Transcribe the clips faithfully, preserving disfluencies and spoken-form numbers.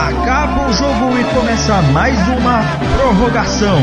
Acaba o jogo e começa mais uma prorrogação.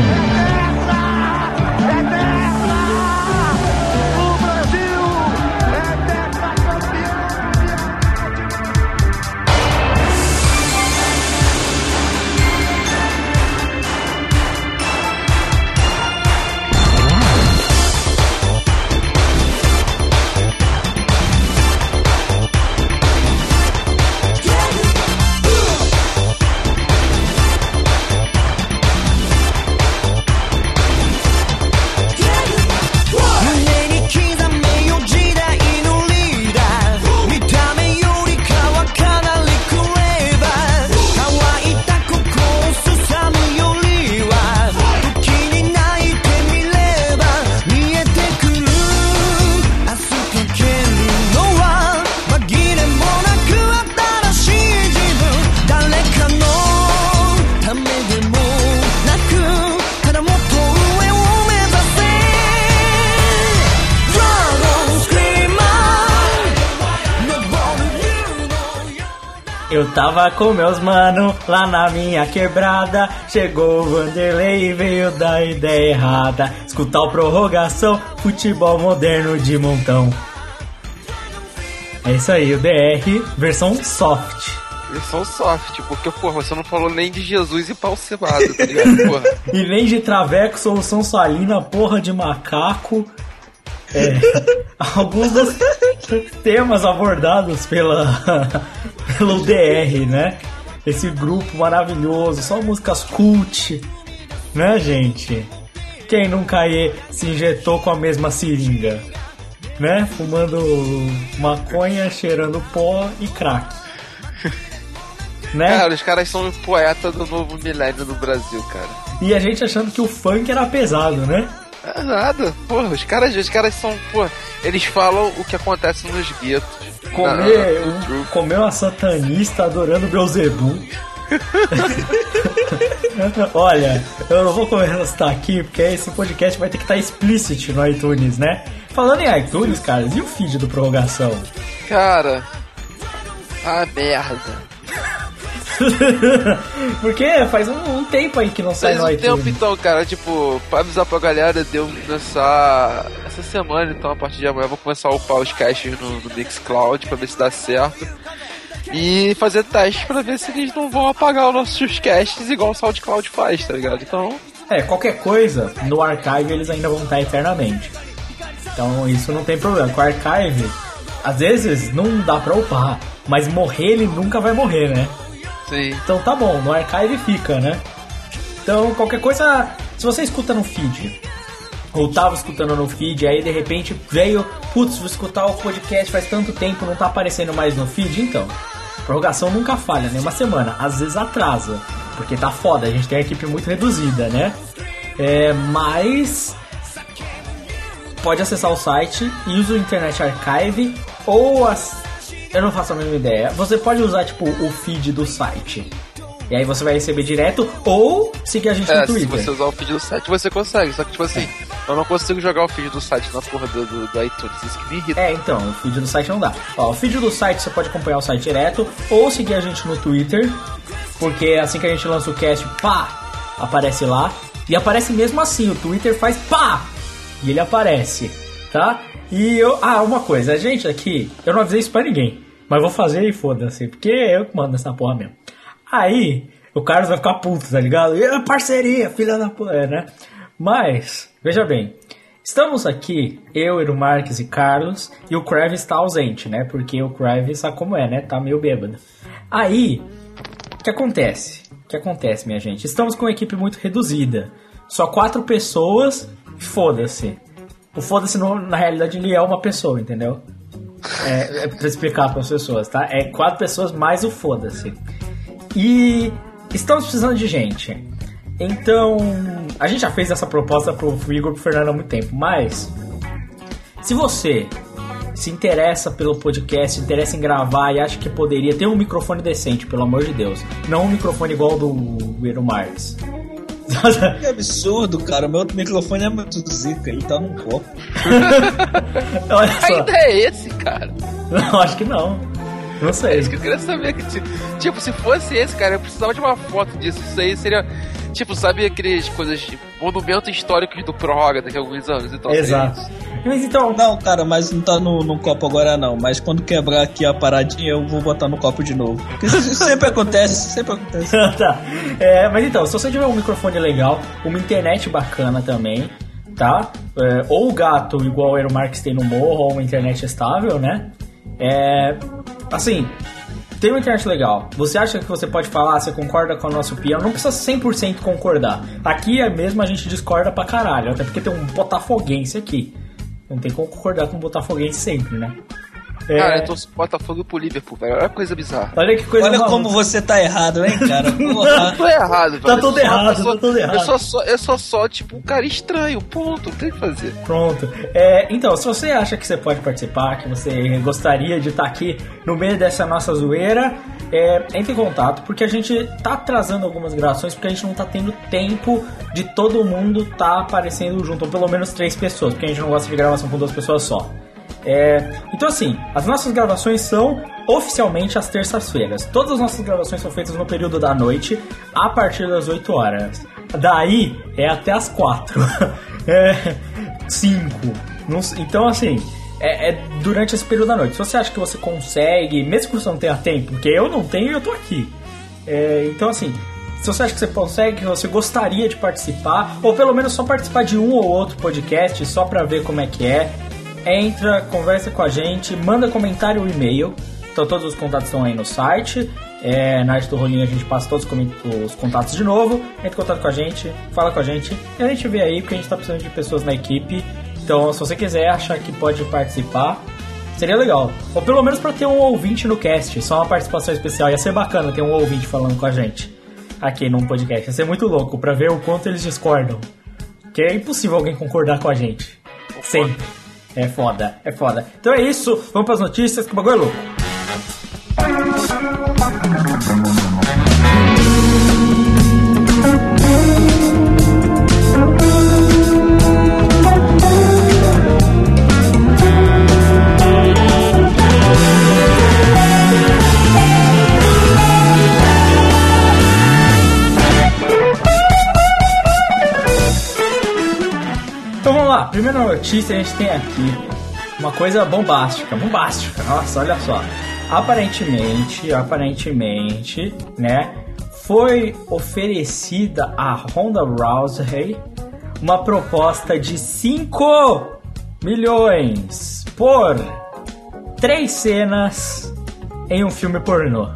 Eu tava com meus mano lá na minha quebrada. Chegou o Vanderlei e veio da ideia errada. Escutar o prorrogação, futebol moderno de montão. É isso aí, o D R, versão soft. Versão soft, porque, porra, você não falou nem de Jesus e pau cevado, tá ligado, porra? E nem de traveco, solução salina, porra de macaco. É, alguns dos temas abordados pela, pelo D R, né? Esse grupo maravilhoso, só músicas cult, né, gente? Quem nunca aí se injetou com a mesma seringa, né? Fumando maconha, cheirando pó e crack, né? Cara, os caras são poeta do novo milênio no Brasil, cara. E a gente achando que o funk era pesado, né? É nada, porra, os caras, os caras são, porra, eles falam o que acontece nos guetos. Comer, um, comer uma satanista adorando Beelzebub. Olha, eu não vou começar aqui, porque esse podcast vai ter que estar explícito no iTunes, né? Falando em iTunes, cara, e o feed do Prorrogação? Cara, ah, merda. Porque faz um, um tempo aí que não sai faz no um iTunes. tempo então, cara, tipo, pra avisar pra galera, deu começar essa semana, então a partir de amanhã eu vou começar a upar os caches no, no Mixcloud pra ver se dá certo. E fazer testes pra ver se eles não vão apagar os nossos caches igual o SoundCloud faz, tá ligado? Então... É, qualquer coisa, no Archive eles ainda vão estar eternamente. Então isso não tem problema. Com o Archive, às vezes não dá pra upar, mas morrer ele nunca vai morrer, né? Sim. Então tá bom, no Archive fica, né? Então qualquer coisa, se você escuta no feed, ou tava escutando no feed, aí de repente veio, putz, vou escutar o podcast faz tanto tempo, não tá aparecendo mais no feed, então, prorrogação nunca falha, né? Uma semana, às vezes atrasa, porque tá foda, a gente tem uma equipe muito reduzida, né? É, mas pode acessar o site e usa o Internet Archive ou as... Eu não faço a mesma ideia. Você pode usar, tipo, o feed do site. E aí você vai receber direto ou seguir a gente é, no Twitter. Se você usar o feed do site, você consegue. Só que, tipo assim, eu não consigo jogar o feed do site na porra do, do, do iTunes. Isso que me irrita. É, então, o feed do site não dá. Ó, o feed do site você pode acompanhar o site direto ou seguir a gente no Twitter. Porque assim que a gente lança o cast, pá, aparece lá. E aparece mesmo assim, o Twitter faz pá! E ele aparece, tá? E eu... Ah, uma coisa, a gente aqui, eu não avisei isso pra ninguém. Mas vou fazer e foda-se, porque eu que mando essa porra mesmo. Aí, o Carlos vai ficar puto, tá ligado? E, parceria, filha da porra, né? Mas, veja bem, estamos aqui, eu, Eero Marques e Carlos, e o Kravis está ausente, né? Porque o Kravis sabe como é, né? Tá meio bêbado. Aí, o que acontece? O que acontece, minha gente? Estamos com uma equipe muito reduzida. Só quatro pessoas, foda-se. O foda-se, na realidade, ele é uma pessoa, entendeu? É, é pra explicar para as pessoas, tá? É quatro pessoas mais o foda-se. E estamos precisando de gente. Então, a gente já fez essa proposta pro Igor e pro Fernando há muito tempo, mas se você se interessa pelo podcast, se interessa em gravar e acha que poderia ter um microfone decente, pelo amor de Deus, não um microfone igual do Eero Marques. Que absurdo, cara. O meu outro microfone é muito zica, ele tá num copo. Olha só. Ainda é esse, cara? Não, acho que não. Não sei. É isso que eu queria saber. Que, tipo, se fosse esse, cara, eu precisava de uma foto disso. Isso aí seria, tipo, sabe aqueles coisas, monumentos históricos do Prorroga daqui a alguns anos? Então, exato. Mas então... Não, cara, mas não tá no, no copo agora não. Mas quando quebrar aqui a paradinha, eu vou botar no copo de novo. Porque isso sempre acontece, sempre acontece. Tá. É, mas então, se você tiver um microfone legal, uma internet bacana também, tá? É, ou o gato, igual era o Marques tem no morro, ou uma internet estável, né? É, assim, tem uma internet legal. Você acha que você pode falar, você concorda com a nossa opinião? Não precisa cem por cento concordar. Aqui é mesmo a gente discorda pra caralho, até porque tem um botafoguense aqui. Não tem como concordar com um botafoguense sempre, né? É... Cara, eu tô Botafogo pro Liverpool, velho. Olha que coisa bizarra. Olha que coisa Olha maluca. como você tá errado, hein, cara? Porra. Eu tô errado, velho. Tá tudo Eu sou- errado, eu sou- tá tudo errado. Eu sou só, eu sou só, tipo, um cara estranho, ponto. Não tem o que fazer. Pronto. É, então, se você acha que você pode participar, que você gostaria de estar aqui no meio dessa nossa zoeira, é, entre em contato, porque a gente tá atrasando algumas gravações, porque a gente não tá tendo tempo de todo mundo tá aparecendo junto, ou pelo menos três pessoas, porque a gente não gosta de gravação com duas pessoas só. É, então assim, as nossas gravações são oficialmente às terças-feiras. Todas as nossas gravações são feitas no período da noite, a partir das oito horas. Daí é até as quatro. É, cinco. Não sei. Então assim, é, é durante esse período da noite. Se você acha que você consegue, mesmo que você não tenha tempo, porque eu não tenho e eu tô aqui. É, então assim, se você acha que você consegue, que você gostaria de participar, ou pelo menos só participar de um ou outro podcast, só pra ver como é que é, entra, conversa com a gente, manda comentário ou e-mail. Então todos os contatos estão aí no site. É, na arte do rolinho a gente passa todos os, coment- os contatos de novo. Entra em contato com a gente, fala com a gente e a gente vê aí, porque a gente tá precisando de pessoas na equipe. Então se você quiser, achar que pode participar, seria legal. Ou pelo menos pra ter um ouvinte no cast, só uma participação especial. Ia ser bacana ter um ouvinte falando com a gente aqui num podcast. Ia ser muito louco pra ver o quanto eles discordam. Porque é impossível alguém concordar com a gente. Sempre. É foda, é foda. Então é isso, vamos pras notícias, que o bagulho é louco. Então vamos lá, primeira notícia a gente tem aqui uma coisa bombástica, bombástica, nossa, olha só. Aparentemente, aparentemente, né, foi oferecida a Ronda Rousey uma proposta de cinco milhões por três cenas em um filme pornô.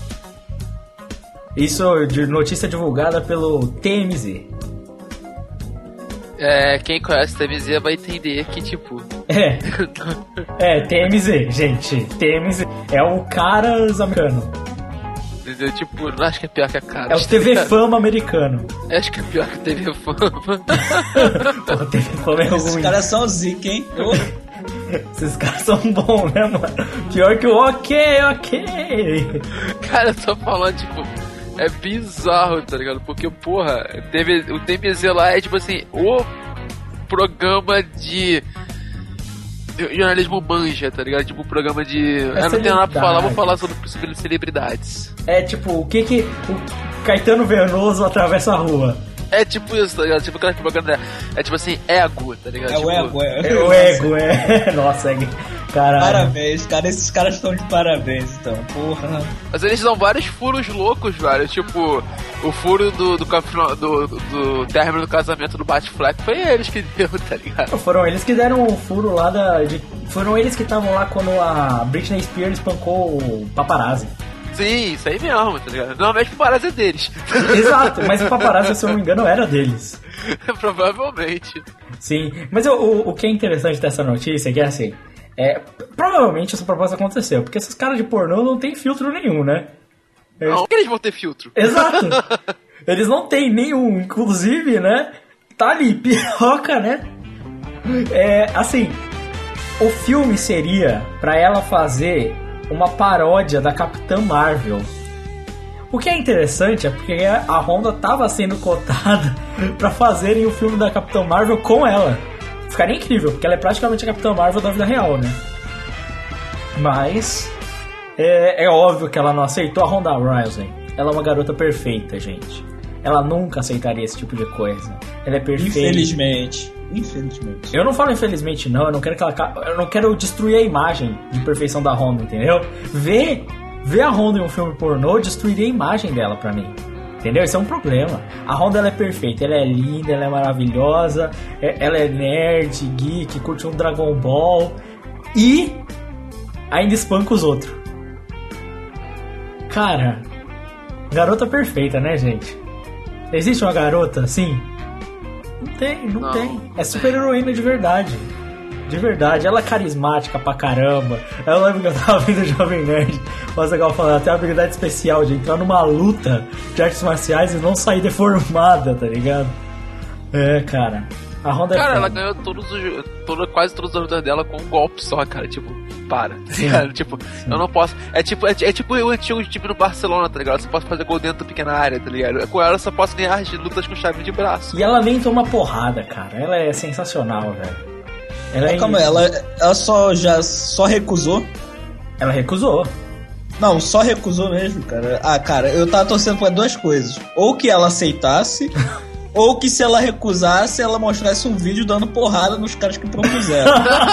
Isso de notícia divulgada pelo T M Z. É, quem conhece o T M Z vai entender que, tipo... É, é, T M Z, gente, T M Z, é o caras americano, Entendeu? Tipo, não acho que é pior que a cara. é o T V Fama americano. Acho que é pior que o T V Fama. Pô, o T V Fama é Esses ruim, caras são zica, hein? Eu... esses caras são bons, né, mano? Pior que o ok, ok. Cara, eu tô falando, tipo... É bizarro, tá ligado? Porque, porra, teve, o T M Z lá é, tipo assim, o programa de... jornalismo manja, tá ligado? Tipo, um programa de... É eu não tenho nada pra falar, vou celebridade. falar sobre, sobre celebridades. É tipo, o que que o Caetano Veloso atravessa a rua? É tipo isso, tá ligado? Tipo aquela propaganda, é tipo assim, ego, tá ligado? É tipo, o ego, é. É o ego, é. Nossa, é... Caralho. Parabéns, cara. Esses caras estão de parabéns, então. Porra. Mas eles dão vários furos loucos, velho. Tipo, o furo do, do, do, do, do término do casamento do Batfleck foi eles que deu, tá ligado? Foram eles que deram o furo lá da... De, foram eles que estavam lá quando a Britney Spears espancou o paparazzi. Sim, isso aí mesmo, tá ligado? Normalmente o paparazzi é deles. Exato, mas o paparazzi, se eu não me engano, era deles. Provavelmente. Sim, mas o, o, o que é interessante dessa notícia é que, assim, é, provavelmente essa proposta aconteceu, porque esses caras de pornô não tem filtro nenhum, né? Eles... Não, eles vão ter filtro. Exato! Eles não tem nenhum, inclusive, né? Tá ali, piroca, né? É, assim, o filme seria pra ela fazer uma paródia da Capitã Marvel. O que é interessante é porque a Honda tava sendo cotada pra fazerem o filme da Capitã Marvel com ela. Ficaria incrível, porque ela é praticamente a Capitã Marvel da vida real, né? Mas É, é óbvio que ela não aceitou a Ronda Rousey. Ela é uma garota perfeita, gente. Ela nunca aceitaria esse tipo de coisa. Ela é perfeita. Infelizmente. Infelizmente. Eu não falo infelizmente não, eu não quero que ela, eu não quero destruir a imagem de perfeição da Honda, entendeu? Ver, ver a Honda em um filme pornô destruiria a imagem dela pra mim. Entendeu? Isso é um problema. A Honda ela é perfeita, ela é linda, ela é maravilhosa, ela é nerd, geek, curte um Dragon Ball e ainda espanca os outros. Cara, garota perfeita, né, gente? Existe uma garota assim? Não tem, não, não tem. É super heroína de verdade. De verdade. Ela é carismática pra caramba. Eu lembro que eu tava vendo o Jovem Nerd. Mas legal falar, ela tem uma habilidade especial de entrar numa luta de artes marciais e não sair deformada, tá ligado? É, cara. A Honda cara, é ela ganhou todos os, todo, quase todos os lutas dela com um golpe só, cara. Tipo, para. Cara, tipo, sim. Eu não posso. É tipo, é, é tipo o antigo time no Barcelona, tá ligado? Você pode fazer gol dentro da pequena área, tá ligado? Com ela eu só posso ganhar as lutas com chave de braço. E ela nem toma porrada, cara. Ela é sensacional, velho. Ela é calma aí, ela, ela só já só recusou? Ela recusou. Não, só recusou mesmo, cara. Ah, cara, eu tava torcendo pra duas coisas. Ou que ela aceitasse. Ou que se ela recusasse, ela mostrasse um vídeo dando porrada nos caras que propuseram.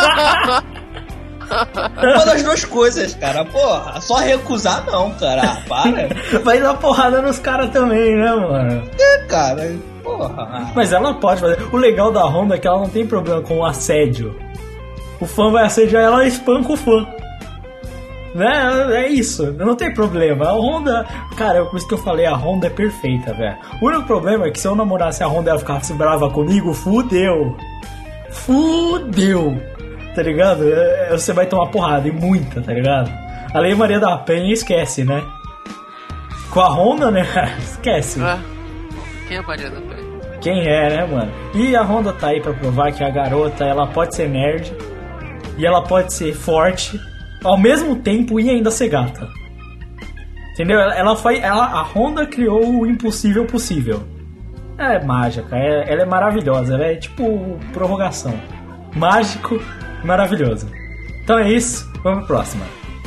Uma das duas coisas, cara. Porra, só recusar não, cara. Ah, para. Vai dar porrada nos caras também, né, mano? É, cara. Porra. Mas ela pode fazer. O legal da Honda é que ela não tem problema com o assédio. O fã vai assediar ela, ela espanca o fã. Né? É isso, não tem problema. A Honda, cara, por isso que eu falei, a Honda é perfeita, velho. O único problema é que se eu namorasse a Honda e ela ficasse brava comigo, fudeu. Fudeu. Tá ligado? Você vai tomar porrada, e muita, tá ligado? A Lei Maria da Penha esquece, né? Com a Honda, né? Esquece. Ah, quem é a Maria da Penha? Quem é, né, mano? E a Honda tá aí pra provar que a garota, ela pode ser nerd e ela pode ser forte ao mesmo tempo e ainda ser gata. Entendeu? Ela, ela foi, ela, a Honda criou o impossível possível. Ela é mágica, é, ela é maravilhosa, ela é tipo prorrogação. Mágico, maravilhoso. Então é isso, vamos pra próxima.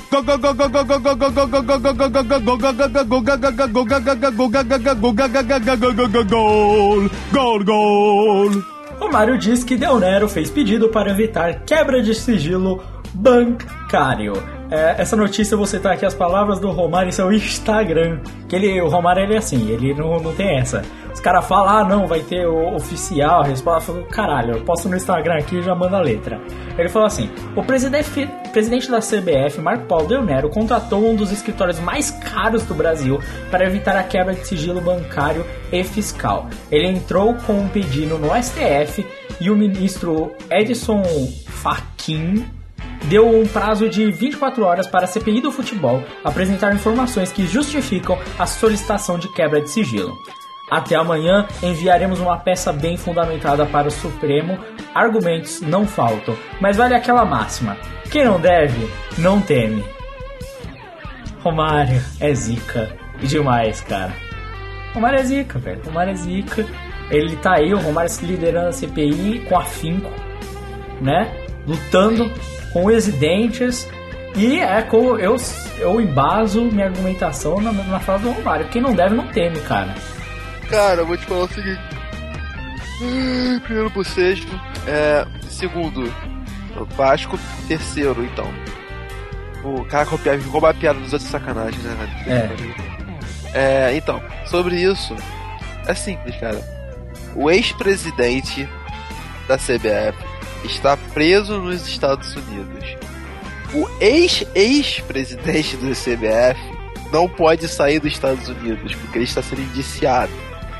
Gol, gol, gol. Romário diz que Del Nero fez pedido para evitar quebra de sigilo bancário. É, essa notícia eu vou citar aqui as palavras do Romário em seu Instagram. Que ele, o Romário ele é assim, ele não, não tem essa. Os caras falam, ah não, vai ter o oficial, a resposta. Eu falo, caralho, eu posto no Instagram aqui e já manda a letra. Ele falou assim: o presidente, presidente da C B F, Marco Paulo Del Nero, contratou um dos escritórios mais caros do Brasil para evitar a quebra de sigilo bancário e fiscal. Ele entrou com um pedido no S T F e o ministro Edson Fachin deu um prazo de vinte e quatro horas para a C P I do futebol apresentar informações que justificam a solicitação de quebra de sigilo. Até amanhã enviaremos uma peça bem fundamentada para o Supremo. Argumentos não faltam, mas vale aquela máxima: quem não deve, não teme. Romário é zica e demais, cara. Romário é zica, velho. Romário é zica. Ele tá aí, o Romário se liderando a C P I com afinco, né? Lutando com os dentes. E é como eu, eu embaso minha argumentação na, na fala do Romário: quem não deve, não teme, cara. Cara, eu vou te falar o seguinte. Primeiro pro sexto. É, segundo, Vasco. Terceiro, então. O cara copiar, roubar a piada dos outros sacanagem, né, velho? É. É, então, sobre isso, é simples, cara. O ex-presidente da C B F está preso nos Estados Unidos. O ex-ex-presidente da C B F não pode sair dos Estados Unidos porque ele está sendo indiciado.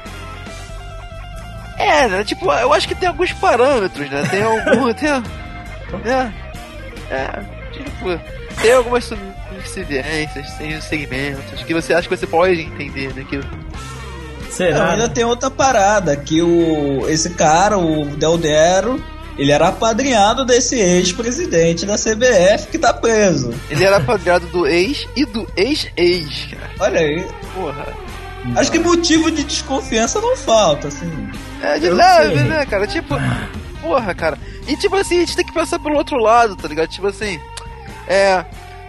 É, né? Tipo, eu acho que tem alguns parâmetros, né? Tem algum... tem, é, é, tipo... Tem algumas subserviências, tem segmentos que você acha que você pode entender, né? Que... Será? Não, ainda tem outra parada, que o, esse cara, o Del Nero, ele era apadrinhado desse ex-presidente da C B F que tá preso. Ele era apadrinhado do ex e do ex-ex, cara. Olha aí. Porra. Acho que motivo de desconfiança não falta, assim. É, de leve, né, cara? Tipo, porra, cara. E tipo assim, a gente tem que pensar pelo outro lado, tá ligado? Tipo assim, é...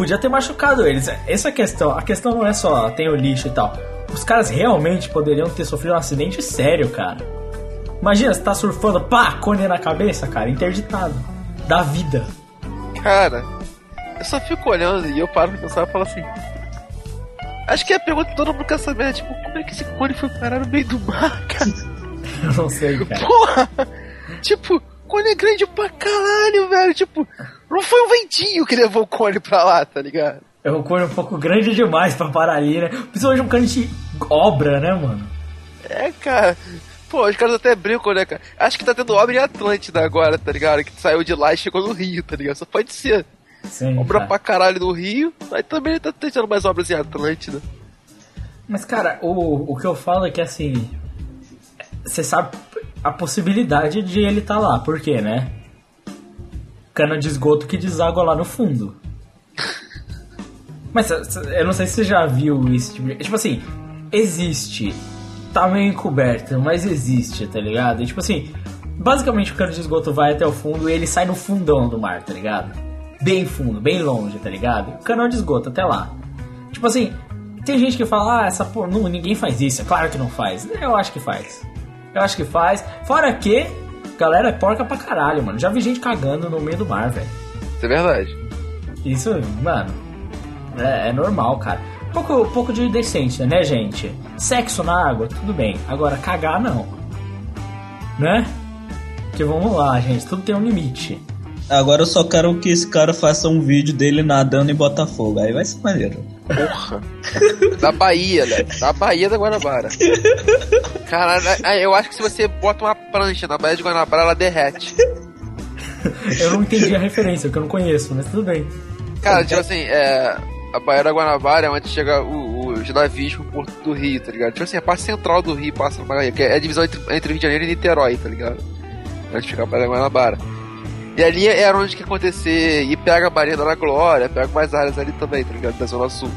podia ter machucado eles. Essa questão, a questão não é só tem o lixo e tal. Os caras realmente poderiam ter sofrido um acidente sério, cara. Imagina, você tá surfando, pá, cone na cabeça, cara, interditado. Da vida. Cara, eu só fico olhando e eu paro pra pensar e falo assim... Acho que é a pergunta que todo mundo quer saber, é, tipo, como é que esse cone foi parar no meio do mar, cara? Eu não sei, cara. Porra! Tipo, cone é grande pra caralho, velho. Tipo, não foi um ventinho que levou o cone pra lá, tá ligado? É um cone um pouco grande demais pra parar ali, né? Principalmente um cone de obra, né, mano? É, cara... Pô, os caras até brincam, né, cara? Acho que tá tendo obra em Atlântida agora, tá ligado? Que saiu de lá e chegou no Rio, tá ligado? Só pode ser. Sim, obra cara. pra caralho no Rio, aí também tá tendo mais obras em Atlântida. Mas, cara, o, o que eu falo é que, assim... Você sabe a possibilidade de ele tá lá. Por quê, né? Cana de esgoto que deságua lá no fundo. Mas eu não sei se você já viu isso. Tipo, tipo assim, existe... Tá meio encoberto, mas existe, tá ligado? E, tipo assim, basicamente o cano de esgoto vai até o fundo e ele sai no fundão do mar, tá ligado? Bem fundo, bem longe, tá ligado? O canal de esgoto até lá. Tipo assim, tem gente que fala, ah, essa porra, não, ninguém faz isso. É claro que não faz. Eu acho que faz. Eu acho que faz. Fora que, galera é porca pra caralho, mano. Já vi gente cagando no meio do mar, velho. Isso é verdade. Isso, mano, é, é normal, cara. Um pouco, um pouco de decência, né, gente? Sexo na água, tudo bem. Agora, cagar, não. Né? Porque vamos lá, gente. Tudo tem um limite. Agora eu só quero que esse cara faça um vídeo dele nadando em Botafogo. Aí vai ser maneiro. Porra. Da Bahia, né? Da Bahia da Guanabara. Cara, eu acho que se você bota uma prancha na Baía de Guanabara, ela derrete. Eu não entendi a referência, porque eu não conheço, mas tudo bem. Cara, tipo assim, é... A Baía da Guanabara é onde chega o, os navios pro Porto do Rio, tá ligado? Tipo assim, a parte central do Rio passa na Bahia, que é a divisão entre, entre Rio de Janeiro e Niterói, tá ligado? Onde fica a Baía da Guanabara. E ali era onde que ia acontecer, e pega a Baía da Glória, pega mais áreas ali também, tá ligado? Da Zona Sul.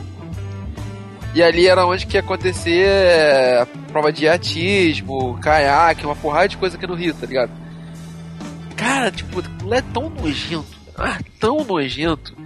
E ali era onde que ia acontecer é, prova de atismo, caiaque, uma porrada de coisa aqui no Rio, tá ligado? Cara, tipo, não é tão nojento, ah, tão nojento.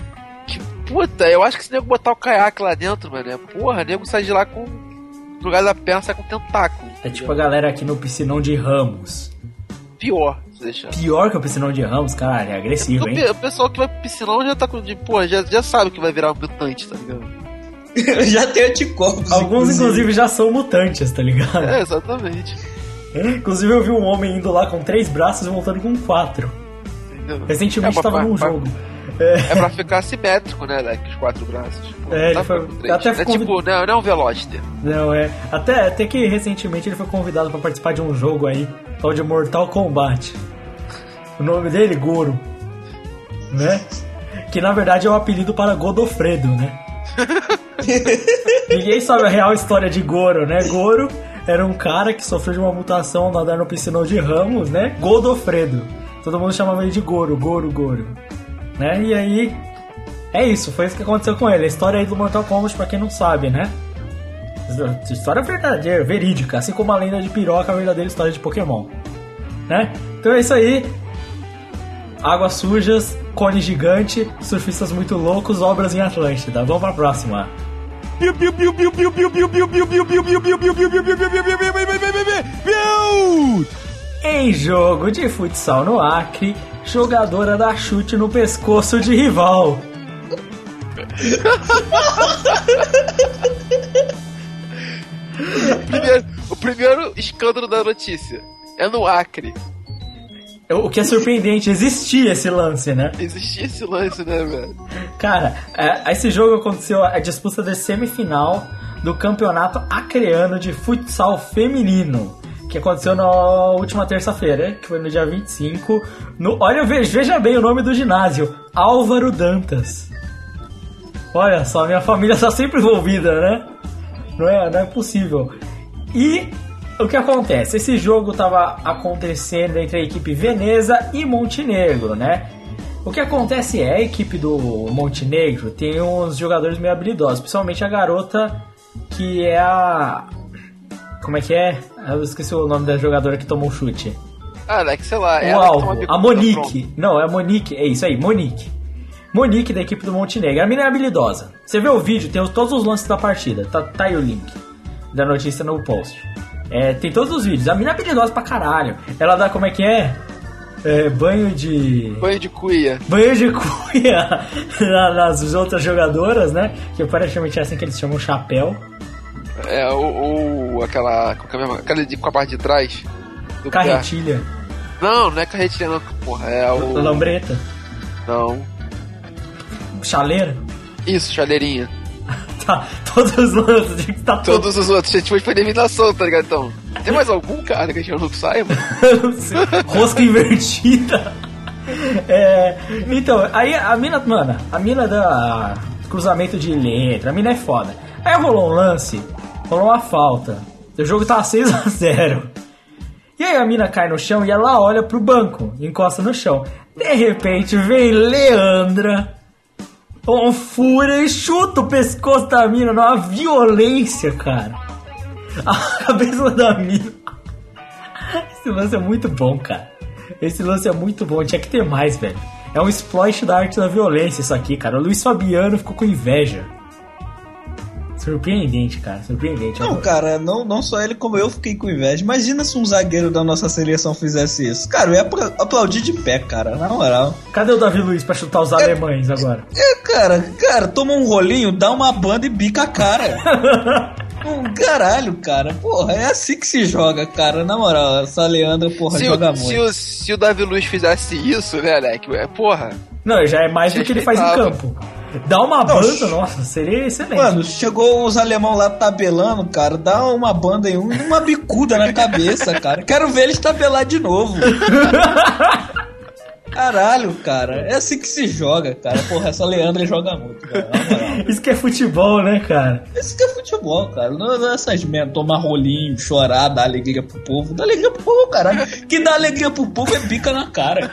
Puta, eu acho que se o nego botar o caiaque lá dentro, mano, é, porra, o nego sai de lá com... No lugar da perna sai com tentáculo. É tipo a galera aqui no piscinão de Ramos. Pior, se deixar. Pior que o piscinão de Ramos, caralho, é agressivo, hein? O pessoal que vai pro piscinão já tá com... De, porra, já, já sabe que vai virar um mutante, tá ligado? Já tem anticorpos. Alguns, inclusive. inclusive, já são mutantes, tá ligado? É, exatamente. Inclusive, eu vi um homem indo lá com três braços e voltando com quatro. Entendeu? Recentemente é, tava pra, num pra, jogo. É. é pra ficar simétrico, né, né? Com os quatro braços. Tipo, é, ele foi, até é convid... tipo, não, não é um Veloster. Não, é. Até, até que recentemente ele foi convidado pra participar de um jogo aí, tal de Mortal Kombat. O nome dele, Goro. Né? Que na verdade é o um apelido para Godofredo, né? Ninguém sabe a real história de Goro, né? Goro era um cara que sofreu de uma mutação ao nadar no piscinão de Ramos, né? Godofredo. Todo mundo chamava ele de Goro, Goro, Goro. Né? E aí, é isso, foi isso que aconteceu com ele. A história aí do Mortal Kombat, pra quem não sabe, né? História verdadeira, verídica, assim como a lenda de Piroca, a verdadeira história de Pokémon, né? Então é isso aí. Águas sujas, cone gigante, surfistas muito loucos, obras em Atlântida. Vamos pra próxima. Em jogo de futsal no Acre, jogadora dá chute no pescoço de rival. primeiro, o primeiro escândalo da notícia é no Acre. O que é surpreendente, existia esse lance, né? Existia esse lance, né, velho? Cara, é, esse jogo aconteceu a disputa da semifinal do campeonato acreano de futsal feminino, que aconteceu na última terça-feira, que foi no dia vinte e cinco. No, olha, veja, veja bem o nome do ginásio, Álvaro Dantas. Olha só, minha família está sempre envolvida, né? Não é, não é possível. E o que acontece? Esse jogo estava acontecendo entre a equipe Veneza e Montenegro, né? O que acontece é, a equipe do Montenegro tem uns jogadores meio habilidosos, principalmente a garota que é a... Como é que é? Eu esqueci o nome da jogadora que tomou o chute. Ah, Alex, sei lá. O alvo, a Monique. Não, é a Monique, é isso aí, Monique. Monique, da equipe do Montenegro. A mina é habilidosa. Você vê o vídeo, tem todos os lances da partida. Tá, tá aí o link da notícia no post. É, tem todos os vídeos. A mina é habilidosa pra caralho. Ela dá, como é que é? É, banho de... Banho de cuia. Banho de cuia nas outras jogadoras, né? Que aparentemente é assim que eles chamam chapéu. É, ou, ou aquela... Aquela de, com a parte de trás. Do Carretilha. Pé. Não, não é carretilha não, porra. É o... Lambreta. Não. Chaleira. Isso, chaleirinha. Tá, todos os outros. Tá todos os outros. A gente foi eliminação, tá ligado? Então, tem mais algum, cara, que a gente não saiba? Não sei. Rosca invertida. É, então, aí a mina, mano, a mina da cruzamento de letra, a mina é foda. Aí rolou um lance, rolou uma falta. O jogo tava seis a zero. E aí a mina cai no chão e ela olha pro banco, encosta no chão. De repente vem Leandra, com fúria, e chuta o pescoço da mina numa violência, cara. A cabeça da mina. Esse lance é muito bom, cara. Esse lance é muito bom, tinha que ter mais, velho. É um exploit da arte da violência isso aqui, cara. O Luiz Fabiano ficou com inveja. Surpreendente, cara, surpreendente. Não, cara, não, não só ele como eu fiquei com inveja. Imagina se um zagueiro da nossa seleção fizesse isso. Cara, eu ia aplaudir de pé, cara, na moral. Cadê o Davi Luiz pra chutar os é, alemães agora? É, cara, cara, toma um rolinho, dá uma banda e bica a cara. um caralho, cara, porra, é assim que se joga, cara, na moral. Essa Leandra, porra, se joga o, muito. Se o, se o Davi Luiz fizesse isso, né, Alec, é porra. Não, já é mais do que ele faz em campo. Dá uma não, banda, nossa, seria excelente. Mano, chegou os alemão lá tabelando, cara. Dá uma banda em um e uma bicuda na cabeça, cara. Quero ver eles tabelar de novo. Caralho, cara. É assim que se joga, cara. Porra, essa Leandra joga muito, cara. Isso que é futebol, né, cara? Isso que é futebol, cara. Não, não é essas merdas, tomar rolinho, chorar, dar alegria pro povo. Dá alegria pro povo, caralho. Quem dá alegria pro povo é bica na cara.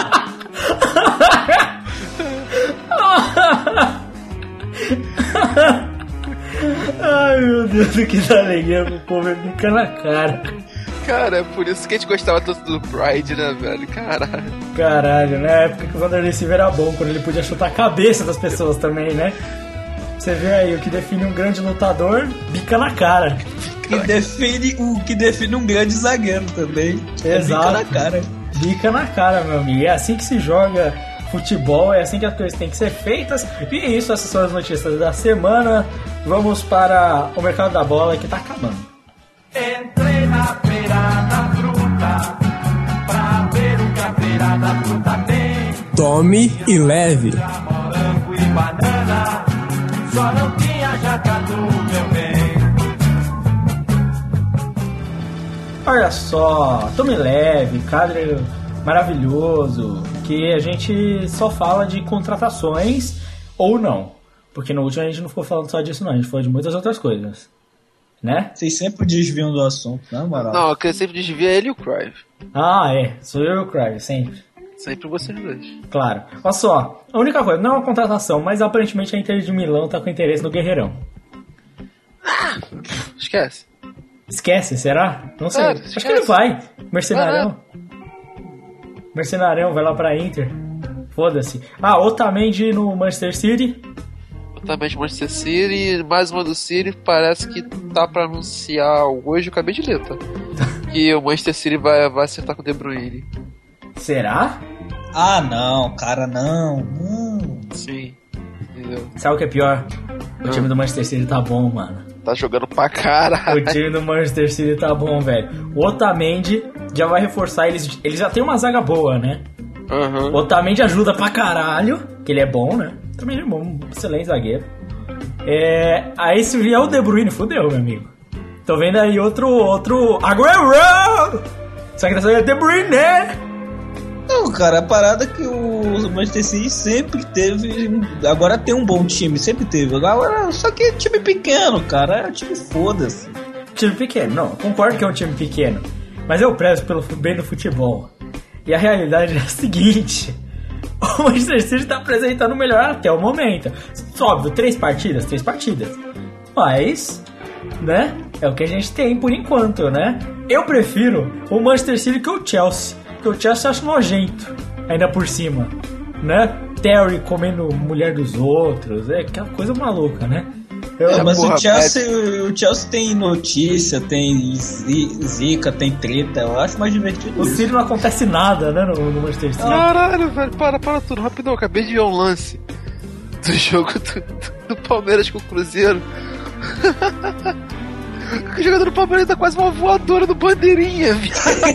Ai, meu Deus, o que dá alegria pro povo é bica na cara. Cara, é por isso que a gente gostava tanto do Pride, né, velho? Caralho. Caralho, na época que o Vanderlei Silva era bom, quando ele podia chutar a cabeça das pessoas também, né? Você vê aí, o que define um grande lutador, bica na cara. Que define, o que define um grande zagueiro também. Exato. É bica na cara. Bica na cara, meu amigo. É assim que se joga futebol, é assim que as coisas têm que ser feitas. E é isso, essas são as notícias da semana. Vamos para o mercado da bola que tá acabando. Entrei na feira da fruta pra ver o que a feira da fruta tem. Tome e leve. Morango e banana, só não tinha jacatu, meu bem. Olha só, tome leve, cadre maravilhoso, que a gente só fala de contratações ou não. Porque no último a gente não ficou falando só disso não, a gente falou de muitas outras coisas. Né? Vocês sempre desviam do assunto, na moral. Não, quem sempre desvia é ele e o Cruyff. Ah, é. Sou eu e o Cruyff, sempre. Sempre vocês dois. Claro. Olha só, a única coisa, não é uma contratação, mas aparentemente a Inter de Milão tá com interesse no Guerreirão. Ah, esquece. Esquece, será? Não sei. É, Acho esquece. que ele vai. Mercenarão. Mercenarão, vai lá pra Inter. Foda-se. Ah, Otamendi no Manchester City. Também de Manchester City, mais uma do City, parece que tá pra anunciar hoje, eu acabei de ler, tá? Que o Manchester City vai, vai acertar com o De Bruyne. Será? Ah, não, cara, não, não. Sim, entendeu? Sabe o que é pior? O Ah. time do Manchester City tá bom, mano. Tá jogando pra caralho. O time do Manchester City tá bom, velho. O Otamendi já vai reforçar, eles, eles já tem uma zaga boa, né? Uhum. O Otamendi ajuda pra caralho, que ele é bom, né? Também é bom, um excelente zagueiro. É, aí se vier o De Bruyne, fudeu, meu amigo. Tô vendo aí outro, outro... Aguero! Só que dessa vez é De Bruyne, né? Não, cara, a parada é que o Manchester City sempre teve. Agora tem um bom time, sempre teve. Agora, só que é time pequeno, cara. É um time foda-se. Time pequeno, não, concordo que é um time pequeno. Mas eu prezo pelo bem do futebol. E a realidade é a seguinte: o Manchester City tá apresentando o melhor até o momento. Óbvio, três partidas, três partidas. Mas, né, é o que a gente tem por enquanto, né? Eu prefiro o Manchester City que o Chelsea. Porque o Chelsea eu acho nojento, ainda por cima, né? Terry comendo mulher dos outros, é aquela coisa maluca, né? Eu, É, mas porra, o Chelsea, o Chelsea tem notícia, tem zi- zica, tem treta. Eu acho mais divertido. o isso. City não acontece nada, né, no, no Manchester City. Caralho, velho, para, para tudo, rapidão, acabei de ver um lance do jogo do, do Palmeiras com o Cruzeiro. O jogador do Palmeiras tá quase uma voadora do bandeirinha, viu?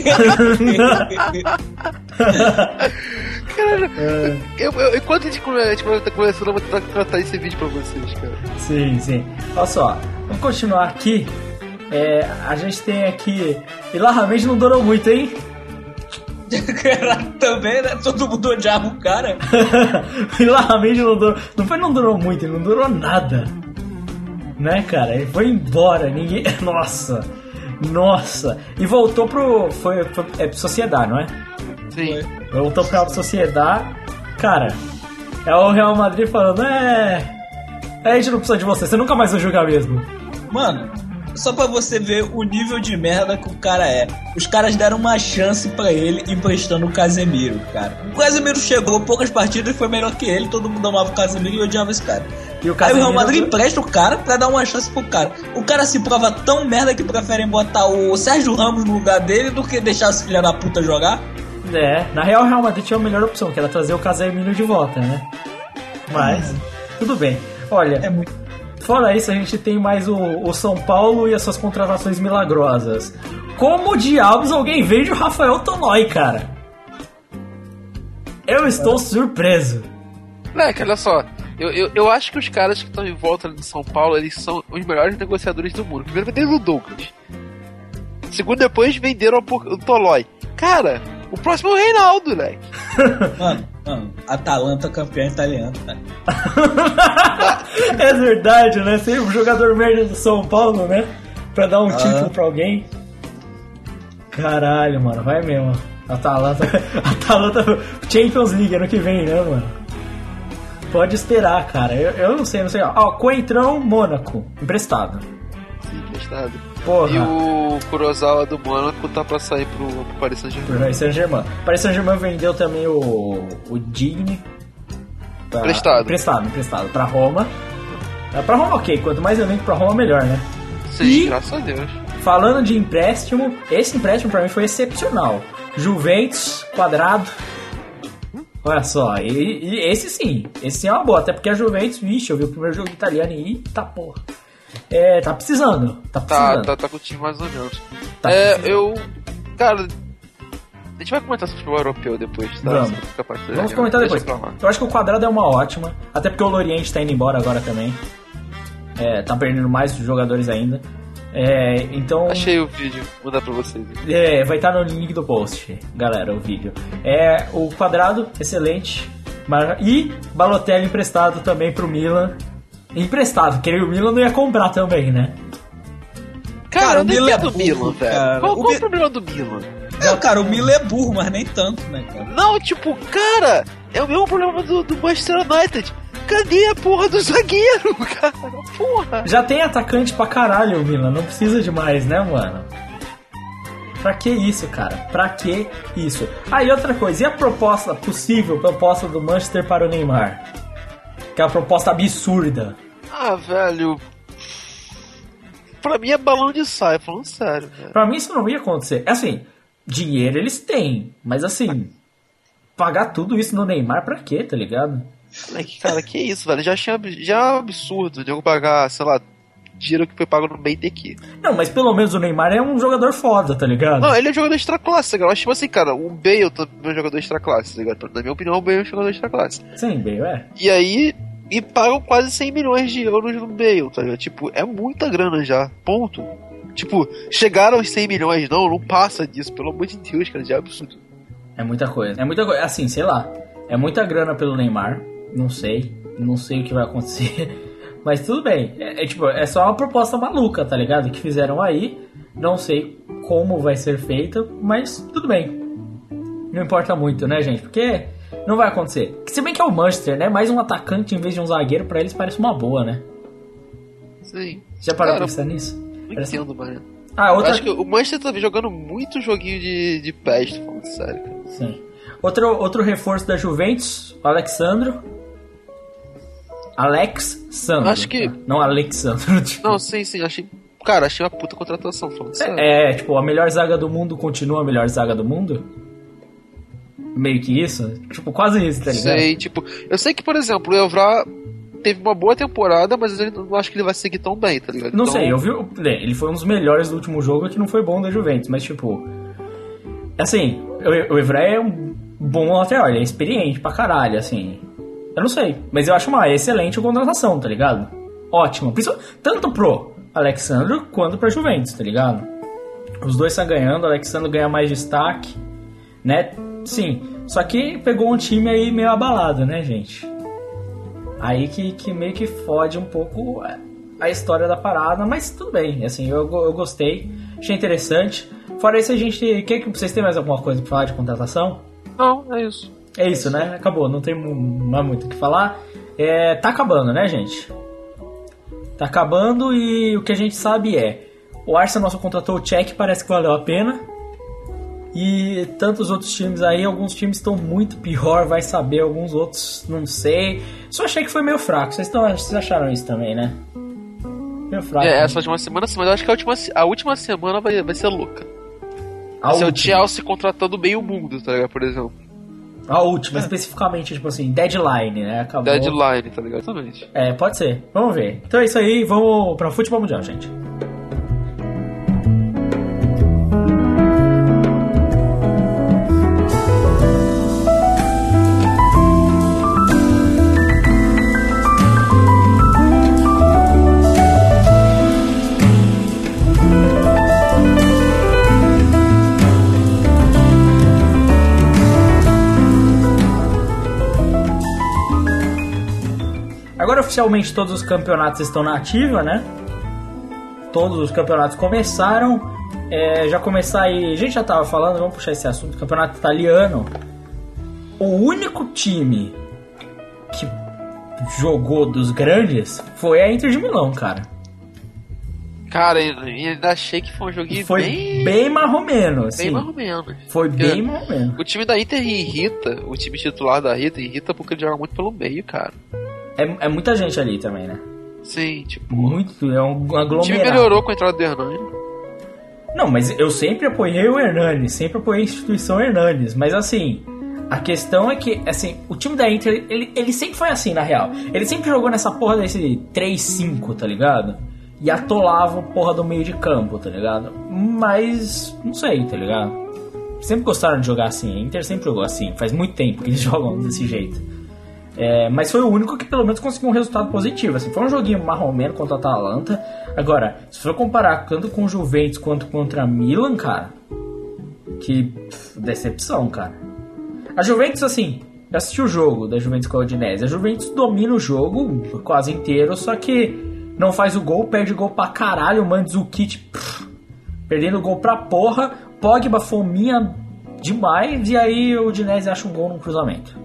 Caralho, eu, eu, enquanto a gente, come- a gente tá conversando, eu vou tentar tratar esse vídeo pra vocês, cara. Sim, sim. Olha só, vamos continuar aqui. É, a gente tem aqui. E lá realmente não durou muito, hein? Cara, também, né? Todo mundo odiava o cara. E lá realmente não durou. Não foi não durou muito, ele não durou nada. Né, cara? Ele foi embora. Ninguém. Nossa! Nossa! E voltou pro. Foi, foi é pro Sociedade, não é? Sim. Voltou pra Sociedade. Cara, é o Real Madrid falando: É. A gente não precisa de você, você nunca mais vai jogar mesmo. Mano, só pra você ver o nível de merda que o cara é. Os caras deram uma chance pra ele emprestando o Casemiro, cara. O Casemiro chegou poucas partidas e foi melhor que ele. Todo mundo amava o Casemiro e odiava esse cara. E o Aí o Casemiro- Real Madrid empresta o cara pra dar uma chance pro cara. O cara se prova tão merda que preferem botar o Sérgio Ramos no lugar dele do que deixar esse filho da puta jogar. É, na real o Real Madrid tinha a melhor opção, que era trazer o Casemiro de volta, né? Mas, tudo bem. Olha, É muito. fora isso, a gente tem mais o, o São Paulo e as suas contratações milagrosas. Como diabos alguém vende o Rafael Tolói, cara? Eu estou surpreso. Moleque, olha só. Eu, eu, eu acho que os caras que estão em volta de São Paulo, eles são os melhores negociadores do mundo. Primeiro venderam o Douglas. Segundo, depois venderam o Tolói. Cara, o próximo é o Reinaldo, moleque. Mano, mano, Atalanta campeão italiano, cara. É verdade, né? Sempre um jogador merda do São Paulo, né? Pra dar um título pra alguém. Caralho, mano, vai mesmo. Atalanta, Atalanta Champions League ano que vem, né, mano? Pode esperar, cara. Eu, eu não sei, não sei. Ó, Coentrão, Mônaco, emprestado. Sim, emprestado. Porra. E o Kurosawa do Mônaco tá pra sair pro, pro Paris Saint-Germain. Paris Saint-Germain. Paris Saint-Germain vendeu também o, o Digne. pra- Emprestado. Emprestado, emprestado. Pra Roma. É, pra Roma, ok. Quanto mais elenco pra Roma, melhor, né? Sim, E- graças a Deus. Falando de empréstimo, esse empréstimo pra mim foi excepcional. Juventus, Quadrado. Olha só, e, e esse sim, esse sim é uma boa, até porque a Juventus, vixe, eu vi o primeiro jogo italiano e tá porra. É, tá precisando, tá Tá, precisando. tá, tá com o time mais ou menos. Tá é, precisando. eu. Cara. A gente vai comentar sobre o futebol europeu depois, tá? Vamos. Você não fica pra trás, Vamos né? comentar Deixa depois. pra lá. Eu acho que o Quadrado é uma ótima, até porque o Loriente tá indo embora agora também. É, tá perdendo mais jogadores ainda. É, então. Achei o vídeo, vou dar pra vocês. É, vai estar no link do post, galera, o vídeo. É, o Quadrado, excelente. Mar- E Balotelli emprestado também pro Milan. Emprestado, porque o Milan não ia comprar também, né? Cara, Cara, eu o não Milan é entendo o burro, Milan, velho. cara. Qual, O qual Mi- o problema do Milan? É, cara, o Milan é burro, mas nem tanto, né, cara? Não, tipo, cara, é o mesmo problema do, do Manchester United. Cadê a porra do zagueiro, cara? Porra! Já tem atacante pra caralho o Milan, não precisa de mais, né, mano? Pra que isso, cara? Pra que isso? Ah, e outra coisa, e a proposta, possível proposta do Manchester para o Neymar? Que é uma proposta absurda. Ah, velho. Pra mim é balão de saia, falando sério, velho. Pra mim isso não ia acontecer. É assim, dinheiro eles têm, mas assim, pagar tudo isso no Neymar pra quê, tá ligado? Moleque, cara, que isso, velho? Já achei ab- já é um absurdo de eu pagar, sei lá, dinheiro que foi pago no B T Q. Não, mas pelo menos o Neymar é um jogador foda, tá ligado? Não, ele é jogador extra classe, cara. Eu acho tipo assim, cara, o Bale também é um jogador extra classe, tá ligado? Na minha opinião, o Bale é um jogador extra classe. Sim, bem, é. E aí, e pagam quase cem milhões de euros no Bale, tá ligado? Tipo, é muita grana já, ponto. Tipo, chegaram aos cem milhões, não, não passa disso, pelo amor de Deus, cara, já é absurdo. É muita coisa. É muita coisa. Assim, sei lá. É muita grana pelo Neymar. Não sei. Não sei o que vai acontecer. Mas tudo bem. É, é tipo, é só uma proposta maluca, tá ligado? Que fizeram aí. Não sei como vai ser feita, mas tudo bem. Não importa muito, né, gente? Porque não vai acontecer. Se bem que é o Manchester, né? Mais um atacante em vez de um zagueiro, pra eles parece uma boa, né? Sim. Já parou Cara, pra pensar nisso? Não Parece- entendo, mano. Ah, Eu outra... acho que o Manchester tá jogando muito joguinho de, de pés, tô falando sério, cara. Sim. Outro, outro reforço da Juventus, o Alexandro. Alex Sandro. Acho que- Não, Alexandro. Tipo, Não, sim, sim, achei. Cara, achei uma puta contratação, falando sério. é, tipo, a melhor zaga do mundo continua a melhor zaga do mundo? Meio que isso? Tipo, quase isso, tá ligado? Sei, tipo, eu sei que, por exemplo, o Evra teve uma boa temporada, mas eu não acho que ele vai seguir tão bem, tá ligado? Não Então, sei, eu vi. o- bem, Ele foi um dos melhores do último jogo que não foi bom da Juventus, mas tipo. Assim, o, o Evra é um bom lateral, ele é experiente pra caralho, assim. Eu não sei, mas eu acho uma excelente contratação, tá ligado? Ótimo. Principal- Tanto pro Alexandro quanto pra Juventus, tá ligado? Os dois estão ganhando, o Alexandro ganha mais destaque, né? Sim, só que pegou um time aí meio abalado, né, gente? Aí que, que meio que fode um pouco a- a história da parada, mas tudo bem, assim, eu, go- eu gostei, achei interessante. Fora isso, a gente... Quer que vocês têm mais alguma coisa pra falar de contratação? Não, é isso. É isso, né? Acabou, não tem mu- não há muito o que falar. É, tá acabando, né, gente? Tá acabando e o que a gente sabe é... O Arsenal só contratou o Cech, parece que valeu a pena. E tantos outros times aí, alguns times estão muito pior, vai saber, alguns outros não sei. Só achei que foi meio fraco, vocês, tão, vocês acharam isso também, né? Meio fraco. É, né? essa última semana, sim, mas eu acho que a última, a última semana vai, vai ser louca. A Vai ser o última. Chelsea contratando meio mundo, tá ligado? Por exemplo. A última, especificamente, tipo assim, deadline, né? Acabou. Deadline, tá ligado? Exatamente. É, pode ser. Vamos ver. Então é isso aí, vamos pra futebol mundial, gente. Agora oficialmente todos os campeonatos estão na ativa, né? Todos os campeonatos começaram. É, já começar aí. A gente já tava falando, vamos puxar esse assunto. Campeonato italiano. O único time que jogou dos grandes foi a Inter de Milão, cara. Cara, e ainda achei que foi um joguinho Foi bem. bem marromeno, bem assim. mais ou menos. Foi Porque bem marromeno. O time da Inter irrita, o time titular da Inter irrita porque ele joga muito pelo meio, cara. É, é muita gente ali também, né? Sim, tipo. Muito, é um O time aglomerado. melhorou com a entrada do Hernani. Não, mas eu sempre apoiei o Hernanes, sempre apoiei a instituição Hernanes, mas assim, a questão é que, assim, o time da Inter, ele, ele sempre foi assim, na real. Ele sempre jogou nessa porra desse três cinco, tá ligado? E atolava a porra do meio de campo, tá ligado? Mas, não sei, tá ligado? Sempre gostaram de jogar assim, a Inter sempre jogou assim, faz muito tempo que eles jogam desse jeito. É, mas foi o único que pelo menos conseguiu um resultado positivo. Assim, foi um joguinho marromeno contra a Atalanta. Agora, se for comparar tanto com o Juventus quanto contra a Milan, cara, que pff, decepção, cara. A Juventus, assim, eu assisti o jogo da Juventus com a Udinese. A Juventus domina o jogo quase inteiro, só que não faz o gol, perde gol pra caralho. O Mandzukic pff, perdendo gol pra porra. Pogba fominha demais. E aí o Udinese acha um gol no cruzamento.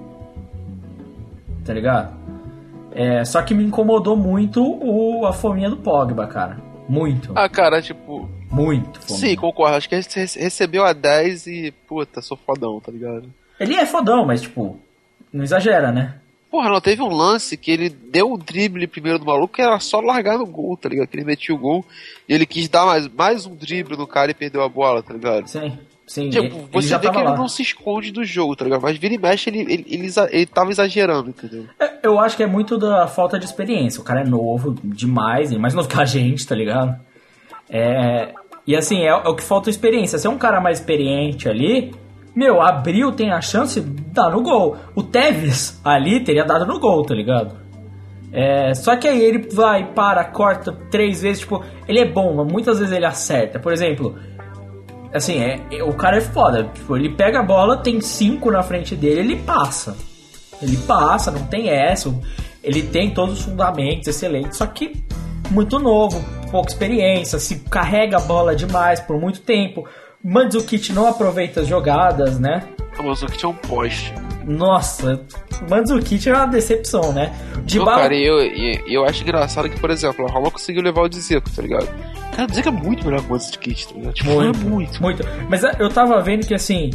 Tá ligado? É, só que me incomodou muito o, a fominha do Pogba, cara. Muito. Ah, cara, tipo. Muito fominha. Sim, concordo. Acho que ele rece- recebeu a dez e. Puta, sou fodão, tá ligado? Ele é fodão, mas tipo, não exagera, né? Porra, não, teve um lance que ele deu o drible primeiro do maluco que era só largar no gol, tá ligado? Que ele metia o gol e ele quis dar mais, mais um drible no cara e perdeu a bola, tá ligado? Sim, sim. Tipo, ele, ele você já vê que tava ele lá. não se esconde do jogo, tá ligado? Mas vira e mexe, ele, ele, ele, exa- ele tava exagerando, entendeu? É, Eu acho que é muito da falta de experiência. O cara é novo demais, ele é mais novo que a gente, tá ligado? É, e assim, é, é o que falta experiência. Se é um cara mais experiente ali, meu, abriu, tem a chance de dar no gol. O Tevez ali teria dado no gol, tá ligado? É, só que aí ele vai, para, corta três vezes, tipo, ele é bom, mas muitas vezes ele acerta. Por exemplo, assim, é, é- o cara é foda. Tipo, ele pega a bola, tem cinco na frente dele, ele passa. Ele passa, não tem essa. Ele tem todos os fundamentos excelentes, só que muito novo, pouca experiência, se carrega a bola demais por muito tempo. Mandzukic não aproveita as jogadas, né? O Mandzukic é um poste. Nossa, Mandzukic é uma decepção, né? Não, Dybala- cara, e eu, e- e eu acho engraçado que, por exemplo, a Roma conseguiu levar o Dzeko, tá ligado? Cara, o Dzeko é muito melhor que o Mandzukic, tá ligado? Tipo, Muito, é muito. muito. Mas eu tava vendo que, assim,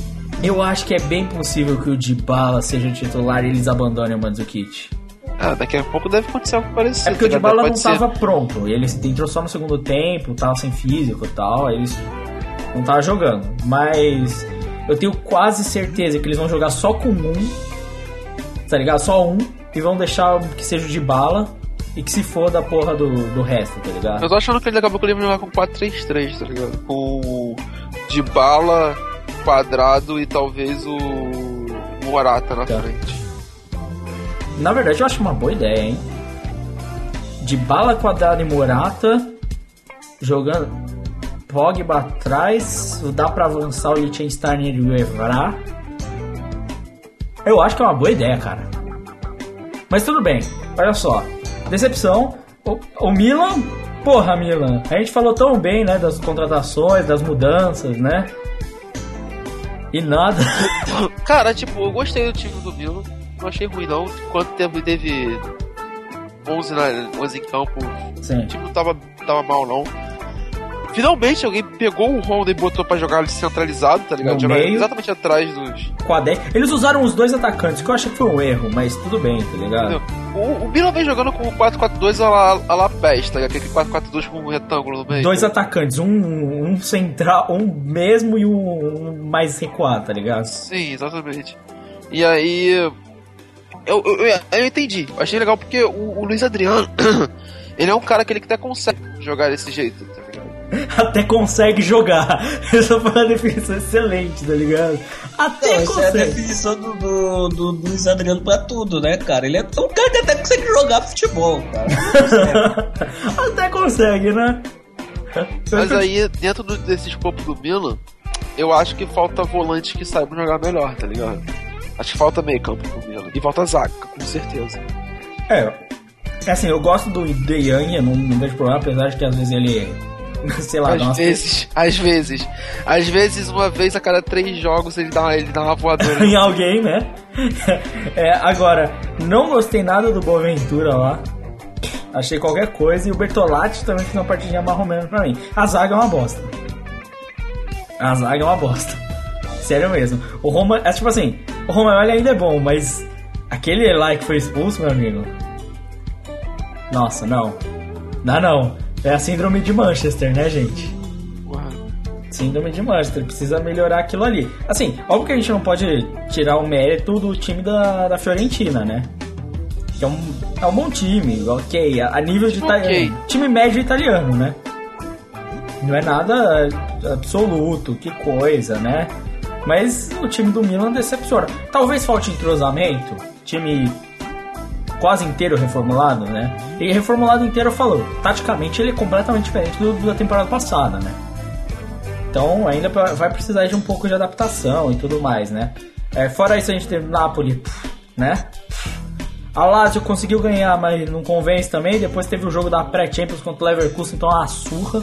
Eu acho que é bem possível que o Dybala seja titular e eles abandonem o Mandzukic. Ah, daqui a pouco deve acontecer algo parecido. É porque o tá? Dybala Pode não ser. tava pronto. Ele entrou só no segundo tempo, tava sem físico e tal. Aí eles não tava jogando. Mas eu tenho quase certeza que eles vão jogar só com um. Tá ligado? Só um. E vão deixar que seja o Dybala. E que se foda a porra do, do resto, tá ligado? Eu tô achando que ele daqui a pouco ele vai jogar com quatro três três, tá ligado? Com o Dybala, Quadrado e talvez o Morata na Tá. frente. Na verdade, eu acho uma boa ideia, hein? Dybala, Quadrado e Morata jogando Pogba atrás. Dá pra avançar o Liechtenstein e o Evra. Eu acho que é uma boa ideia, cara. Mas tudo bem, olha só. Decepção. O, o Milan, porra, Milan. A gente falou tão bem, né? Das contratações, das mudanças, né? E nada. Cara, tipo, eu gostei do time do Milan. Não achei ruim, não. Quanto tempo teve onze, na, onze em campo, Sim. o time não tava, tava mal, não. Finalmente alguém pegou o Honda e botou pra jogar ele centralizado, tá ligado? No Jogar meio. exatamente atrás dos... Quadé. Eles usaram os dois atacantes, que eu achei que foi um erro, mas tudo bem, tá ligado? Entendeu? O, o Milan vem jogando com o quatro quatro dois a la, a la Pest, tá ligado? Aquele quatro quatro dois com um retângulo no meio. Dois atacantes, um, um central, um mesmo e um, um mais recuado, tá ligado? Sim, exatamente. E aí... Eu, eu, eu, eu entendi. Eu achei legal porque o, o Luiz Adriano, ele é um cara que ele até consegue jogar desse jeito, tá ligado? Até consegue jogar. Essa foi uma definição excelente, tá ligado? Até Não, essa é a consegue. definição do, do, do, do Luiz Adriano pra tudo, né, cara? Ele é um cara que até consegue jogar futebol, cara. Até consegue, né? Mas aí, dentro do, desse escopo do Milan, eu acho que falta volantes que saibam jogar melhor, tá ligado? Acho que falta meio campo pro Milan. E falta zaga, com certeza. É, assim, eu gosto do De Young, eu não, não vejo problema, apesar de que às vezes ele, sei lá, dá Às umas... vezes, às vezes. Às vezes, uma vez a cada três jogos, ele dá, uma- ele dá uma voadora. em alguém, né? É, agora, não gostei nada do Boaventura lá. Achei qualquer coisa. E o Bertolatti também fez uma partidinha marromeno pra mim. A zaga é uma bosta. A zaga é uma bosta. Sério mesmo. O Roma, é tipo assim, o Romagnoli ainda é bom, mas aquele lá que foi expulso, meu amigo. Nossa, não. Dá não. É a síndrome de Manchester, né, gente? Porra. Síndrome de Manchester, precisa melhorar aquilo ali. Assim, óbvio que a gente não pode tirar o mérito do time da, da Fiorentina, né? Que é um, é um bom time, ok, a, a nível de Ok. italiano. Time médio italiano, né? Não é nada absoluto, que coisa, né? Mas o time do Milan decepciona. Talvez falte entrosamento, time quase inteiro reformulado, né? E reformulado inteiro falou, taticamente ele é completamente diferente do, da temporada passada, né? Então ainda pra- vai precisar de um pouco de adaptação e tudo mais, né? É, fora isso a gente teve Napoli, né? A Lazio conseguiu ganhar, mas não convence também. Depois teve o jogo da pré-Champions contra o Leverkusen, então uma surra.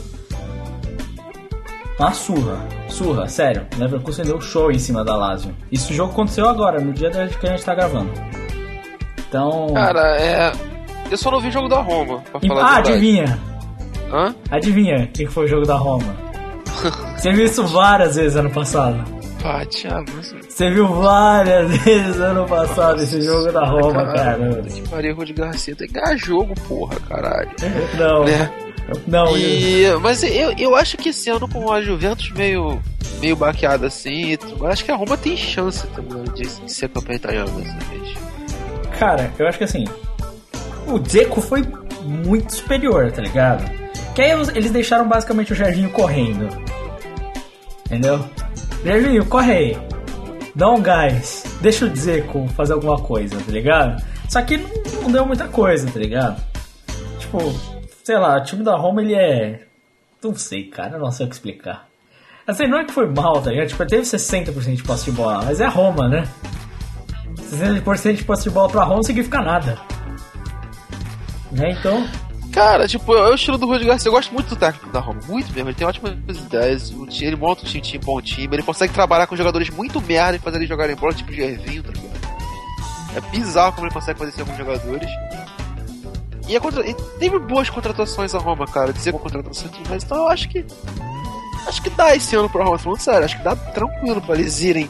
Uma surra, surra, sério. O Leverkusen deu show em cima da Lazio. Isso o jogo aconteceu agora, no dia da- que a gente tá gravando. Então... Cara, é... Eu só não vi o jogo da Roma, pra E- falar ah, a verdade. adivinha. Hã? Adivinha quem foi o jogo da Roma? Você viu isso várias vezes ano passado. Pá, Thiago, mas... Você viu várias vezes ano passado esse jogo da Roma, cara. Que pariu, Rudi Garcia tem que ganhar jogo, porra, caralho. Não, Né? não, E... Mas eu, eu acho que esse ano com a Juventus meio, meio baqueada assim, eu acho que a Roma tem chance também de, de ser campeã italiana dessa vez. cara, eu acho que assim, o Dzeko foi muito superior, tá ligado? Que aí eles deixaram basicamente o Jorginho correndo. Entendeu? Jorginho, corre aí. Dá um gás. Deixa o Dzeko fazer alguma coisa, tá ligado? Só que não, não deu muita coisa, tá ligado? Tipo, sei lá, o time da Roma ele é... Não sei, cara, eu não sei o que explicar. Assim, não é que foi mal, tá ligado? Tipo, teve sessenta por cento de posse de bola, mas é a Roma, né? sessenta por cento de posse de bola pra Roma não significa nada. Né, então... Cara, tipo, é o estilo do Rudi Garcia. Eu gosto muito do técnico da Roma, muito mesmo. Ele tem ótimas ideias, o time- ele monta um time, time, bom time, ele consegue trabalhar com jogadores muito merda e fazer eles jogarem bola, tipo o Gervinho, tá ligado? É bizarro como ele consegue fazer isso com alguns jogadores. E, a contra... e teve boas contratações a Roma, cara, dizer com contratação e tudo mais. Então eu acho que. Acho que dá esse ano pra Roma, falando sério, acho que dá tranquilo pra eles irem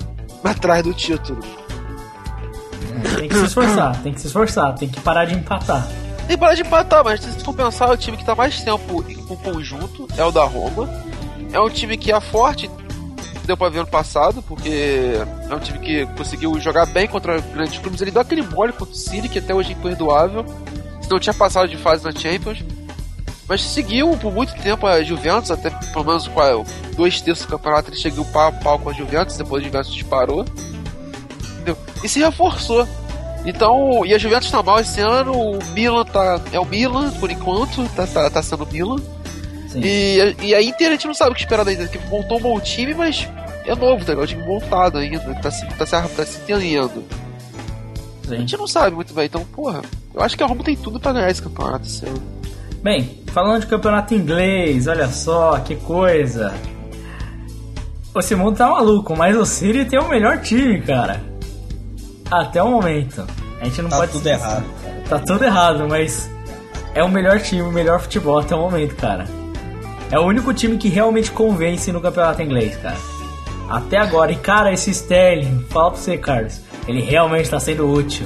atrás do título. É, tem que se esforçar, tem que se esforçar, tem que parar de empatar. Tem que parar de empatar, mas se for pensar, o time que tá mais tempo em conjunto é o da Roma. É um time que é forte, deu pra ver ano passado, porque é um time que conseguiu jogar bem contra grandes clubes. Ele deu aquele mole contra o City, que até hoje é imperdoável. Não tinha passado de fase na Champions. Mas seguiu por muito tempo a Juventus, até pelo menos qual, dois terços do campeonato ele chegou pau a pau com a Juventus, depois a Juventus disparou. Entendeu? E se reforçou. Então, e a Juventus tá mal esse ano, o Milan tá. É o Milan, por enquanto, tá, tá, tá sendo o Milan. E, e a Inter a gente não sabe o que esperar ainda, que montou um bom time, mas é novo, tá ligado? O time montado ainda, tá se, tá se, tá se entendendo. A gente não sabe muito bem, então, porra, eu acho que a Roma tem tudo pra ganhar esse campeonato esse ano. Bem, falando de campeonato inglês, olha só, que coisa. O Simão tá maluco, mas o City tem o melhor time, cara. Até o momento. A gente não tá pode... tudo errado, cara. Tá tudo errado, mas é o melhor time, o melhor futebol até o momento, cara. É o único time que realmente convence no campeonato inglês, cara. Até agora. E, cara, esse Sterling, fala pra você, Carlos, ele realmente tá sendo útil.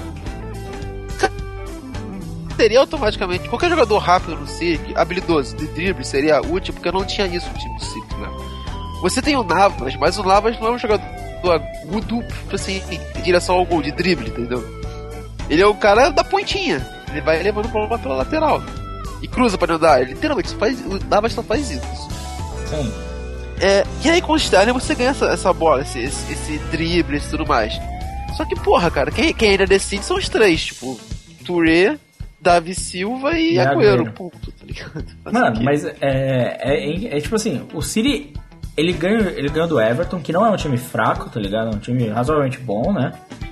Seria automaticamente, qualquer jogador rápido no City, habilidoso, de drible, seria útil, porque não tinha isso no time do City, né? Você tem o Navas, mas o Navas não é um jogador agudo, assim, em direção ao gol, de drible, entendeu? Ele é o cara da pontinha, ele vai levando pra pela lateral e cruza pra dentro da área, literalmente, só faz, o Navas só faz isso. Sim. É, e aí com o Sterling você ganha essa, essa bola, esse, esse, esse drible e tudo mais. Só que, porra, cara, quem, quem ainda decide são os três, tipo, Touré, Davi Silva e, e Agüero, Agüero, ponto, tá ligado? Mano, aqui. Mas é, é, é tipo assim, o City, ele ganhou, ele ganhou do Everton, que não é um time fraco, tá ligado? É um time razoavelmente bom, né?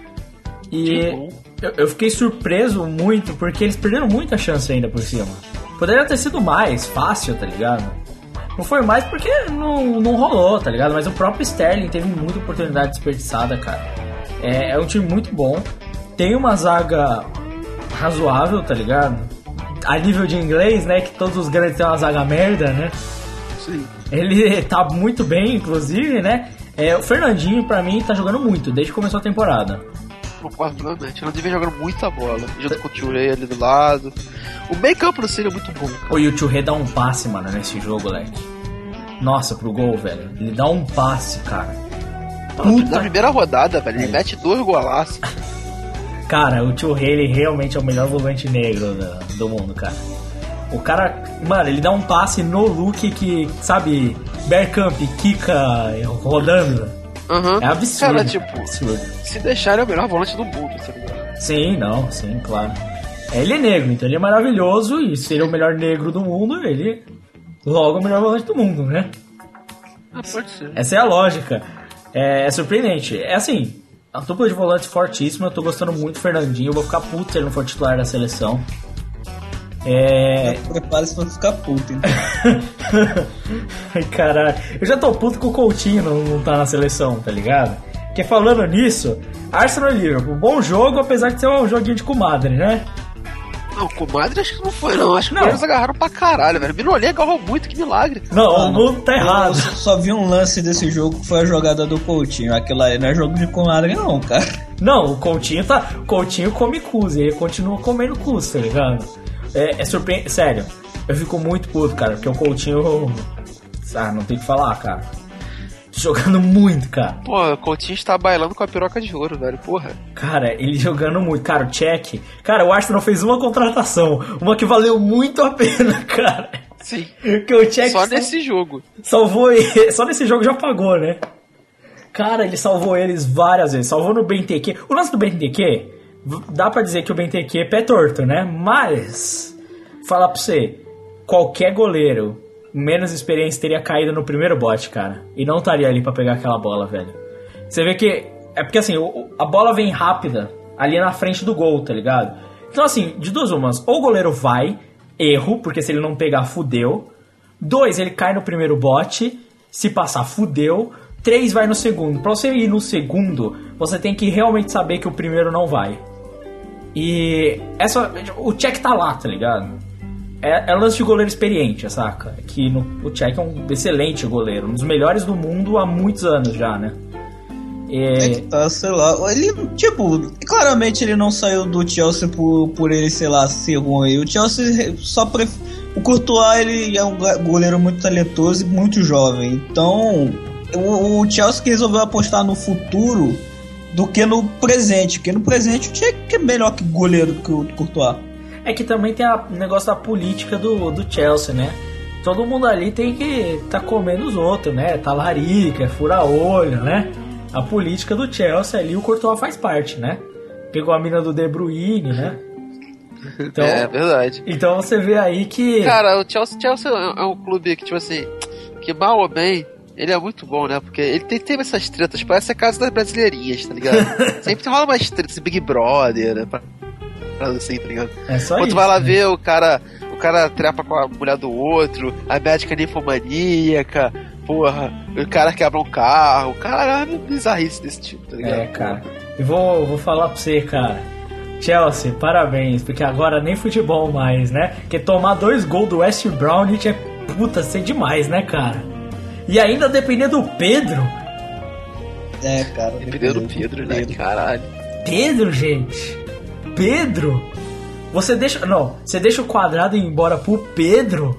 E bom. Eu, eu fiquei surpreso muito, porque eles perderam muita chance ainda por cima. Poderia ter sido mais fácil, tá ligado? Não foi mais porque não, não rolou, tá ligado? Mas o próprio Sterling teve muita oportunidade desperdiçada, cara. É, é um time muito bom, tem uma zaga razoável, tá ligado? A nível de inglês, né? Que todos os grandes têm uma zaga merda, né? Sim. Ele tá muito bem, inclusive, né? É, o Fernandinho, pra mim, tá jogando muito, desde que começou a temporada. Concordo plenamente. Ele devia jogando muita bola, junto com o Touré ali do lado. O meio campo do City é muito bom, cara. E o Touré dá um passe, mano, nesse jogo, leque. Nossa, pro gol, velho. Ele dá um passe, cara. Puta. Na primeira rodada, velho, ele mete dois golaços. Cara, o Touré, ele realmente é o melhor volante negro do, do mundo, cara. O cara, mano, ele dá um passe no look que, sabe, Bergkamp, Kika rodando. Uhum. É absurdo. Cara, tipo, absurdo. Se deixar, ele é o melhor volante do mundo, tá ligado? Sim, não, sim, claro. Ele é negro, então ele é maravilhoso, e se ele é o melhor negro do mundo, ele logo é o melhor volante do mundo, né? Ah, pode ser. Essa é a lógica. É, é surpreendente. É assim, a dupla de volantes fortíssima, eu tô gostando muito do Fernandinho, eu vou ficar puto se ele não for titular da seleção. É... Prepare-se pra ficar puto, então. Ai, caralho. Eu já tô puto com o Coutinho não, não tá na seleção, tá ligado? Porque falando nisso, Arsenal e Liverpool, bom jogo, apesar de ser um joguinho de comadre, né? Não, comadre acho que não foi, não. Acho que não. Eles agarraram pra caralho, velho. Minolet agarrou muito, que milagre. Não, o mundo tá errado. Eu só vi um lance desse jogo que foi a jogada do Coutinho. Aquilo aí não é jogo de comadre, não, cara. Não, o Coutinho tá. O Coutinho come cus, ele continua comendo cus, tá ligado? É, é surpreendente. Sério, eu fico muito puto, cara, porque o Coutinho. Ah, não tem o que falar, cara. Jogando muito, cara. Pô, o Coutinho está bailando com a piroca de ouro, velho, porra. Cara, ele jogando muito. Cara, o Cech. Cara, o Arsenal fez uma contratação. Uma que valeu muito a pena, cara. Sim. Que o Cech só sal... nesse jogo. Salvou ele. Só nesse jogo já pagou, né? Cara, ele salvou eles várias vezes. Salvou no B N Q. O lance do B N Q, dá pra dizer que o B N Q é pé torto, né? Mas, falar pra você, qualquer goleiro menos experiência teria caído no primeiro bote, cara. E não estaria ali pra pegar aquela bola, velho. Você vê que... É porque, assim, a bola vem rápida ali na frente do gol, tá ligado? Então, assim, de duas umas. Ou o goleiro vai, erro, porque se ele não pegar, fudeu. Dois, ele cai no primeiro bote. Se passar, fudeu. Três, vai no segundo. Pra você ir no segundo, você tem que realmente saber que o primeiro não vai. E... essa, o check tá lá, tá ligado? É, é um lance de goleiro experiente, saca? Que no, o Cech é um excelente goleiro, um dos melhores do mundo há muitos anos já, né? É que tá, sei lá. Ele, tipo, claramente ele não saiu do Chelsea por, por ele, sei lá, ser ruim. O Chelsea só pref... O Courtois, ele é um goleiro muito talentoso e muito jovem. Então, o, o Chelsea que resolveu apostar no futuro do que no presente. Porque no presente tinha que é melhor que goleiro que o Courtois. É que também tem o negócio da política do, do Chelsea, né? Todo mundo ali tem que tá comendo os outros, né? Talarica, fura-olho, né? A política do Chelsea ali, o Courtois faz parte, né? Pegou a mina do De Bruyne, né? Então, é verdade. Então você vê aí que... Cara, o Chelsea, Chelsea é um clube que, tipo assim, que mal ou bem, ele é muito bom, né? Porque ele tem, teve essas tretas, parece a casa das brasileirinhas, tá ligado? Sempre rola umas tretas, Big Brother, né? Assim, tá ligado? É só Quando isso, tu vai lá né? ver o cara, o cara trepa com a mulher do outro, a médica ninfomaníaca, porra, o cara quebra um carro, o cara é bizarrice desse tipo, tá ligado? É, cara. E vou, vou falar pra você, cara. Chelsea, parabéns, porque agora nem futebol mais, né? Porque tomar dois gols do West Bromwich é puta ser demais, né, cara? E ainda depender do Pedro. É, cara. Dependendo do Pedro, né? Caralho. Pedro, gente. Pedro? Você deixa... Não, você deixa o Quadrado ir embora pro Pedro?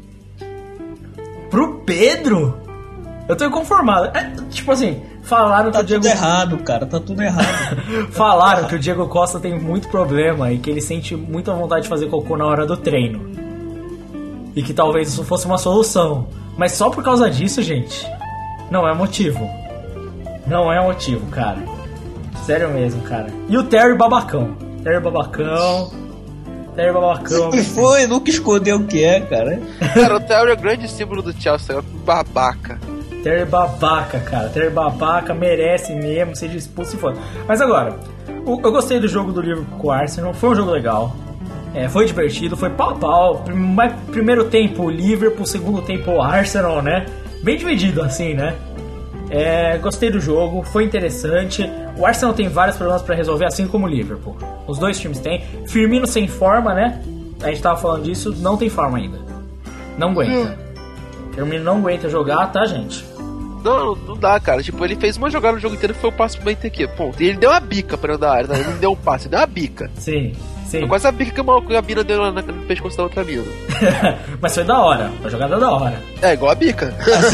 Pro Pedro? Eu tô inconformado. É, tipo assim, falaram Tá que o Diego... tudo errado, cara. Tá tudo errado. Falaram que o Diego Costa tem muito problema e que ele sente muita vontade de fazer cocô na hora do treino. E que talvez isso fosse uma solução. Mas só por causa disso, gente, não é motivo. Não é motivo, cara. Sério mesmo, cara. E o Terry Babacão. Terry Babacão. Terry Babacão. Sempre foi, nunca escondeu o que é, cara. Cara, o Terry é o grande símbolo do Chelsea, é um babaca. Terry babaca, cara. Terry babaca merece mesmo, seja expulso e foda. Mas agora, o- eu gostei do jogo do Liverpool com o Arsenal. Foi um jogo legal. É, foi divertido, foi pau a pau. Prim- Primeiro tempo o Liverpool, segundo tempo o Arsenal, né? Bem dividido assim, né? É, gostei do jogo, foi interessante. O Arsenal tem vários problemas pra resolver, assim como o Liverpool. Os dois times têm. Firmino sem forma, né? A gente tava falando disso, não tem forma ainda. Não aguenta. Firmino não aguenta jogar, tá, gente? Não, não dá, cara. Tipo, ele fez uma jogada no jogo inteiro que foi o passe pro B T Q. Ponto. E ele deu uma bica pra dentro da área, né? Ele não deu um passe, ele deu uma bica. Sim, sim. Foi quase a bica que uma- que a mina deu na- na- no pescoço da outra mina. Mas foi da hora, a jogada da hora. É, igual a bica.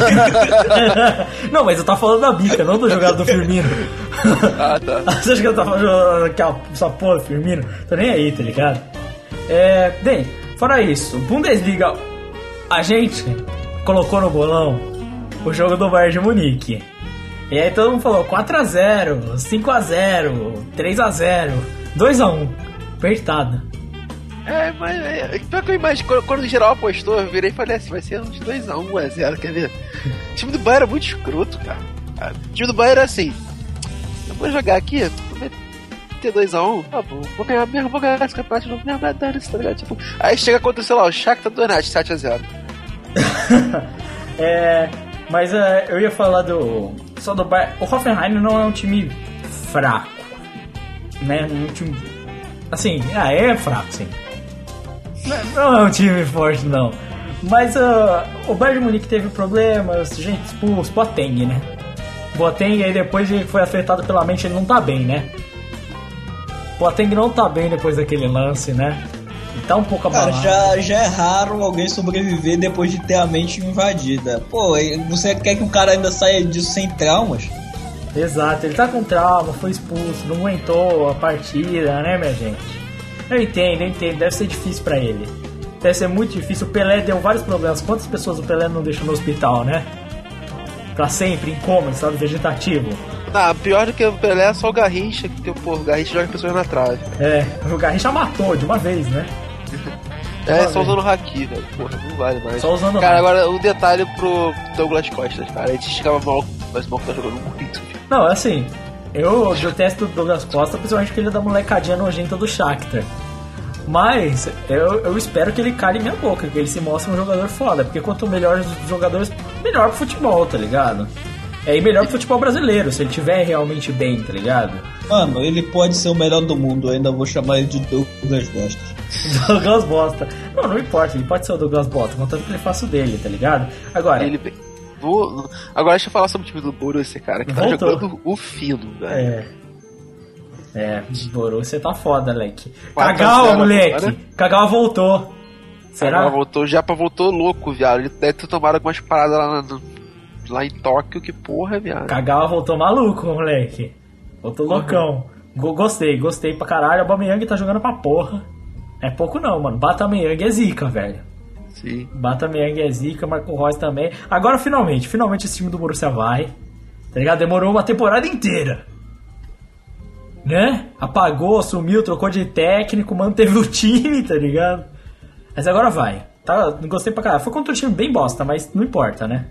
Não, mas eu tava falando da bica, não da jogada do Firmino. Ah, tá. Você acha que eu tava jogando aquela essa porra do Firmino? Tô nem aí, tá ligado? É, bem, fora isso, Bundesliga, a gente colocou no bolão o jogo do Bayern de Munique. E aí todo mundo falou quatro a zero, cinco a zero, três a zero, dois a um. Apertada. É, mas é, pior que eu imagino, quando, quando o geral apostou, eu virei e falei assim, vai ser uns dois a um, um a zero, quer ver? O time do Bayern é muito escroto, cara. O time do Bayern é assim, eu vou jogar aqui, vou meter dois a um, tá bom, vou ganhar mesmo, vou ganhar esse campeonato de novo, mesmo, dane-se, tá ligado? Tipo, aí chega contra, sei lá, o Shakhtar Donetsk, sete a zero. É, mas é, eu ia falar do só do Bayern. O Hoffenheim não é um time fraco, né? Um time assim, ah, é fraco, sim. Não, não é um time forte, não. Mas uh, o Bayern de Munique teve problemas, gente expulso, Boateng, né? Boateng aí depois de que foi afetado pela mente, ele não tá bem, né? Boateng não tá bem depois daquele lance, né? Ele tá um pouco Cara, abalado. já, já é raro alguém sobreviver depois de ter a mente invadida. Pô, e você quer que o cara ainda saia disso sem traumas? Exato, ele tá com trauma, foi expulso, não aguentou a partida, né, minha gente? Eu entendo, eu entendo, deve ser difícil pra ele. Deve ser muito difícil. O Pelé deu vários problemas. Quantas pessoas o Pelé não deixou no hospital, né? Pra sempre, em coma, em estado vegetativo. Ah, pior do que o Pelé é só o Garrincha, que pô, o Garrincha joga pessoas na trave. É, o Garrincha matou de uma vez, né? É, Uma só vez. usando o Haki, velho. Porra, não vale mais. Só usando o Cara, Haki. agora um detalhe pro Douglas Costa, cara. A gente ficava mal, mas o maluco tá jogando muito. Não, assim, eu detesto o Douglas Costa, principalmente porque ele é da molecadinha nojenta do Shakhtar. Mas eu, eu espero que ele cale minha boca, que ele se mostre um jogador foda. Porque quanto melhor os jogadores, melhor pro futebol, tá ligado? É, e melhor pro futebol brasileiro, se ele tiver realmente bem, tá ligado? Mano, ele pode ser o melhor do mundo, eu ainda vou chamar ele de Douglas Costa. Douglas Bosta. Não, não importa, ele pode ser o Douglas Bosta, contanto que ele faça o dele, tá ligado? Agora, Ele, No, agora deixa eu falar sobre o time do Borussia, cara, que tá Voltou. jogando o fino, velho. É. É, Borussia tá foda, leque. quatro a Kagawa, zero moleque. agora. Kagawa voltou. Será? Ela voltou, já pra voltou louco, viado. Ele deve ter tomado algumas paradas lá, no, lá em Tóquio, que porra, viado. Kagawa voltou maluco, moleque. Voltou loucão. Go- Gostei, gostei pra caralho. O Aubameyang tá jogando pra porra. É pouco não, mano. Batameyang é zica, velho. Sim. Batameyang é zica, Marco Reus também. Agora, finalmente, finalmente esse time do Borussia vai. Tá ligado? Demorou uma temporada inteira. Né? Apagou, sumiu, trocou de técnico, manteve o time, tá ligado? Mas agora vai. Tá, gostei pra caralho. Foi contra um time bem bosta, mas não importa, né?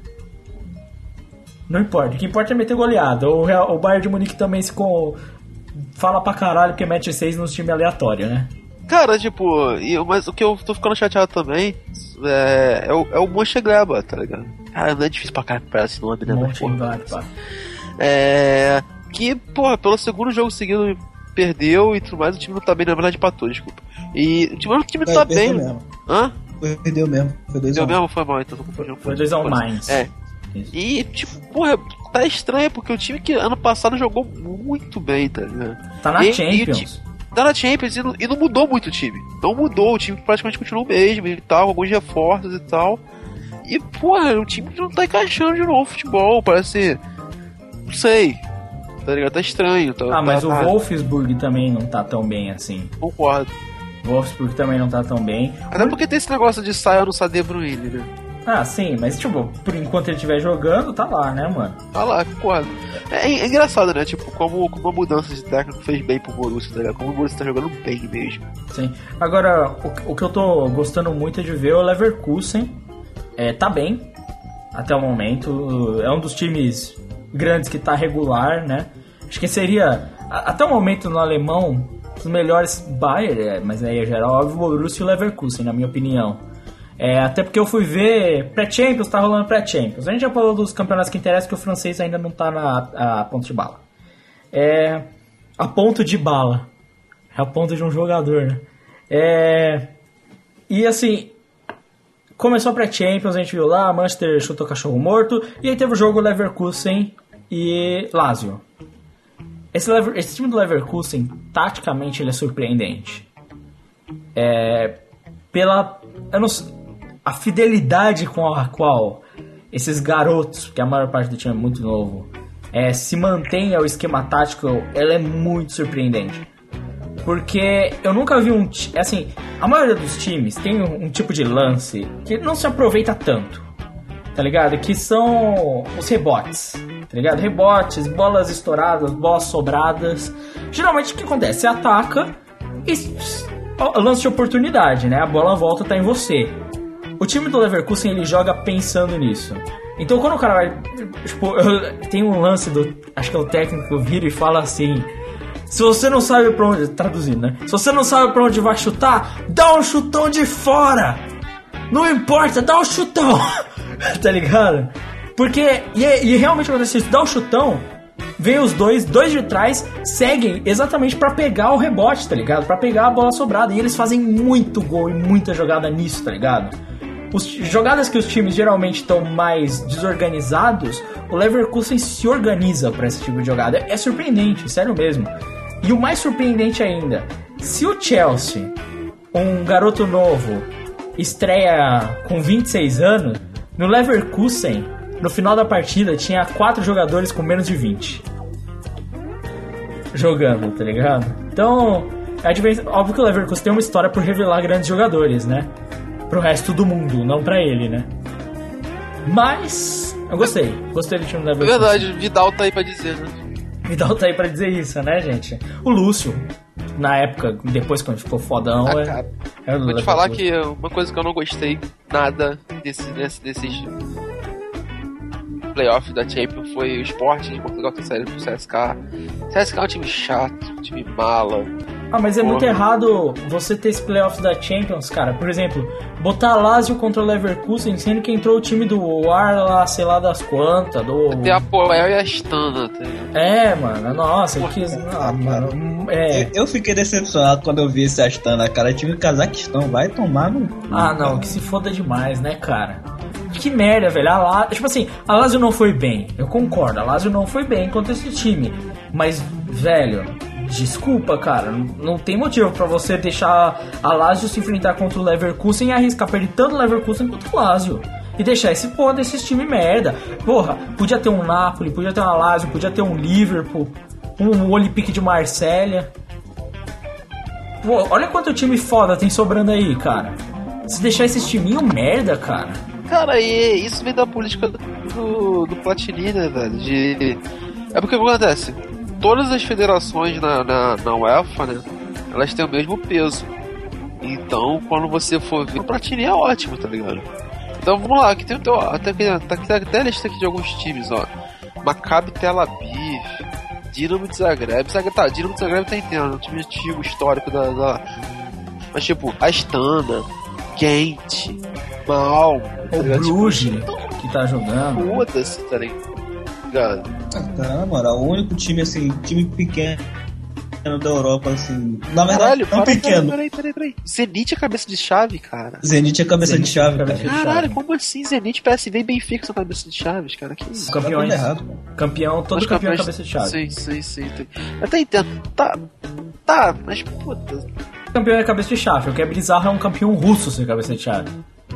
Não importa. O que importa é meter goleada. O, Real, o Bayern de Munique também se com... fala pra caralho porque mete seis nos times aleatórios, né? Cara, tipo, e, mas o que eu tô ficando chateado também é, é o, é o Mönchengladbach, tá ligado? Cara, não é difícil pra caralho pra esse nome, né? Mas, porra, Mönchengladbach. É. Que, porra, pelo segundo jogo seguido perdeu e tudo mais, o time não tá bem, na verdade empatou, desculpa. E o time, o time não É, tá perdeu bem. mesmo. Hã? Perdeu mesmo. Foi dois a Deu um. mesmo? Foi mal, então tô confundindo. Foi dois a um Mainz. É. Isso. E, tipo, porra, tá estranho, porque o time que ano passado jogou muito bem, tá ligado? Tá na E- e o Champions. ti- Tá na Champions e não, e não mudou muito o time. Não mudou, o time praticamente continuou o mesmo e tal, alguns reforços e tal. E, porra, o time não tá encaixando de novo o futebol, parece. Não sei. Tá ligado? Tá estranho. Tá, Ah, mas tá, o tá- Wolfsburg também não tá tão bem assim. Concordo. O Wolfsburg também não tá tão bem. Até porque tem esse negócio de saia ou não saia De Bruyne, né? Ah, sim, mas tipo, por enquanto ele estiver jogando, tá lá, né, mano? Tá lá, concordo. É, é engraçado, né? Tipo, como, como a mudança de técnico fez bem pro Borussia, tá ligado? Como o Borussia tá jogando bem mesmo. Sim. Agora, o, o que eu tô gostando muito de ver é o Leverkusen. É, tá bem, até o momento. É um dos times grandes que tá regular, né? Acho que seria, a- até o momento no alemão, os melhores Bayern, é, mas aí já era óbvio, o Borussia e o Leverkusen, na minha opinião. É, até porque eu fui ver pré-Champions, tá rolando pré-Champions. A gente já falou dos campeonatos que interessam, que o francês ainda não tá na a ponto de bala. É, a ponto de bala. É a ponto de um jogador, né? É, e assim, começou a pré-Champions, a gente viu lá, Manchester chutou cachorro morto, e aí teve o jogo Leverkusen e Lazio. Esse, Lever, esse time do Leverkusen, taticamente, ele é surpreendente. É, pela... Eu não sei, a fidelidade com a qual esses garotos, que a maior parte do time é muito novo, é, se mantém ao esquema tático, ela é muito surpreendente. Porque eu nunca vi um... ti- Assim, a maioria dos times tem um, um tipo de lance que não se aproveita tanto, tá ligado? Que são os rebotes, tá ligado? Rebotes, bolas estouradas, bolas sobradas. Geralmente o que acontece? Você ataca e ó, lance de oportunidade, né? A bola volta, tá em você. O time do Leverkusen, ele joga pensando nisso. Então quando o cara vai... Tipo, eu- tem um lance do... Acho que é o técnico vira e fala assim... Se você não sabe pra onde... Traduzindo, né? Se você não sabe pra onde vai chutar, dá um chutão de fora! Não importa, dá um chutão! Tá ligado? Porque... E, e realmente acontece isso. Dá um chutão, vem os dois, dois de trás, seguem exatamente pra pegar o rebote, tá ligado? Pra pegar a bola sobrada. E eles fazem muito gol e muita jogada nisso, tá ligado? Os jogadas que os times geralmente estão mais desorganizados, o Leverkusen se organiza pra esse tipo de jogada. É surpreendente, sério mesmo. E o mais surpreendente ainda, se o Chelsea, um garoto novo, estreia com vinte e seis anos, no Leverkusen, no final da partida, tinha quatro jogadores com menos de vinte. Jogando, tá ligado? Então, é a diferença. Óbvio que o Leverkusen tem uma história por revelar grandes jogadores, né? Pro resto do mundo, não pra ele, né? Mas, eu gostei. Gostei do time do É Leverkusen. verdade, Vidal tá aí pra dizer, né? Vidal tá aí pra dizer isso, né, gente? O Lúcio, na época, depois quando ficou fodão, Ah, é... cara, é o vou te falar Leverkusen. que uma coisa que eu não gostei nada desse, desse, desses playoffs da Champions foi o Sport de Portugal ter saído pro C S K. C S K é um time chato, um time mala. Ah, mas é Porra. muito errado você ter esse playoff da Champions, cara. Por exemplo, botar Lazio contra o Leverkusen, sendo que entrou o time do Ar lá, sei lá das quantas, do... Tem a Poel e a Stana, tá ligado? É, mano, nossa, que... Ah, mano, é... Eu, eu fiquei decepcionado quando eu vi esse Astana, cara. Time do Cazaquistão, vai tomar no. Ah, não, que se foda demais, né, cara? Que que merda, velho. A La... Tipo assim, a Lazio não foi bem. Eu concordo, a Lazio não foi bem contra esse time. Mas, velho, desculpa, cara. Não tem motivo pra você deixar a Lazio se enfrentar contra o Leverkusen e arriscar perder tanto o Leverkusen quanto o Lazio. E deixar esse porra desses times merda. Porra, podia ter um Napoli, podia ter uma Lazio, podia ter um Liverpool, um Olympique de Marselha. Pô, olha quanto time foda tem sobrando aí, cara. Se deixar esses timinhos merda, cara. Cara, e isso vem da política do, do Platini, né, velho? De... É porque o que acontece? Todas as federações na, na, na UEFA, né? Elas têm o mesmo peso. Então, quando você for ver, o Platini é ótimo, tá ligado? Então vamos lá, aqui tem o teu. Até, tá aqui, tá até a lista aqui de alguns times, ó. Maccabi Tel Aviv, Dinamo de Zagreb. Zagreb tá, Dinamo de Zagreb tá entendendo, um time antigo, histórico da, da. Mas tipo, Astana, Gent, Malmo, o tá Bruges, tipo, que tá jogando. Foda-se, tá ligado? Ah, cara, na moral, o único time assim, time pequeno da Europa, assim. Na verdade, Caralho, não para, pequeno. Peraí, peraí, peraí. Zenit é cabeça de chave, cara. Zenit é cabeça Zenit de chave, é cabeça cara. de Caralho, chave. como assim? Zenit, P S V e Benfica são cabeça de chaves, cara. Que isso? Campeões. Tá tudo errado, mano. Campeão, todo Mas campeão é campeões- cabeça de chave. Sim, sim, sim. Tem... Eu até entendo. Tá, tá, mas puta. Campeão é cabeça de chave. O que é bizarro é um campeão russo ser cabeça de chave.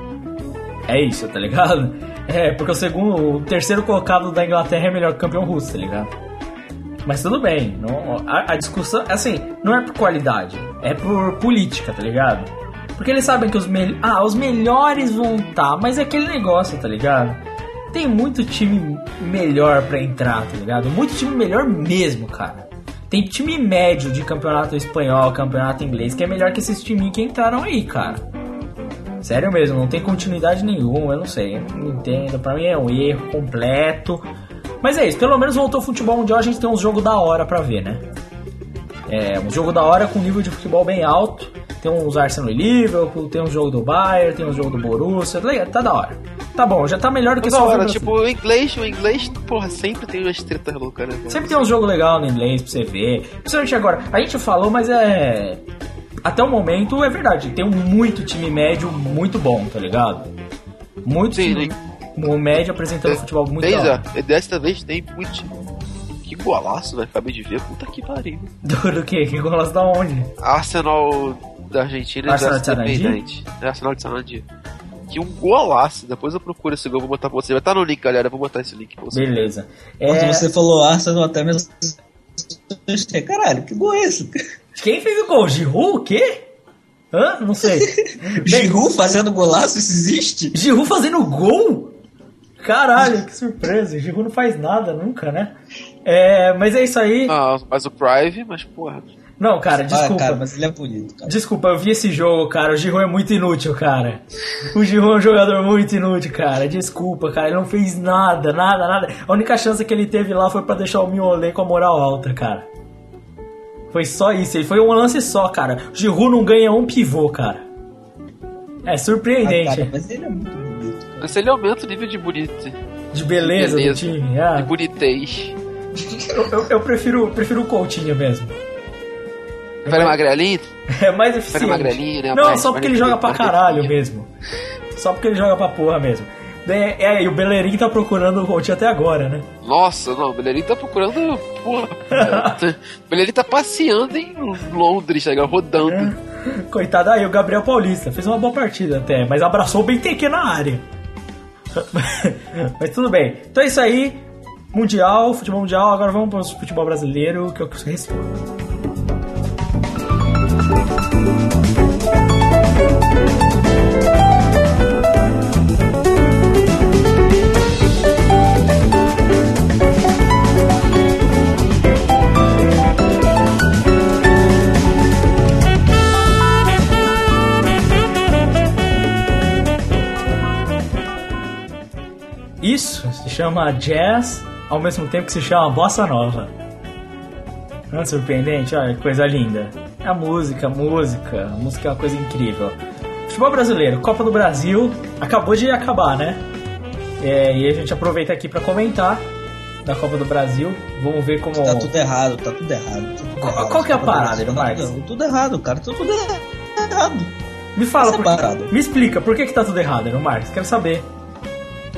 É isso, tá ligado? É, porque o segundo, o terceiro colocado da Inglaterra é melhor que o campeão russo, tá ligado? Mas tudo bem, não, a, a discussão, assim, não é por qualidade, é por política, tá ligado? Porque eles sabem que os, me- ah, os melhores vão estar, mas é aquele negócio, tá ligado? Tem muito time melhor pra entrar, tá ligado? Muito time melhor mesmo, cara. Tem time médio de campeonato espanhol, campeonato inglês, que é melhor que esses timinhos que entraram aí, cara. Sério mesmo, não tem continuidade nenhuma, eu não sei, eu não entendo, pra mim é um erro completo. Mas é isso, pelo menos voltou o futebol mundial, a gente tem uns jogos da hora pra ver, né? É, um jogo da hora com nível de futebol bem alto. Tem uns Arsenal e Liverpool, tem um jogo do Bayern, tem um jogo do Borussia, tá ligado? Tá da hora. Tá bom, já tá melhor do que Toda só ver hora, o tipo, o inglês, o inglês, porra, sempre tem umas tretas loucas, né? cara? Sempre tem um jogo legal no inglês pra você ver. Principalmente agora. A gente falou, mas é... Até o momento é verdade. Tem um muito time médio muito bom, tá ligado? Muito Sim, time o médio apresentando futebol muito Tem, da hora. ó, dessa vez tem muito. Que golaço, velho. Acabei de ver. Puta que pariu. Do, do que? Que golaço da onde? Arsenal da Argentina Arsenal e de Sarandi? Independente. É, Arsenal de Sarandi. Que um golaço. Depois eu procuro esse gol, vou botar pra você. Vai estar no link, galera. Eu vou botar esse link pra você. Beleza. Quando É... você falou Arsenal, até mesmo. Caralho, que gol é esse? Quem fez o gol? Giroud? O quê? Hã? Não sei. Giroud fazendo golaço, isso existe? Giroud fazendo gol? Caralho, que surpresa. Giroud não faz nada nunca, né? É, mas é isso aí. Ah, mas o Prive, mas porra. Não, cara, desculpa. Ah, cara, mas ele é bonito, cara. Desculpa, eu vi esse jogo, cara. O Giroud é muito inútil, cara. O Giroud é um jogador muito inútil, cara. Desculpa, cara. Ele não fez nada, nada, nada. A única chance que ele teve lá foi pra deixar o Mignolet com a moral alta, cara. Foi só isso. Ele foi um lance só, cara. O Giroud não ganha um pivô, cara. É surpreendente. Ah, cara, mas ele é muito bonito, cara. Mas ele aumenta o nível de bonito. De beleza, de beleza. do time. Ah, De bonitez. eu, eu, eu prefiro, prefiro o Coutinho mesmo. Prefere magrelinho? É mais Prefere eficiente. magrelinho, né? Não, Mais- só porque mais ele joga pra definido, caralho mais mesmo. Só porque ele joga pra porra mesmo. É, é, e o Bellerin tá procurando o Coutinho até agora, né? Nossa, não, o Bellerin tá procurando. Porra. O Bellerin tá passeando em Londres, tá ligado? Rodando. Coitado, aí o Gabriel Paulista fez uma boa partida até, mas abraçou o Benteke na área. Mas tudo bem. Então é isso aí. Mundial, futebol mundial. Agora vamos para o futebol brasileiro, que é o que eu respondo. Isso se chama jazz, ao mesmo tempo que se chama bossa nova. Não é surpreendente? Olha que coisa linda. É a música, a música. A música é uma coisa incrível. Futebol brasileiro, Copa do Brasil. Acabou de acabar, né? É, e a gente aproveita aqui pra comentar da Copa do Brasil. Vamos ver como... Tá tudo errado, tá tudo errado. Tá tudo Qual, errado. qual que é a Tá tudo parada, errado. Marcos? Tudo, tudo errado, cara. Tá tudo errado. Me fala, Essa por... parada. me explica, por que que tá tudo errado, Marcos? Quero saber.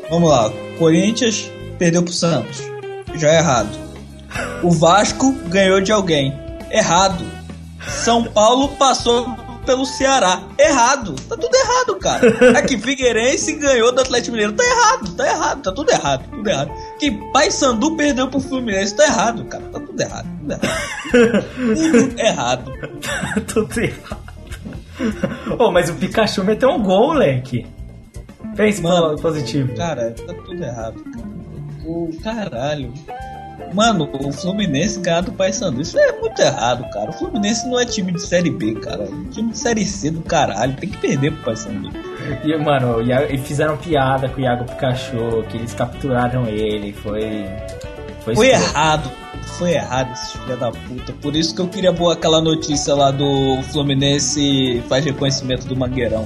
Vamos lá. Corinthians perdeu pro Santos. Já é errado. O Vasco ganhou de alguém. Errado. São Paulo passou pelo Ceará. Errado. Tá tudo errado, cara. Aqui, Figueirense ganhou do Atlético Mineiro. Tá errado, tá errado. Tá tudo errado, tudo errado. Que Paysandu perdeu pro Fluminense. Tá errado, cara. Tá tudo errado, tudo errado. Tudo errado. Tudo errado. Oh, mas o Pikachu meteu um gol, moleque. Pense Mano, pelo positivo. Cara, tá tudo errado, cara. O caralho. Mano, o Fluminense ganhar do Paysandu. Isso é muito errado, cara. O Fluminense não é time de Série B, cara. É um time de Série C do caralho. Tem que perder pro Paysandu. E, mano, e fizeram piada com o Iago Pikachu, que eles capturaram ele. Foi. Foi, Foi errado. Foi errado esse filho da puta. Por isso que eu queria boa aquela notícia lá do Fluminense faz reconhecimento do Mangueirão.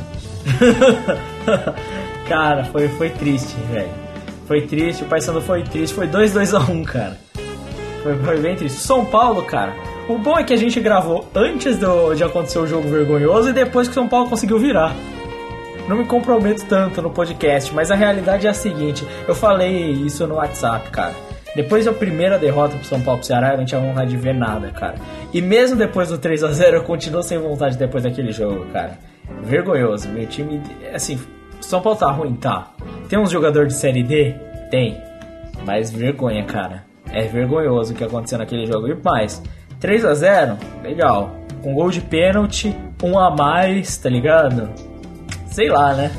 Cara, foi, foi triste, velho. Foi triste, o Paysandu foi triste. Foi dois a dois a um, cara. Foi, foi bem triste. São Paulo, cara, o bom é que a gente gravou antes do, de acontecer o jogo vergonhoso e depois que o São Paulo conseguiu virar. Não me comprometo tanto no podcast, mas a realidade é a seguinte. Eu falei isso no WhatsApp, cara. Depois da primeira derrota pro São Paulo pro Ceará, eu não tinha vontade de ver nada, cara. E mesmo depois do três a zero, eu continuo sem vontade depois daquele jogo, cara. Vergonhoso. Meu time, assim, São Paulo tá ruim, tá. Tem uns jogadores de Série D? Tem. Mas vergonha, cara. É vergonhoso o que aconteceu naquele jogo. E mais, três a zero, legal. Com gol de pênalti, um a mais, tá ligado? Sei lá, né?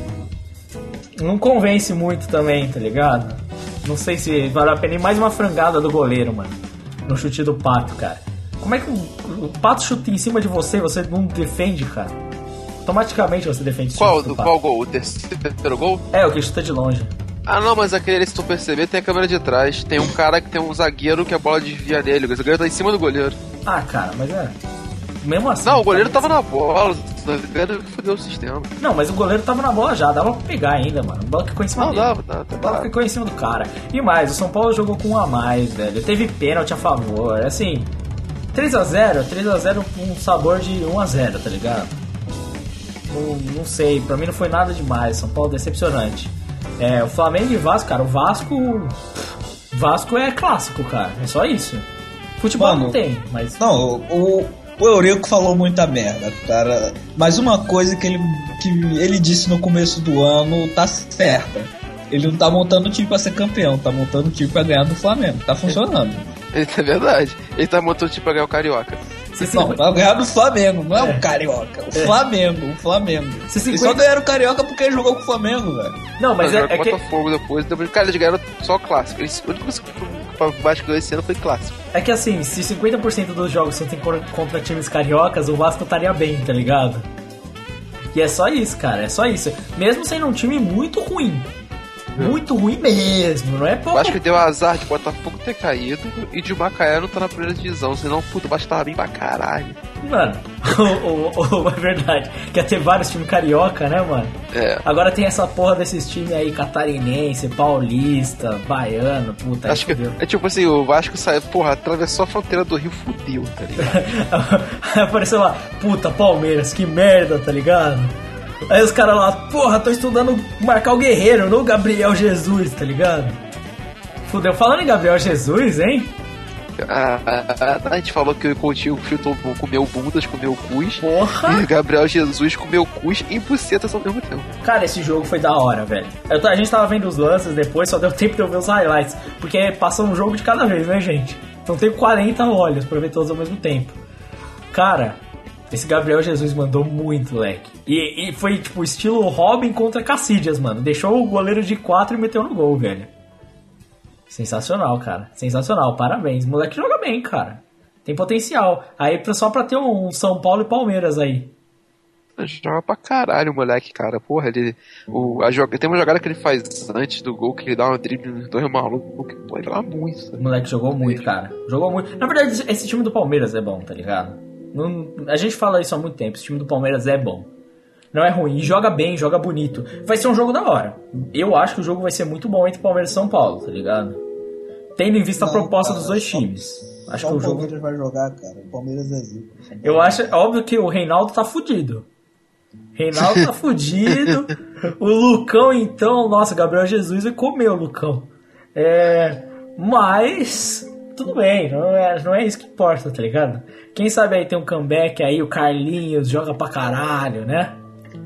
Não convence muito também, tá ligado? Não sei se vale a pena. E mais uma frangada do goleiro, mano. No chute do Pato, cara. Como é que o, o Pato chuta em cima de você e você não defende, cara? Automaticamente você defende. Qual, do do, Pato. qual gol? O terceiro gol? É, o que chuta de longe. Ah não, mas aquele, se tu perceber, tem a câmera de trás. Tem um cara que tem um zagueiro que a bola desvia nele. O zagueiro tá em cima do goleiro. Ah, cara, mas é... Mesmo assim... Não, o goleiro tá tava na bola. O zagueiro fodeu o sistema. Não, mas o goleiro tava na bola já. Dava pra pegar ainda, mano. A bola ficou em cima Não, dele. dava, dava, A bola ficou em cima do cara. E mais, o São Paulo jogou com um a mais, velho. Teve pênalti a favor. Assim, três a zero, três a zero com um sabor de um a zero, tá ligado? Não, não sei, pra mim não foi nada demais. São Paulo decepcionante. É, o Flamengo e Vasco, cara, o Vasco... Vasco é clássico, cara. É só isso. Futebol Mano, não tem, mas... Não, o, o Eurico falou muita merda, cara. Mas uma coisa que ele, que ele disse no começo do ano tá certa. Ele não tá montando o time pra ser campeão, tá montando o time pra ganhar do Flamengo. Tá funcionando. É verdade. Ele tá montando o time pra ganhar o Carioca. Se Não, cinquenta- pra ganhar do Flamengo, não é, É. o Carioca. O É. Flamengo, o Flamengo. Se Eles cinquenta- só ganharam o Carioca porque ele jogou com o Flamengo, velho. Não, mas Mas é, joga é com que... Botafogo depois. depois cara, eles ganharam só clássico. Eles, a única coisa que o Vasco ganhou esse ano foi clássico. É que assim, se cinquenta por cento dos jogos fossem cor- contra times cariocas, o Vasco estaria bem, tá ligado? E é só isso, cara, é só isso. Mesmo sendo um time muito ruim. Muito ruim mesmo, não é O pouco. Vasco deu azar de Botafogo ter caído e de Macaé não tá na primeira divisão. Senão, puta, o Vasco tava bem pra caralho. Mano, o, o, o- é verdade. Quer ter vários times carioca, né, mano? É. Agora tem essa porra desses times aí, catarinense, paulista, baiano, puta. Acho que aí fudeu. é tipo assim, o Vasco saiu, porra, atravessou a fronteira do Rio, fudeu, tá ligado? Apareceu lá, puta, Palmeiras, que merda, tá ligado? Aí os caras lá, porra, tô estudando marcar o Guerreiro, não o Gabriel Jesus, tá ligado? Fudeu. Falando em Gabriel Jesus, hein? a, a, a gente falou que o Coutinho chutou, comeu bundas, comeu cus. Porra! E o Gabriel Jesus comeu cus e bucetas ao mesmo tempo. Cara, esse jogo foi da hora, velho. Eu, t- a gente tava vendo os lances depois, só deu tempo de eu ver os highlights. Porque passa um jogo de cada vez, né, gente? Então tem quarenta olhos pra ver todos ao mesmo tempo. Cara, esse Gabriel Jesus mandou muito, leque. E, e foi tipo estilo Robin contra Cacídias, mano. Deixou o goleiro de quatro e meteu no gol, velho. Sensacional, cara. Sensacional. Parabéns. O moleque joga bem, cara. Tem potencial. Aí só pra ter um São Paulo e Palmeiras aí. Joga pra caralho o moleque, cara. Porra, ele. O, a joga, tem uma jogada que ele faz antes do gol, que ele dá uma drible nos dois malucos. Que pô, ele joga muito. O moleque jogou muito, cara. Jogou muito. Na verdade, esse time do Palmeiras é bom, tá ligado? Não, a gente fala isso há muito tempo. Esse time do Palmeiras é bom. Não é ruim. E joga bem, joga bonito. Vai ser um jogo da hora. Eu acho que o jogo vai ser muito bom entre Palmeiras e São Paulo, tá ligado? Tendo em vista a Não, proposta cara, dos dois só- times. Acho Só que o o jogo. Palmeiras vai jogar, cara. O Palmeiras é zico. Eu acho. É óbvio que o Reinaldo tá fudido. Reinaldo tá fudido. O Lucão, então, nossa, Gabriel Jesus vai comer o Lucão. É, mas, tudo bem, não é, não é isso que importa, tá ligado? Quem sabe aí tem um comeback aí, o Carlinhos joga pra caralho, né?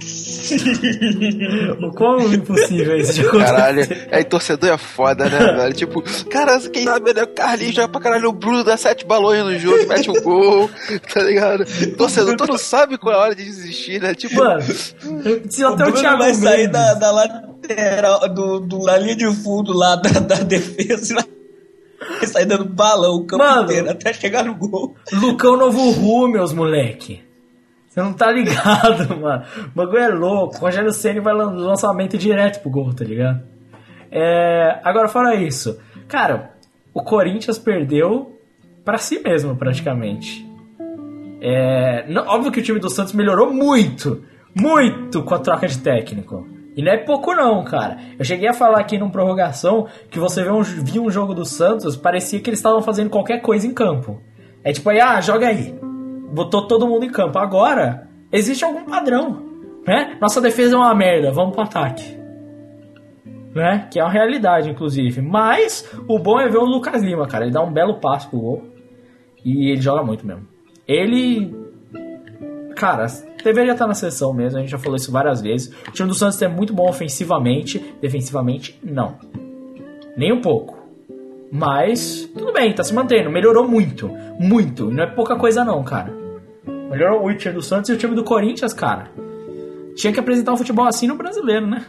O quão impossível é esse jogo? Caralho, aí torcedor é foda, né, velho? Tipo, cara, quem sabe, né? O Carlinhos joga pra caralho, o Bruno dá sete balões no jogo, mete um gol, tá ligado? Torcedor, tu não sabe qual é a hora de desistir, né? Tipo, mano, se O até o Bruno Thiago vai sair Mendes- da, da lateral, do, do, da linha de fundo lá da, da defesa, vai sair dando balão o campo Mano. inteiro até chegar no gol. Lucão Novo Ru, meus moleque. Você não tá ligado, mano. O bagulho é louco. O Rogério Ceni vai lan- lançamento direto pro gol, tá ligado? É, agora, fora isso. Cara, o Corinthians perdeu pra si mesmo, praticamente. É, não- óbvio que o time do Santos melhorou muito. Muito com a troca de técnico. E não é pouco não, cara. Eu cheguei a falar aqui numa prorrogação que você vê um, via um jogo do Santos, parecia que eles estavam fazendo qualquer coisa em campo. É tipo aí, ah, joga aí. Botou todo mundo em campo. Agora, existe algum padrão, né? Nossa defesa é uma merda, vamos pro ataque. Né? Que é uma realidade, inclusive. Mas o bom é ver o Lucas Lima, cara. Ele dá um belo passo pro gol. E ele joga muito mesmo. Ele... Cara, deveria estar na seleção mesmo. A gente já falou isso várias vezes. O time do Santos é muito bom ofensivamente. Defensivamente, não. Nem um pouco. Mas, tudo bem, tá se mantendo. Melhorou muito. Muito. Não é pouca coisa não, cara. Melhorou muito o time do Santos e o time do Corinthians, cara. Tinha que apresentar um futebol assim no brasileiro, né?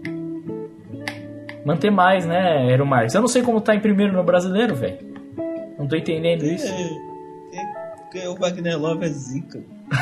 Manter mais, né, Eero Marques? Eu não sei como tá em primeiro no brasileiro, velho. Não tô entendendo isso. Porque o Wagner Love é zica.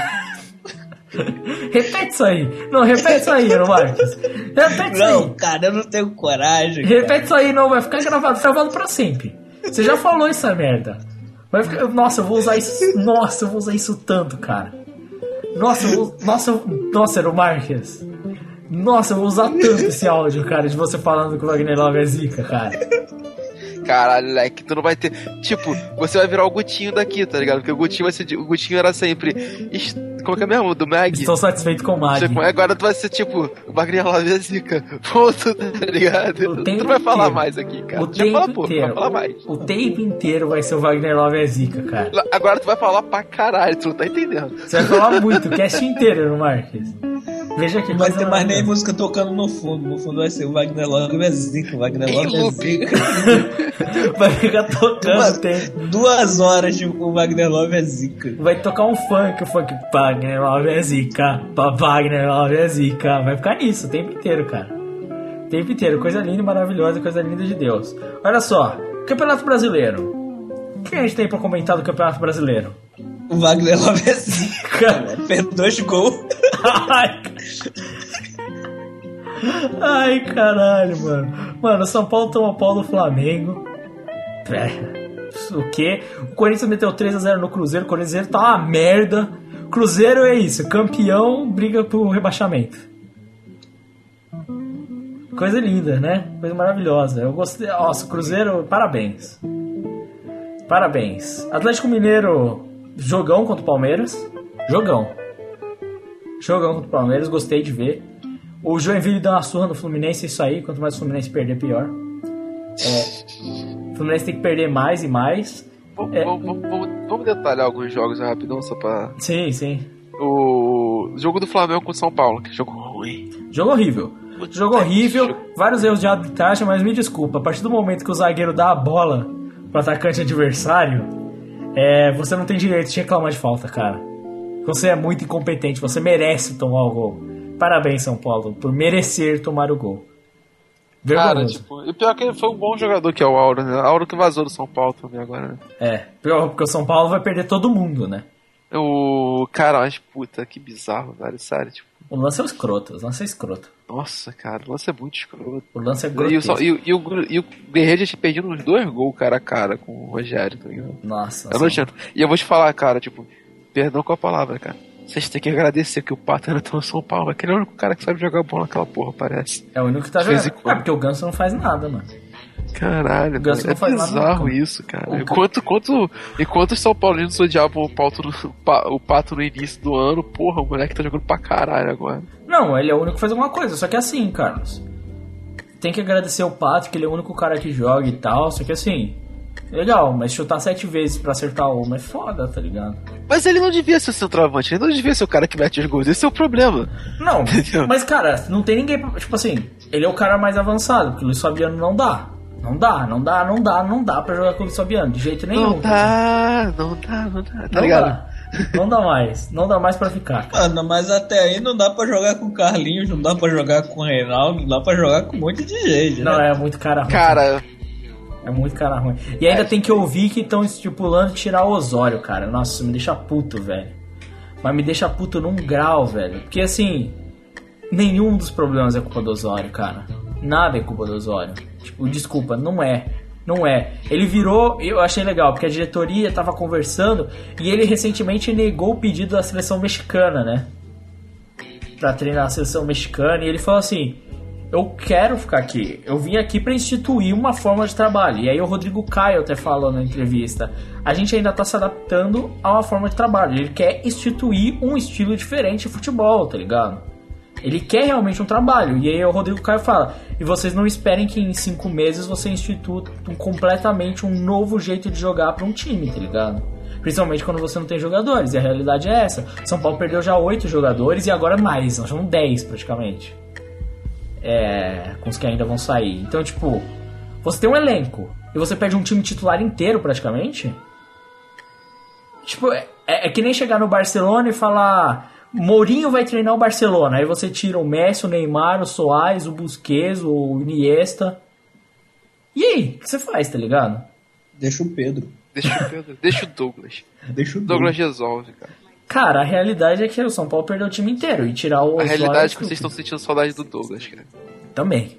Repete isso aí. Não, repete isso aí, Eero Marques. Repete isso aí. Não, cara, eu não tenho coragem. Repete cara. isso aí, não. Vai ficar gravado. Gravado pra sempre. Você já falou essa merda. Vai ficar... Nossa, eu vou usar isso... Nossa, eu vou usar isso tanto, cara. Nossa, eu vou... Nossa, eu... Nossa, Eero Marques. Nossa, eu vou usar tanto esse áudio, cara, de você falando que o Wagner Love é zica, cara. caralho, moleque, tu não vai ter. Tipo, você vai virar o Gutinho daqui, tá ligado? Porque o Gutinho vai ser. O Gutinho era sempre. est- Como é que é mesmo? Do Mag? Estou satisfeito com o Mag. Tipo, agora tu vai ser tipo, o Wagner Love é zica. Ponto, tá ligado? O Tu tempo não vai falar inteiro. mais aqui, cara. O Tu já tempo fala, pô, tu vai inteiro. falar mais. O tempo inteiro vai ser o Wagner Love é zica, cara. Agora tu vai falar pra caralho, tu não tá entendendo. Você vai falar muito, o cast inteiro, no Marques. Veja aqui. Não vai coisa ter mais nem maravilhosa. música tocando no fundo. No fundo vai ser o Wagner Love é zica. O Wagner Em Love é loop. zica. Vai ficar tocando, Duas, tem. duas horas de o Wagner Love é zica. Vai tocar um funk, o funk Wagner Love é zica, pa Wagner Love é zica. Vai ficar nisso o tempo inteiro, cara. O tempo inteiro, coisa linda e maravilhosa, coisa linda de Deus. Olha só, Campeonato Brasileiro. O que a gente tem pra comentar do Campeonato Brasileiro? O Wagner Love é zica. Cara, Fez dois gols. ai, ai, caralho, mano. Mano, o São Paulo tomou pau do Flamengo. É, o quê? O Corinthians meteu três a zero no Cruzeiro. O Cruzeiro tá uma merda. Cruzeiro é isso, campeão briga pro rebaixamento. Coisa linda, né? Coisa maravilhosa. Eu gostei. Nossa, Cruzeiro, parabéns. Parabéns. Atlético Mineiro, jogão contra o Palmeiras. Jogão. Jogão contra o Palmeiras, gostei de ver. O Joinville deu uma surra no Fluminense, isso aí. Quanto mais o Fluminense perder, pior. É, o Fluminense tem que perder mais e mais. Vamos, É. vamos, vamos, vamos- vamos detalhar alguns jogos rapidão, só pra. Sim, sim. O jogo do Flamengo com o São Paulo, que jogo ruim. Jogo horrível. Jogo horrível, vários erros de arbitragem, mas me desculpa, a partir do momento que o zagueiro dá a bola pro atacante adversário, é, você não tem direito de reclamar de falta, cara. Você é muito incompetente, você merece tomar o gol. Parabéns, São Paulo, por merecer tomar o gol. Cara, Vergonhoso. tipo, e o pior é que ele foi um bom jogador que é o Auro, né? Auro que vazou do São Paulo também agora, né? É, pior, porque o São Paulo vai perder todo mundo, né? O. Cara, mas puta, que bizarro, velho, sério, tipo. O lance é o escroto, o lance é escroto. Nossa, cara, o lance é muito escroto. O lance é E o, grotesco. São- e, o- e o, e o Guerreiro já tinha perdido uns dois gols cara a cara com o Rogério, tá ligado? Nossa. É nojento. E eu vou te falar, cara, tipo, perdão com a palavra, cara. Vocês têm que agradecer que o Pato ainda tá no São Paulo. Aquele é o único cara que sabe jogar bola naquela porra, parece. É o único que tá De vez jogando. em quando. É porque o Ganso não faz nada, mano. Caralho, Ganso é não faz nada bizarro nunca. isso, cara. O Enquanto, enquanto, enquanto os São Paulinos odiavam o, Pato no, o Pato no início do ano, porra, o moleque tá jogando pra caralho agora. Não, ele é o único que faz alguma coisa, só que assim, Carlos. Tem que agradecer o Pato, que ele é o único cara que joga e tal, só que assim... Legal, mas chutar sete vezes pra acertar uma é foda, tá ligado? Mas ele não devia ser o centroavante, ele não devia ser o cara que mete os gols, esse é o problema. Não, Entendeu? mas cara, não tem ninguém pra, tipo assim, ele é o cara mais avançado, porque o Luiz Fabiano não dá. Não dá, não dá, não dá, não dá pra jogar com o Luiz Fabiano, de jeito nenhum. Não dá, não dá, não dá, tá não ligado? Dá. Não dá mais, não dá mais pra ficar. Cara. Mano, mas até aí não dá pra jogar com o Carlinhos, não dá pra jogar com o Reinaldo, não dá pra jogar com um monte de gente, Não, né? é muito cara ruim. Cara, É muito cara ruim. E ainda tem que ouvir que estão estipulando tirar o Osório, cara. Nossa, isso me deixa puto, velho. Mas me deixa puto num grau, velho. Porque assim, nenhum dos problemas é culpa do Osório, cara. Nada é culpa do Osório. Tipo, desculpa, não é. Não é. Ele virou, eu achei legal, porque a diretoria tava conversando e ele recentemente negou o pedido da seleção mexicana, né? Pra treinar a seleção mexicana. E ele falou assim: eu quero ficar aqui. Eu vim aqui pra instituir uma forma de trabalho. E aí o Rodrigo Caio até falou na entrevista: a gente ainda tá se adaptando a uma forma de trabalho. Ele quer instituir um estilo diferente de futebol, tá ligado? Ele quer realmente um trabalho. E aí o Rodrigo Caio fala: e vocês não esperem que em cinco meses você institua um, completamente um novo jeito de jogar pra um time, tá ligado? Principalmente quando você não tem jogadores. E a realidade é essa. São Paulo perdeu já oito jogadores e agora mais. Nós somos dez praticamente. É, com os que ainda vão sair. Então, tipo, você tem um elenco e você perde um time titular inteiro praticamente. Tipo, é, é que nem chegar no Barcelona e falar: Mourinho vai treinar o Barcelona. Aí você tira o Messi, o Neymar, o Soares, o Busquets, o Iniesta. E aí, o que você faz, tá ligado? Deixa o Pedro. deixa o Pedro, deixa o Douglas. Deixa o Douglas resolve, cara. Cara, a realidade é que o São Paulo perdeu o time inteiro. E tirar o A realidade é que Soares, vocês estão sentindo saudade do Douglas, cara. também.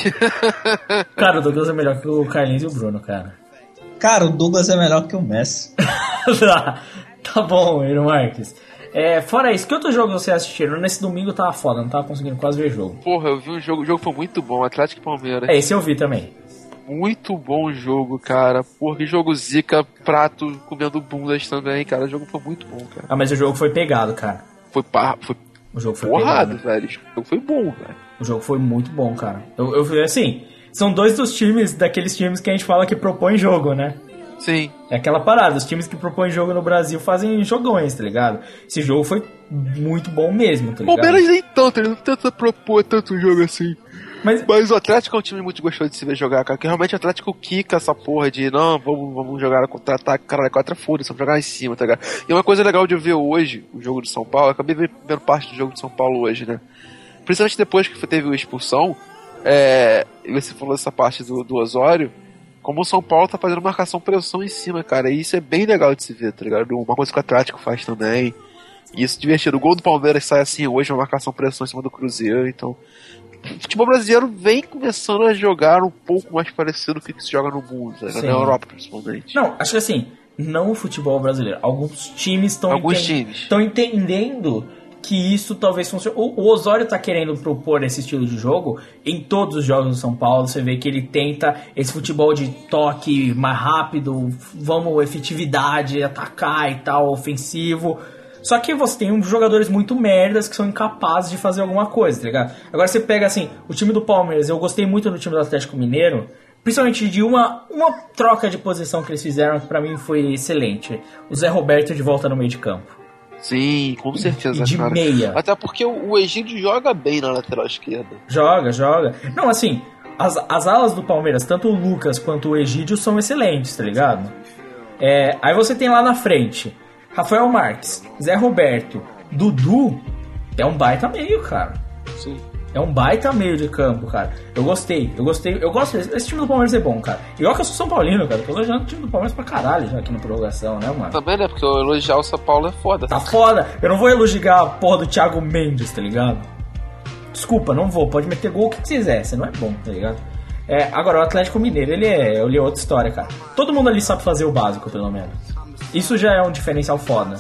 Cara, o Douglas é melhor que o Carlinhos e o Bruno, cara. Cara, o Douglas é melhor que o Messi. tá, tá bom, Eiro Marques. É, fora isso, que outro jogo você assistiram? Nesse domingo tava foda, não tava conseguindo quase ver jogo. Porra, eu vi um jogo, o jogo foi muito bom, Atlético e Palmeiras. É, esse eu vi também. Muito bom o jogo, cara. Porra, que jogo zica, prato comendo bundas também, cara. O jogo foi muito bom, cara. Ah, mas o jogo foi pegado, cara. Foi pá, foi O jogo foi porrado, pegado. velho. O jogo foi bom, velho. O jogo foi muito bom, cara. Eu, eu assim, são dois dos times, daqueles times que a gente fala que propõem jogo, né? Sim. É aquela parada, os times que propõem jogo no Brasil fazem jogões, tá ligado? Esse jogo foi muito bom mesmo, tá ligado? Palmeiras nem tanto, ele não tenta propor tanto jogo assim. Mas, Mas o Atlético é um time muito gostoso de se ver jogar, cara. Que realmente o Atlético quica essa porra de não, vamos, vamos jogar contra-ataque, cara, contra foda, vamos jogar em cima, tá ligado? E uma coisa legal de eu ver hoje, o jogo de São Paulo, eu acabei vendo parte do jogo de São Paulo hoje, né? Principalmente depois que teve a expulsão, é, e você falou essa parte do, do Osório, como o São Paulo tá fazendo marcação-pressão em cima, cara, e isso é bem legal de se ver, tá ligado? Uma coisa que o Atlético faz também, e isso é divertido. O gol do Palmeiras sai assim hoje, uma marcação-pressão em cima do Cruzeiro, então o futebol brasileiro vem começando a jogar um pouco mais parecido com o que se joga no mundo, né? Na Europa principalmente. não, acho que assim, não o futebol brasileiro, alguns times estão Alguns enten- times. estão entendendo que isso talvez funcione. O, o Osório tá querendo propor esse estilo de jogo em todos os jogos do São Paulo. Você vê que ele tenta esse futebol de toque mais rápido, vamos, efetividade, atacar e tal, ofensivo. Só que você tem uns jogadores muito merdas que são incapazes de fazer alguma coisa, tá ligado? Agora você pega assim, o time do Palmeiras, eu gostei muito do time do Atlético Mineiro, principalmente de uma, uma troca de posição que eles fizeram, que pra mim foi excelente. O Zé Roberto de volta no meio de campo. Sim, com certeza, E de cara. meia. Até porque o, o Egídio joga bem na lateral esquerda. Joga, joga. Não, assim, as, as alas do Palmeiras, tanto o Lucas quanto o Egídio, são excelentes, tá ligado? É, aí você tem lá na frente Rafael Marques, Zé Roberto, Dudu, é um baita meio, cara. Sim. É um baita meio de campo, cara. Eu gostei, eu gostei, eu gosto desse, esse time do Palmeiras é bom, cara. E olha que eu sou São Paulino, cara. Tô elogiando o time do Palmeiras pra caralho já aqui na prorrogação, né, mano? Também, né? Porque eu elogiar o São Paulo é foda. Tá foda. Eu não vou elogiar a porra do Thiago Mendes, tá ligado? Desculpa, não vou. Pode meter gol o que quiser, você não é bom, tá ligado? É, agora, o Atlético Mineiro, ele é, ele é outra história, cara. Todo mundo ali sabe fazer o básico, pelo menos. Isso já é um diferencial foda.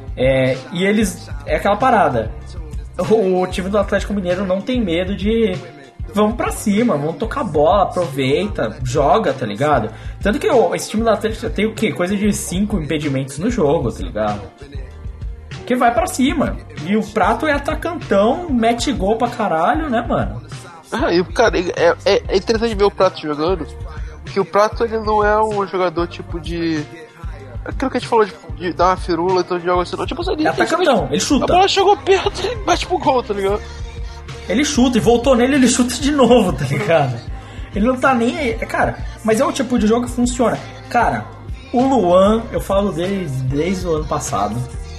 É, e eles... É aquela parada. O, o time do Atlético Mineiro não tem medo de vamos pra cima, vamos tocar bola, aproveita, joga, tá ligado? Tanto que ó, esse time do Atlético tem o quê? Coisa de cinco impedimentos no jogo, tá ligado? Que vai pra cima. E o Prato é atacantão, mete gol pra caralho, né, mano? Ah, e o cara, é, é, é interessante ver o Prato jogando, porque o Prato ele não é um jogador tipo de... Aquilo que a gente falou de, de dar uma firula, então de jogo assim, não. Tipo, ele é atacantão, ele chuta. A bola chegou perto e bate pro gol, tá ligado? Ele chuta e voltou nele, ele chuta de novo, tá ligado? Ele não tá nem aí. Cara, mas é o tipo de jogo que funciona. Cara, o Luan, eu falo dele desde o ano passado.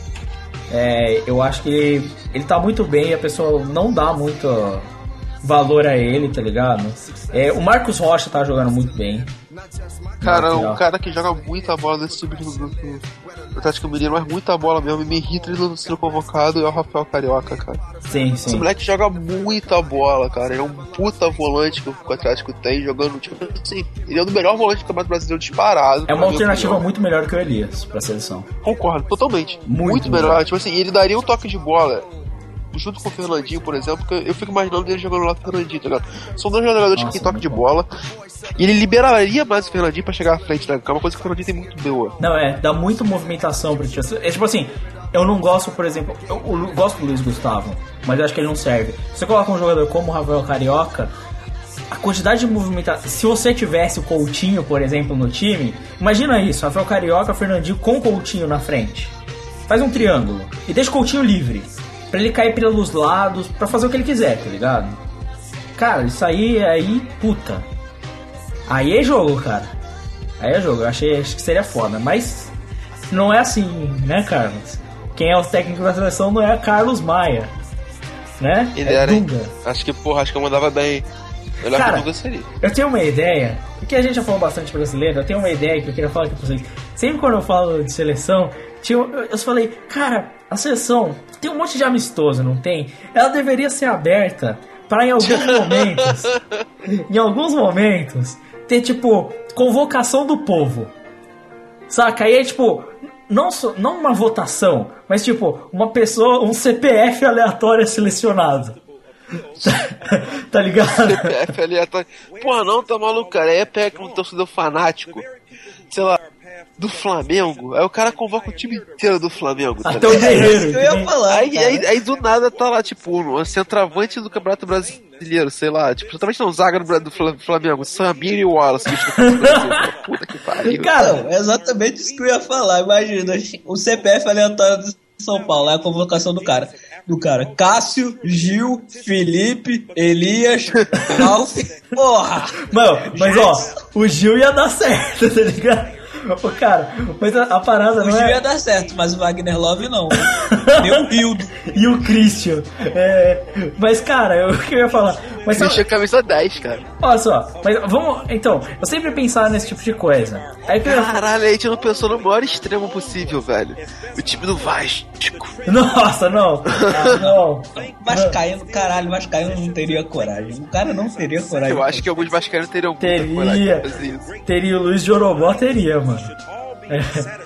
É, eu acho que ele, ele tá muito bem e a pessoa não dá muito valor a ele, tá ligado? É, o Marcos Rocha tá jogando muito bem. Cara, um cara que joga muita bola nesse time do, do, do Atlético Mineiro, mas muita bola mesmo, e me irrita ele não sendo convocado, é o Rafael Carioca, cara. Sim, sim. Esse moleque joga muita bola, cara. Ele é um puta volante que o Atlético tem, jogando, tipo assim, ele é o melhor volante do Campeonato Brasileiro disparado. É uma alternativa opinião. muito melhor que o Elias pra seleção. Concordo, totalmente. Muito, muito melhor. melhor. Tipo assim, ele daria um toque de bola junto com o Fernandinho, por exemplo, que eu fico imaginando ele jogando lá com o Fernandinho, tá ligado? São dois jogadores Nossa, que tocam de bola. E ele liberaria mais o Fernandinho pra chegar à frente, né? Que é uma coisa que o Fernandinho tem muito boa. Não, é, dá muita movimentação pro time. É tipo assim, eu não gosto, por exemplo, eu, eu gosto do Luiz Gustavo, mas eu acho que ele não serve. Se você coloca um jogador como o Rafael Carioca, a quantidade de movimentação. Se você tivesse o Coutinho, por exemplo, no time, imagina isso, Rafael Carioca, Fernandinho com o Coutinho na frente. Faz um triângulo e deixa o Coutinho livre. Pra ele cair pelos lados, pra fazer o que ele quiser, tá ligado? Cara, isso aí, aí, puta. Aí é jogo, cara. Aí é jogo, eu achei, acho que seria foda. Mas não é assim, né, Carlos? Quem é o técnico da seleção não é Carlos Maia, né? Ele é era, Dunga. Acho que, porra, acho que eu mandava bem. Melhor cara, que o Dunga seria. Eu tenho uma ideia, porque a gente já falou bastante brasileiro, eu tenho uma ideia que eu queria falar aqui pra vocês. Sempre quando eu falo de seleção, tinha, eu, eu falei, cara, a seleção tem um monte de amistoso, não tem? Ela deveria ser aberta para em alguns momentos, em alguns momentos, ter tipo convocação do povo, saca? Aí é tipo, não, não uma votação, mas tipo, uma pessoa, um C P F aleatório selecionado. Tá ligado? C P F aleatório. Porra, não, tá maluco, cara. Aí pega um torcedor fanático, sei lá, do Flamengo, aí o cara convoca o time inteiro do Flamengo. Tá Até o Guerreiro. Eu ia falar, aí, aí, aí do nada tá lá, tipo, um centroavante do Campeonato Brasileiro, sei lá, tipo, centroavante não, zaga do Flamengo, Samir e Wallace. Puta que pariu. Cara, é exatamente isso que eu ia falar. Imagina, o C P F aleatório de São Paulo, é a convocação do cara. Do cara, Cássio, Gil, Felipe, Elias, Ralf, porra! Mano, mas ó, o Gil ia dar certo, tá ligado? Ô, cara, mas a, a parada o não Gil é... ia dar certo, mas o Wagner Love não. Nem o Rildo. E o Christian. É... Mas, cara, eu, o que eu ia falar? Mas Deixa a camisa dez, cara. Olha só, mas vamos... Então, eu sempre pensava nesse tipo de coisa. Aí que eu... Caralho, a gente não pensou no maior extremo possível, velho. O time do Vasco. Nossa, não. Ah, não. Vascaíno, caralho, Vascaíno não teria coragem. O cara não teria coragem. Eu acho que alguns vascaínos teriam muita teria, coragem de fazer isso. Teria o Luiz Jorobó, teria, mano. É.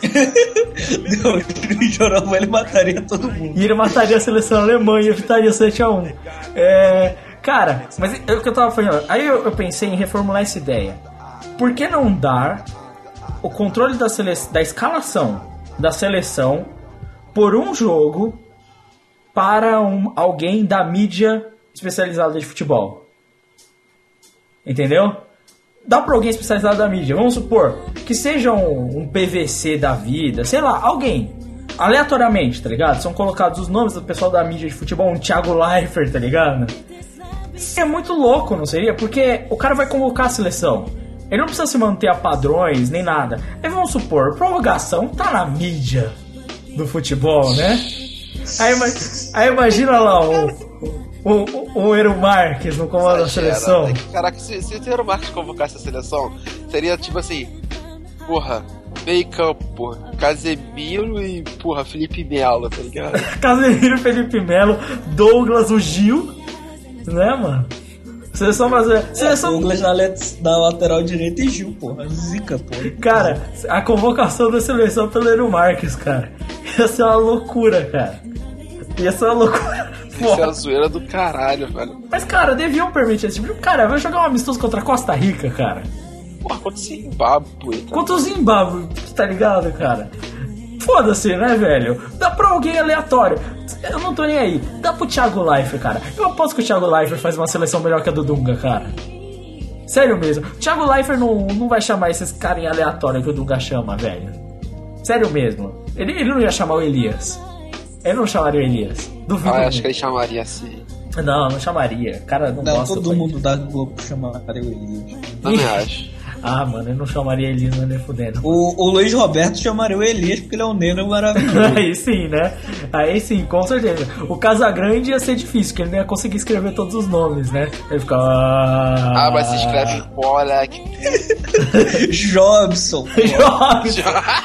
O Luiz Jorobó, ele mataria todo mundo. E ele mataria a seleção alemã e evitaria sete a um. É, cara, mas é o que eu tava falando. Aí eu, eu pensei em reformular essa ideia. Por que não dar o controle da, sele... da escalação da seleção por um jogo para um, alguém da mídia especializada de futebol? Entendeu? Dá pra alguém especializado da mídia. Vamos supor que seja um, um P V C da vida, sei lá, alguém aleatoriamente, tá ligado? São colocados os nomes do pessoal da mídia de futebol, um Thiago Leifert, tá ligado? Isso é muito louco, não seria? Porque o cara vai convocar a seleção, ele não precisa se manter a padrões nem nada. Aí vamos supor, prorrogação tá na mídia do futebol, né? Aí, aí imagina lá o O, o Eero Marques no comando da seleção. Era, caraca, se, se o Eero Marques convocasse a seleção, seria tipo assim, porra, meio campo, porra, Casemiro e, porra, Felipe Melo, tá ligado? Casemiro, Felipe Melo, Douglas, o Gil, né, mano? Seleção brasileira. Seleção... É, Douglas na, let- na lateral direita e Gil, porra, zica, porra. Cara, a convocação da seleção pelo Eero Marques, cara, ia ser uma loucura, cara. Ia ser uma loucura. Isso é a zoeira do caralho, velho. Mas, cara, deviam permitir esse tipo. Cara, vai jogar um amistoso contra a Costa Rica, cara. Porra, contra o Zimbábue. Tá? Contra o Zimbábue, tá ligado, cara? Foda-se, né, velho? Dá pra alguém aleatório. Eu não tô nem aí. Dá pro Thiago Leifert, cara. Eu aposto que o Thiago Leifert faz uma seleção melhor que a do Dunga, cara. Sério mesmo. O Thiago Leifert não, não vai chamar esses caras aleatórios que o Dunga chama, velho. Sério mesmo. Ele, ele não ia chamar o Elias. Ele não chamaria o Elias. Duvido. Ah, acho muito. que ele chamaria assim. Não, não chamaria. O cara não, Não, gosta todo do mundo da Globo chamaria o Elias. Também acho. Ah, mano, ele não chamaria Elias, não nem fudendo. O, o Luiz Roberto chamaria o Elias porque ele é um negro maravilhoso. Aí sim, né? Aí sim, com certeza. O Casagrande ia ser difícil, porque ele não ia conseguir escrever todos os nomes, né? Ele ficava... Ah, mas se escreve Polak. Jobson. Jobson.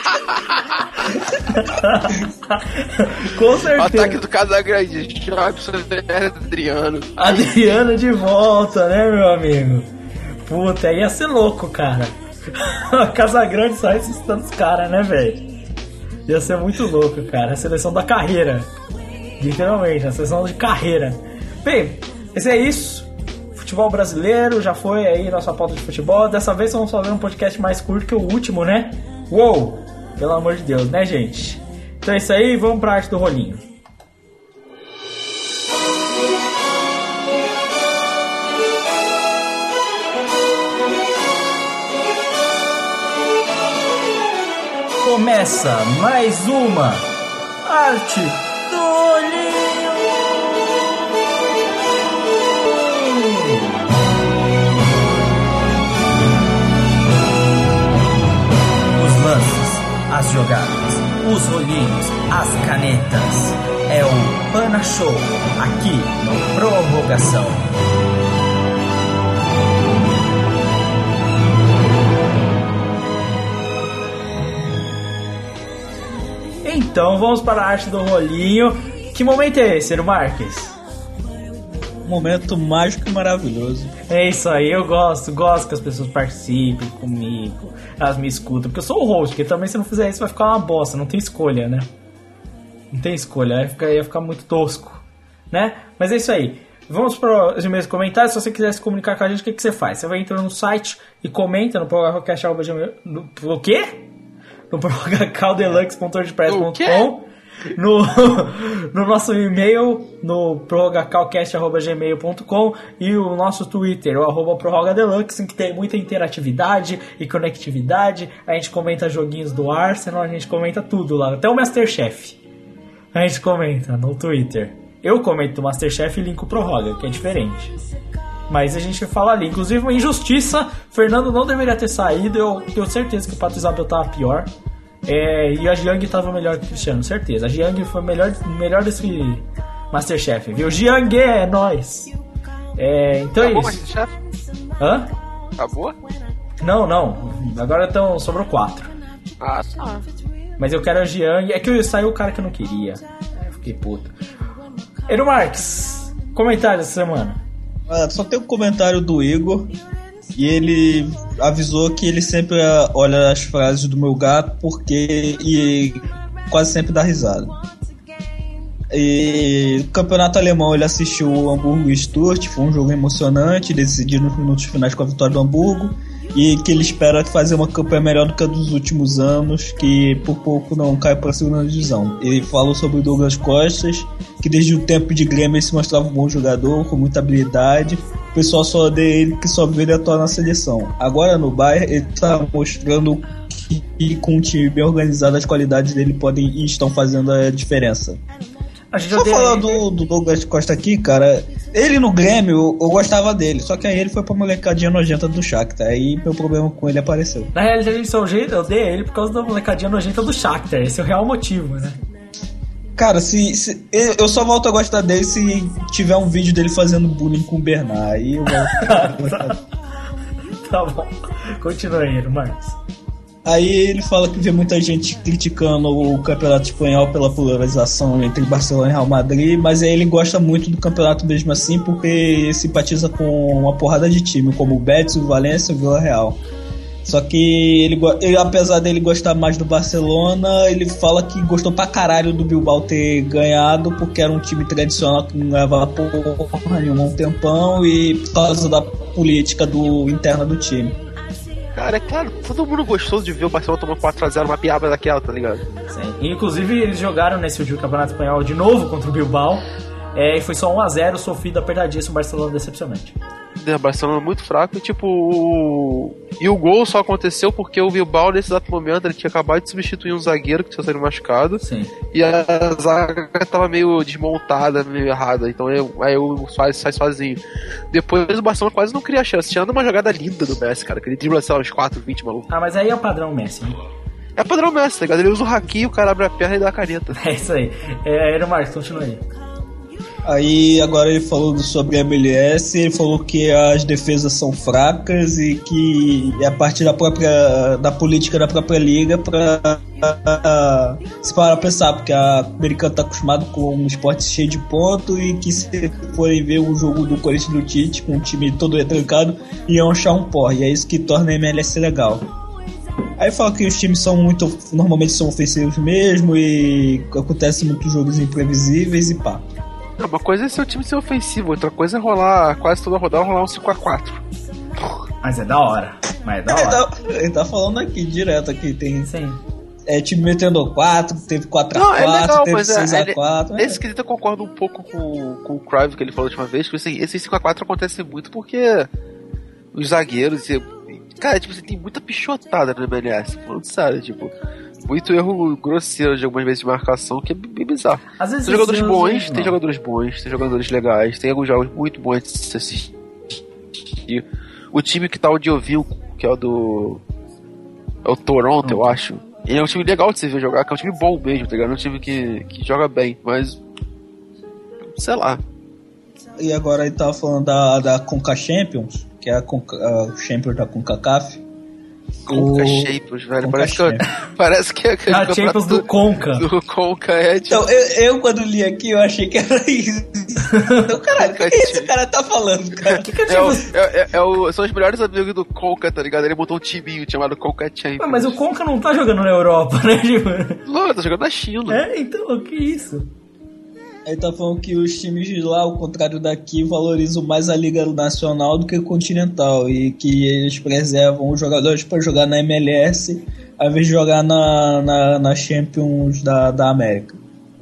Com certeza. O ataque do Casagrande. Jobson e Adriano. Adriano de volta, né, meu amigo? Puta, ia ser louco, cara. Casagrande só ressuscitando os caras, né, velho? Ia ser muito louco, cara. A seleção da carreira. Literalmente, a seleção de carreira. Bem, esse é isso. Futebol brasileiro, já foi aí nossa pauta de futebol. Dessa vez vamos fazer um podcast mais curto que o último, né? Uou! Pelo amor de Deus, né, gente? Então é isso aí, vamos pra arte do rolinho. Começa mais uma arte do olhinho. Os lances, as jogadas, os olhinhos, as canetas. É o Pana Show, aqui no Prorrogação. Então vamos para a arte do rolinho. Que momento é esse, Ciro Marques? Momento mágico e maravilhoso. É isso aí, eu gosto, gosto que as pessoas participem comigo, elas me escutam, porque eu sou o host, porque também se não fizer isso vai ficar uma bosta, não tem escolha, né? Não tem escolha, ia ficar, ia ficar muito tosco, né? Mas é isso aí. Vamos para os e-mails e comentários. Se você quiser se comunicar com a gente, o que, que você faz? Você vai entrar no site e comenta no prorogacast. No, o quê? No prorogacaldeluxe ponto wordpress ponto com, no, no nosso e-mail, no prorogacalcast arroba gmail ponto com, e o nosso Twitter, o arroba prorrogadeluxe, em que tem muita interatividade e conectividade. A gente comenta joguinhos do Arsenal, a gente comenta tudo lá, até o Masterchef a gente comenta no Twitter. Eu comento do Masterchef e linko o Prorroga, que é diferente, mas a gente fala ali. Inclusive, uma injustiça, Fernando não deveria ter saído. Eu tenho certeza que o Pato Isabel tava pior, é, e a Jiang tava melhor que o Cristiano, certeza. A Jiang foi melhor, melhor desse Masterchef, viu? Jiang é nóis. É, então Acabou é isso. Masterchef? Hã? Acabou? Não, não. Agora tão, sobrou quatro. Ah, tá. Mas eu quero a Jiang. É que saiu o cara que eu não queria. Eu fiquei puto. Edu Marques, comentários essa semana. Ah, só tem um comentário do Igor. E ele avisou que ele sempre olha as frases do meu gato porque e quase sempre dá risada. E no campeonato alemão ele assistiu o Hamburgo e Stuttgart, foi um jogo emocionante, decidido nos minutos finais com a vitória do Hamburgo, e que ele espera fazer uma campanha melhor do que a dos últimos anos, que por pouco não cai para a segunda divisão. Ele falou sobre o Douglas Costa, que desde o tempo de Grêmio ele se mostrava um bom jogador, com muita habilidade. O pessoal só odeia ele que só vê ele atuar na seleção. Agora no Bayern ele está mostrando que com um time bem organizado as qualidades dele podem e estão fazendo a diferença. A gente Só falar do, do Douglas Costa aqui, cara, ele no Grêmio, eu, eu gostava dele, só que aí ele foi pra molecadinha nojenta do Shakhtar, aí meu problema com ele apareceu. Na realidade, ele só odeia ele por causa da molecadinha nojenta do Shakhtar, esse é o real motivo, né? Cara, se, se eu só volto a gostar dele se tiver um vídeo dele fazendo bullying com o Bernard, aí eu volto. tá, tá bom, continua aí, Marcos. Aí ele fala que vê muita gente criticando o campeonato espanhol pela polarização entre Barcelona e Real Madrid, mas aí ele gosta muito do campeonato mesmo assim porque simpatiza com uma porrada de time, como o Betis, o Valência e o Villarreal. Só que ele, ele, apesar dele gostar mais do Barcelona, ele fala que gostou pra caralho do Bilbao ter ganhado, porque era um time tradicional que não levava porra nenhuma um tempão, e por causa da política do, interna do time. Cara, é claro, todo mundo gostou de ver o Barcelona tomar quatro a zero, uma piaba daquela, tá ligado? Sim. E, inclusive, eles jogaram nesse último Campeonato Espanhol de novo contra o Bilbao, é, e foi só um a zero, sofrido, apertadíssimo, o Barcelona decepcionante. O Barcelona muito fraco e tipo o... E o gol só aconteceu porque o Bilbao nesse exato momento ele tinha acabado de substituir um zagueiro que tinha saído machucado. Sim. E a zaga tava meio desmontada, meio errada. Então eu, aí o Suárez sai sozinho. Depois o Barcelona quase não cria chance. Tirando uma jogada linda do Messi, cara, que ele dribla sei lá, uns quatro, vinte, maluco. Ah, mas aí é o padrão Messi, né? É padrão Messi, tá ligado? Ele usa o haki, o cara abre a perna e dá a caneta. É isso aí. É, era o Marcos, continua aí. Aí agora ele falou sobre a M L S, ele falou que as defesas são fracas e que é a partir da própria da política da própria liga para se parar pensar, porque a americana tá acostumado com um esporte cheio de ponto e que se forem ver o jogo do Corinthians do Tite com o time todo retrancado, iam achar um porre, e é isso que torna a M L S legal. Aí fala que os times são muito, normalmente são ofensivos mesmo e acontecem muitos jogos imprevisíveis e pá. Não, uma coisa é seu time ser ofensivo, outra coisa é rolar quase toda rodada, rolar um cinco a quatro. Mas é da hora. Mas é da hora. Ele tá, ele tá falando aqui, direto aqui, tem... Sim. É, time metendo quatro, teve quatro a Não, quatro, é legal, teve mas seis é, a quatro. Nesse quesito eu concordo um pouco com, com o Cruyff que ele falou a última vez, que assim, esses cinco a quatro acontecem muito porque os zagueiros, e, cara, tipo, você tem muita pichotada no M L S, falando sério, tipo... Muito erro grosseiro de algumas vezes de marcação, que é bem bizarro. Às vezes tem jogadores eu bons, sei, tem jogadores bons, tem jogadores legais, tem alguns jogos muito bons de se assistir. O time que tá onde eu vi, que é o do... É o Toronto, eu acho. Ele é um time legal de se ver jogar, que é um time bom mesmo, tá ligado? É um time que, que joga bem, mas... Sei lá. E agora ele tava falando da, da Conca Champions, que é a, Conca, a Champions da CONCACAF. Conca o... Champions, velho. Conca Parece, que eu, parece que é aquele A Champions do Conca. Do Conca é tipo... Então, eu, eu quando li aqui, eu achei que era isso. Então, caralho, o que, que esse cara tá falando, cara? Que que é É o, Champions? é, é, é o, são os melhores amigos do Conca, tá ligado? Ele montou um timinho chamado Conca Champions. Ah, mas o Conca não tá jogando na Europa, né? Tipo... Não, tá jogando na China. É, então, que isso? Ele tá falando que os times de lá, ao contrário daqui, valorizam mais a Liga Nacional do que a Continental e que eles preservam os jogadores para jogar na M L S ao invés de jogar na, na, na Champions da, da América.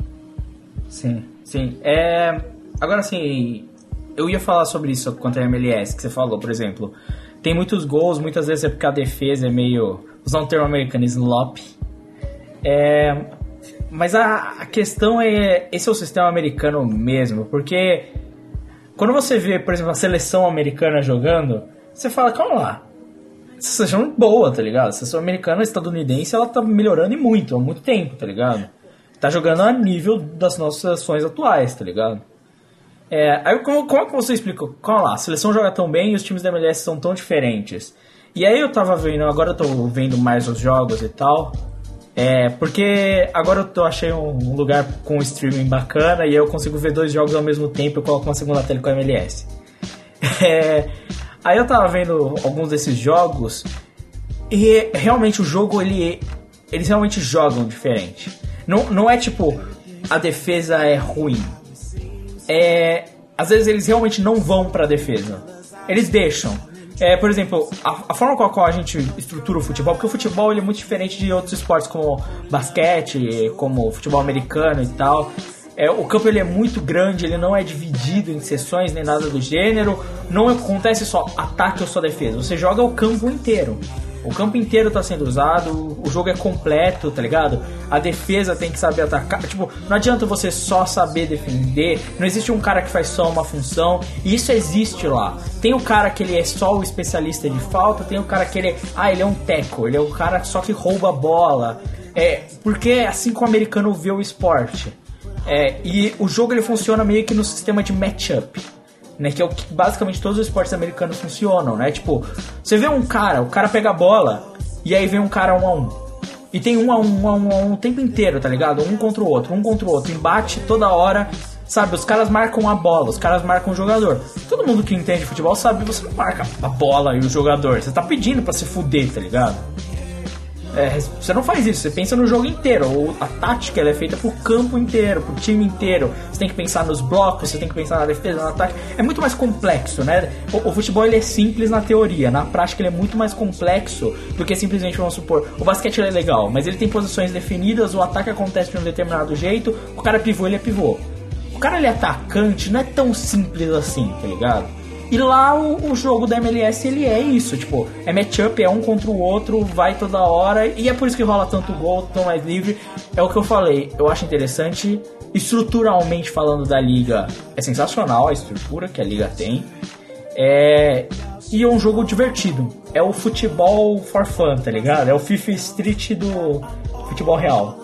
Sim, sim. É... Agora, assim, eu ia falar sobre isso contra a M L S, que você falou, por exemplo. Tem muitos gols, muitas vezes é porque a defesa é meio... Usar um termo americano, slop. É... Mas a, a questão é... Esse é o sistema americano mesmo, porque... Quando você vê, por exemplo, a seleção americana jogando, você fala, calma lá. Essa seleção é boa, tá ligado? A seleção americana, estadunidense, ela tá melhorando e muito, há muito tempo, tá ligado? Tá jogando a nível das nossas seleções atuais, tá ligado? É, aí como, como é que você explica? Calma lá, a seleção joga tão bem e os times da M L S são tão diferentes. E aí eu tava vendo, agora eu tô vendo mais os jogos e tal... É, porque agora eu tô, achei um lugar com streaming bacana e eu consigo ver dois jogos ao mesmo tempo. Eu coloco uma segunda tela com a M L S. É, aí eu tava vendo alguns desses jogos e realmente o jogo, ele, eles realmente jogam diferente. Não, não é tipo, a defesa é ruim. É, às vezes eles realmente não vão pra defesa. Eles deixam. É, por exemplo, a, a forma com a qual a gente estrutura o futebol, porque o futebol ele é muito diferente de outros esportes como basquete, como futebol americano e tal. É, o campo ele é muito grande, ele não é dividido em seções nem nada do gênero. Não acontece só ataque ou só defesa, você joga o campo inteiro. O campo inteiro tá sendo usado, o jogo é completo, tá ligado? A defesa tem que saber atacar. Tipo, não adianta você só saber defender. Não existe um cara que faz só uma função. E isso existe lá. Tem o cara que ele é só o especialista de falta. Tem o cara que ele é... Ah, ele é um teco. Ele é o cara só que rouba a bola. É, porque é assim que o americano vê o esporte. É, e o jogo ele funciona meio que no sistema de matchup. Né, que é o que basicamente todos os esportes americanos funcionam, né? Tipo, você vê um cara, o cara pega a bola e aí vem um cara um a um. E tem um a um, um a um, um a um o tempo inteiro, tá ligado? Um contra o outro, um contra o outro, embate toda hora. Sabe, os caras marcam a bola, os caras marcam o jogador. Todo mundo que entende futebol sabe que você não marca a bola e o jogador. Você tá pedindo pra se fuder, tá ligado? É, você não faz isso, você pensa no jogo inteiro. Ou a tática ela é feita pro campo inteiro, pro time inteiro. Você tem que pensar nos blocos, você tem que pensar na defesa, no ataque. É muito mais complexo, né? O, o futebol ele é simples na teoria, na prática ele é muito mais complexo do que simplesmente, vamos supor, o basquete ele é legal, mas ele tem posições definidas, o ataque acontece de um determinado jeito, o cara é pivô, ele é pivô. O cara ele é atacante, não é tão simples assim, tá ligado? E lá o, o jogo da M L S ele é isso, tipo, é matchup, é um contra o outro, vai toda hora, e é por isso que rola tanto gol, tão mais livre. É o que eu falei, eu acho interessante, estruturalmente falando da liga, é sensacional a estrutura que a liga tem, é, e é um jogo divertido, é o futebol for fun, tá ligado? É o FIFA Street do futebol real.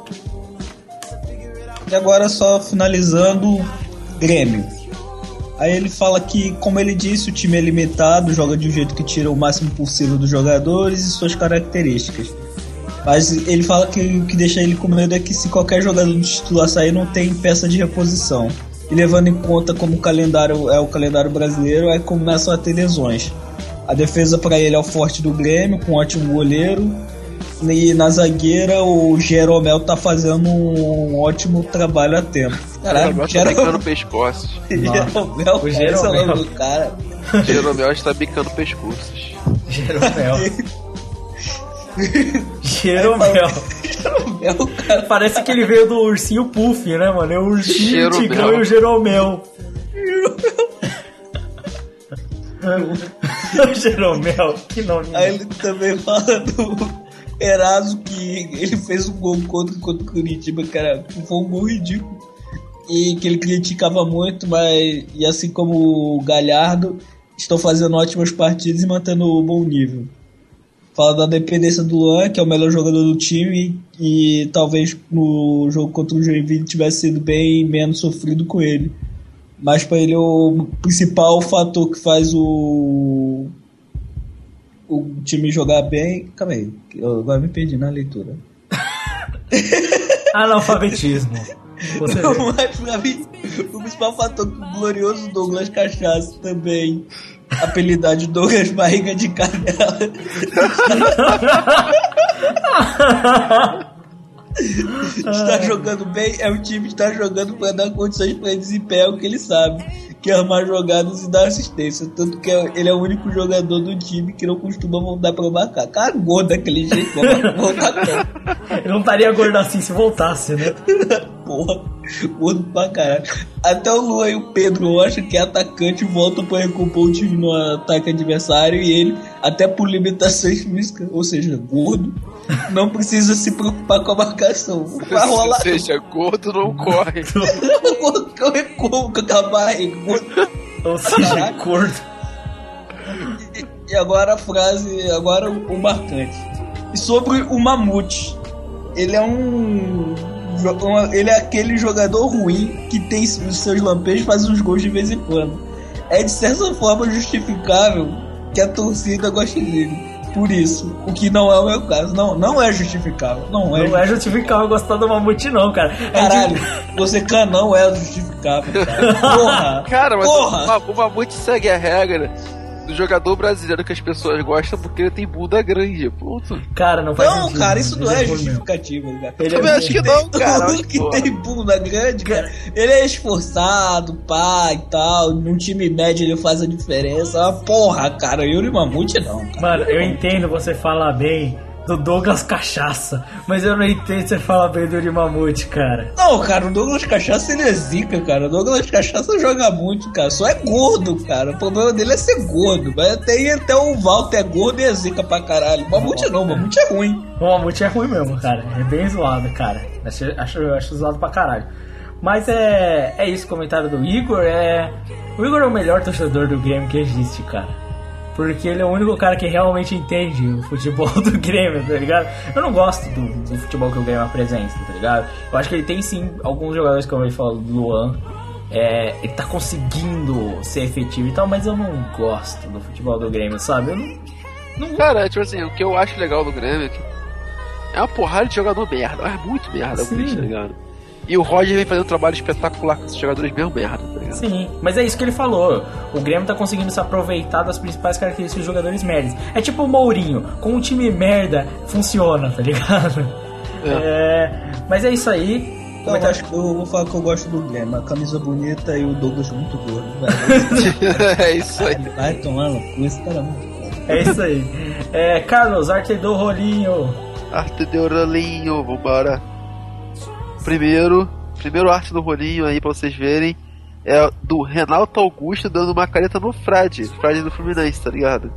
E agora só finalizando, Grêmio. Aí ele fala que, como ele disse, o time é limitado, joga de um jeito que tira o máximo possível dos jogadores e suas características. Mas ele fala que o que deixa ele com medo é que se qualquer jogador do titular sair, não tem peça de reposição. E levando em conta como o calendário é o calendário brasileiro, aí começam a ter lesões. A defesa para ele é o forte do Grêmio, com um ótimo goleiro. E na zagueira o Jeromel tá fazendo um ótimo trabalho a tempo. Caralho, o Jeromel tá bicando pescoços. Jeromel, o Jeromel. do cara. Jeromel está bicando pescoços. Jeromel. Jeromel. Jeromel, cara. Parece que ele veio do ursinho Puff, né, mano? É o ursinho, Jeromel. o Tigrão e o Jeromel. O Jeromel, que nome. Aí ele também fala do Eraso, que ele fez um gol contra, contra o Curitiba, cara, foi um gol ridículo. E que ele criticava muito, mas e assim como o Galhardo, estão fazendo ótimas partidas e mantendo o bom nível. Fala da dependência do Luan, que é o melhor jogador do time, e talvez no jogo contra o Joinville tivesse sido bem menos sofrido com ele. Mas para ele o principal fator que faz o o time jogar bem... Calma aí, eu agora me perdi na leitura. Analfabetismo. Você Não, mas pra mim, o principal fator que o glorioso Douglas Cachaça também, apelidado de Douglas Barriga de Canela, está jogando bem, é o time que está jogando para dar condições para desempenhar o que ele sabe, que é armar jogadas e dar assistência. Tanto que ele é o único jogador do time que não costuma voltar para marcar. Cagou daquele jeito, voltar pra... Ele não estaria gordo assim se voltasse, né? Porra, gordo pra caralho. Até o Luan e o Pedro acham que é atacante, voltam pra recompor o time no ataque adversário, e ele, até por limitações físicas, ou seja, gordo, não precisa se preocupar com a marcação. Vai rolar. Ou seja, gordo não corre. Gordo que eu recuo com a barriga. Ou seja, gordo. E, e agora a frase, agora o, o marcante. E sobre o Mamute, ele é um... ele é aquele jogador ruim que tem os seus lampejos e faz uns gols de vez em quando. É de certa forma justificável que a torcida goste dele. Por isso, o que não é o meu caso. Não, não é justificável. Não é, não é justificável gostar do Mamute, não, cara. Caralho, você canão é justificável, cara. Porra! Cara, mas porra. O, o Mamute segue a regra do jogador brasileiro que as pessoas gostam porque ele tem bunda grande, ponto. Cara, não faz Não, sentido. cara, isso não Ele é ruim justificativo, cara. Ele Eu também é acho que não, cara. Todo que tem bunda grande, cara, ele é esforçado, pá, e tal. Num time médio ele faz a diferença. Ah, porra, cara, Yuri Mamute não, cara. Mano, eu entendo você falar bem do Douglas Cachaça, mas eu não entendo você falar bem do Yuri Mamute, cara. Não, cara, o Douglas Cachaça ele é zica, cara. O Douglas Cachaça joga muito, cara. Só é gordo, cara. O problema dele é ser gordo. Mas tem até o Walter é gordo e é zica pra caralho. O Mamute não, o Mamute é ruim. O Mamute é ruim mesmo, cara. É bem zoado, cara. Acho, acho, acho zoado pra caralho. Mas é, é isso, o comentário do Igor. É, o Igor é o melhor torcedor do Grêmio que existe, cara. Porque ele é o único cara que realmente entende o futebol do Grêmio, tá ligado? Eu não gosto do, do futebol que o Grêmio apresenta, tá ligado? Eu acho que ele tem sim alguns jogadores, como ele falou, do Luan. É, ele tá conseguindo ser efetivo e tal, mas eu não gosto do futebol do Grêmio, sabe? Eu não, não... Cara, tipo assim, o que eu acho legal do Grêmio é que é uma porrada de jogador merda, é muito merda, Sim. por isso, tá ligado? E o Roger vem fazendo um trabalho espetacular com esses jogadores mesmo merda, tá ligado? Sim, mas é isso que ele falou. O Grêmio tá conseguindo se aproveitar das principais características dos jogadores merdas. É tipo o Mourinho, com um time merda, funciona, tá ligado? É. É, mas é isso aí. Eu, Comentário- acho, eu vou falar que eu gosto do Grêmio. A camisa bonita e o Douglas muito gordo, velho. É isso aí. Vai tomar no cu, esse cara é muito gordo. É isso aí. É, Carlos, arte do rolinho. Arte do rolinho, vambora. Primeiro, primeiro arte do rolinho aí pra vocês verem é do Renato Augusto dando uma careta no Fred, Fred do Fluminense, tá ligado?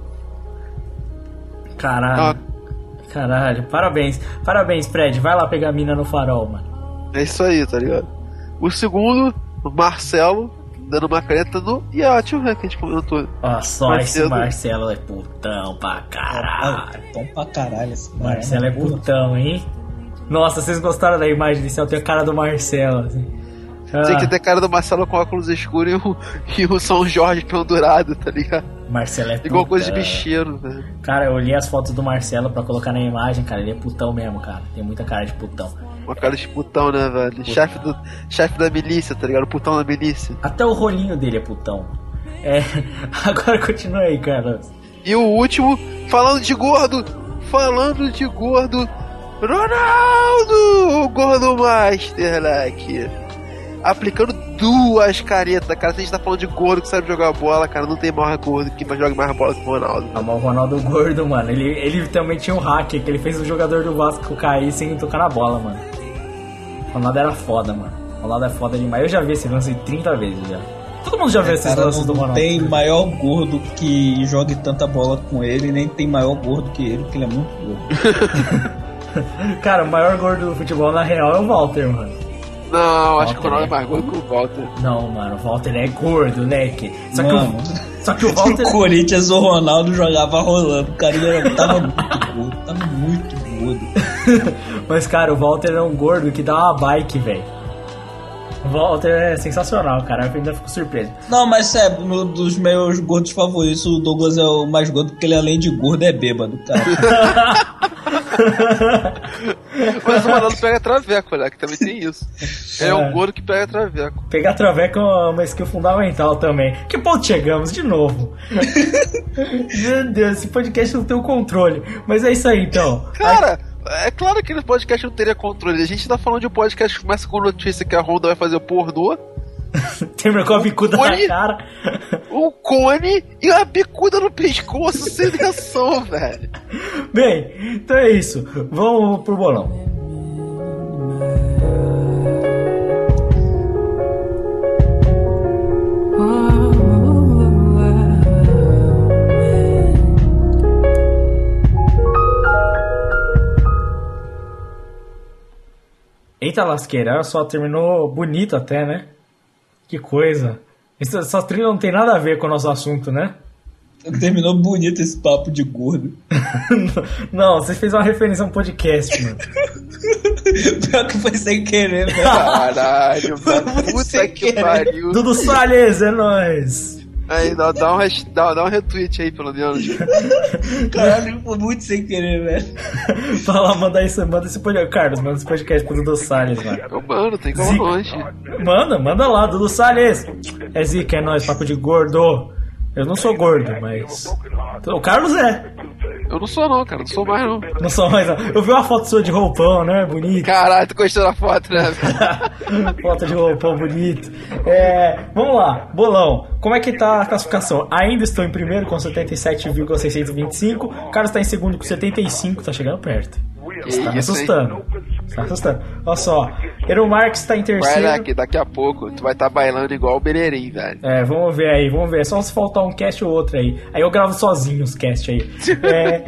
Caralho. Caralho, parabéns. Parabéns, Fred. Vai lá pegar a mina no farol, mano. É isso aí, tá ligado? O segundo, o Marcelo dando uma careta no Yacht, que a gente comentou. Ó, só Mas esse eu- Marcelo é putão pra caralho. Tão pra caralho esse cara. Marcelo é Porra. putão, hein? Nossa, vocês gostaram da imagem desse? Eu tenho a cara do Marcelo, assim. Ah, Tem que ter cara do Marcelo com óculos escuros e o, e o São Jorge pendurado, tá ligado? Marcelo é putão. Igual coisa de bicheiro, velho. Cara, eu olhei as fotos do Marcelo pra colocar na imagem, cara. Ele é putão mesmo, cara. Tem muita cara de putão. Uma cara de putão, né, velho? Chefe, do, chefe da milícia, tá ligado? Putão da milícia. Até o rolinho dele é putão. É. Agora continua aí, Carlos. E o último, falando de gordo, falando de gordo, Ronaldo, o gordo master, like, aplicando duas caretas, cara. Se a gente tá falando de gordo que sabe jogar bola, cara, não tem maior gordo que joga mais bola que o Ronaldo. Ah, mas o Ronaldo gordo, mano. Ele, ele também tinha um hack que ele fez o jogador do Vasco cair sem tocar na bola, mano. O Ronaldo era foda, mano. O Ronaldo é foda demais. Eu já vi esse lance trinta vezes já. Todo mundo já viu esses Cara, lances do não Ronaldo. tem maior gordo que jogue tanta bola com ele, nem tem maior gordo que ele, porque ele é muito gordo. Cara, o maior gordo do futebol na real é o Walter, mano. Não, acho que o Walter Ronaldo é é mais gordo que o Walter. Não, mano, o Walter é gordo, leque. Só que Mano, o, só que o Walter. o Corinthians, o Ronaldo jogava rolando. O cara ele era- tava muito gordo, tava muito gordo. Mas, cara, o Walter é um gordo que dá uma bike, velho. O Walter é sensacional, cara. Eu ainda fico surpreso. Não, mas sério, um dos meus gordos favoritos, o Douglas é o mais gordo, porque ele além de gordo é bêbado, cara. Mas o Ronaldo pega traveco, olha, que também tem isso. Ele é É. um gordo que pega traveco. Pegar traveco é uma skill fundamental também. Que ponto chegamos? De novo. Meu Deus, esse podcast não tem o controle. Mas é isso aí, então. Cara, é claro que no podcast não teria controle. A gente tá falando de um podcast que começa com notícia que a Honda vai fazer o pornô, Termina com a bicuda na Oi? cara. um cone e uma bicuda no pescoço sem reação, velho. Bem, então é isso. Vamos pro bolão. Eita lasqueira, só terminou bonito até, né? Que coisa. Essa, essa trilha não tem nada a ver com o nosso assunto, né? Terminou bonito esse papo de gordo. Não, você fez uma referência a um podcast, mano. Pior que foi sem querer, velho. Caralho, velho. Puta Sem que querer. pariu. Dudu Salles, é nóis. Aí, dá, dá, um, res- dá, dá um retweet aí, pelo menos. Caralho, foi muito sem querer, velho. Fala, manda isso, manda esse podcast. Carlos, manda esse podcast pro Dudu Salles, mano. Ô, mano, tem que ir Zica. longe. Manda, manda lá, Dudu Salles. É zica, é nóis, papo de gordo. Eu não sou gordo, mas... O Carlos é. Eu não sou não, cara, não sou mais não. Não sou mais, não. Eu vi uma foto sua de roupão, né? Bonito. Caralho, tu gostou da foto, né? Foto de roupão bonito. É, vamos lá, bolão. Como é que tá a classificação? Ainda estou em primeiro com setenta e sete mil seiscentos e vinte e cinco. O Carlos tá em segundo com setenta e cinco, tá chegando perto. Você tá me Isso, hein? assustando. Você tá assustando. Olha só. Ero Marques tá em Vai terceiro. lá, que daqui a pouco tu vai estar tá bailando igual o Bererim, velho. É, vamos ver aí, vamos ver. Só se faltar um cast ou outro aí. Aí eu gravo sozinho os cast aí. É...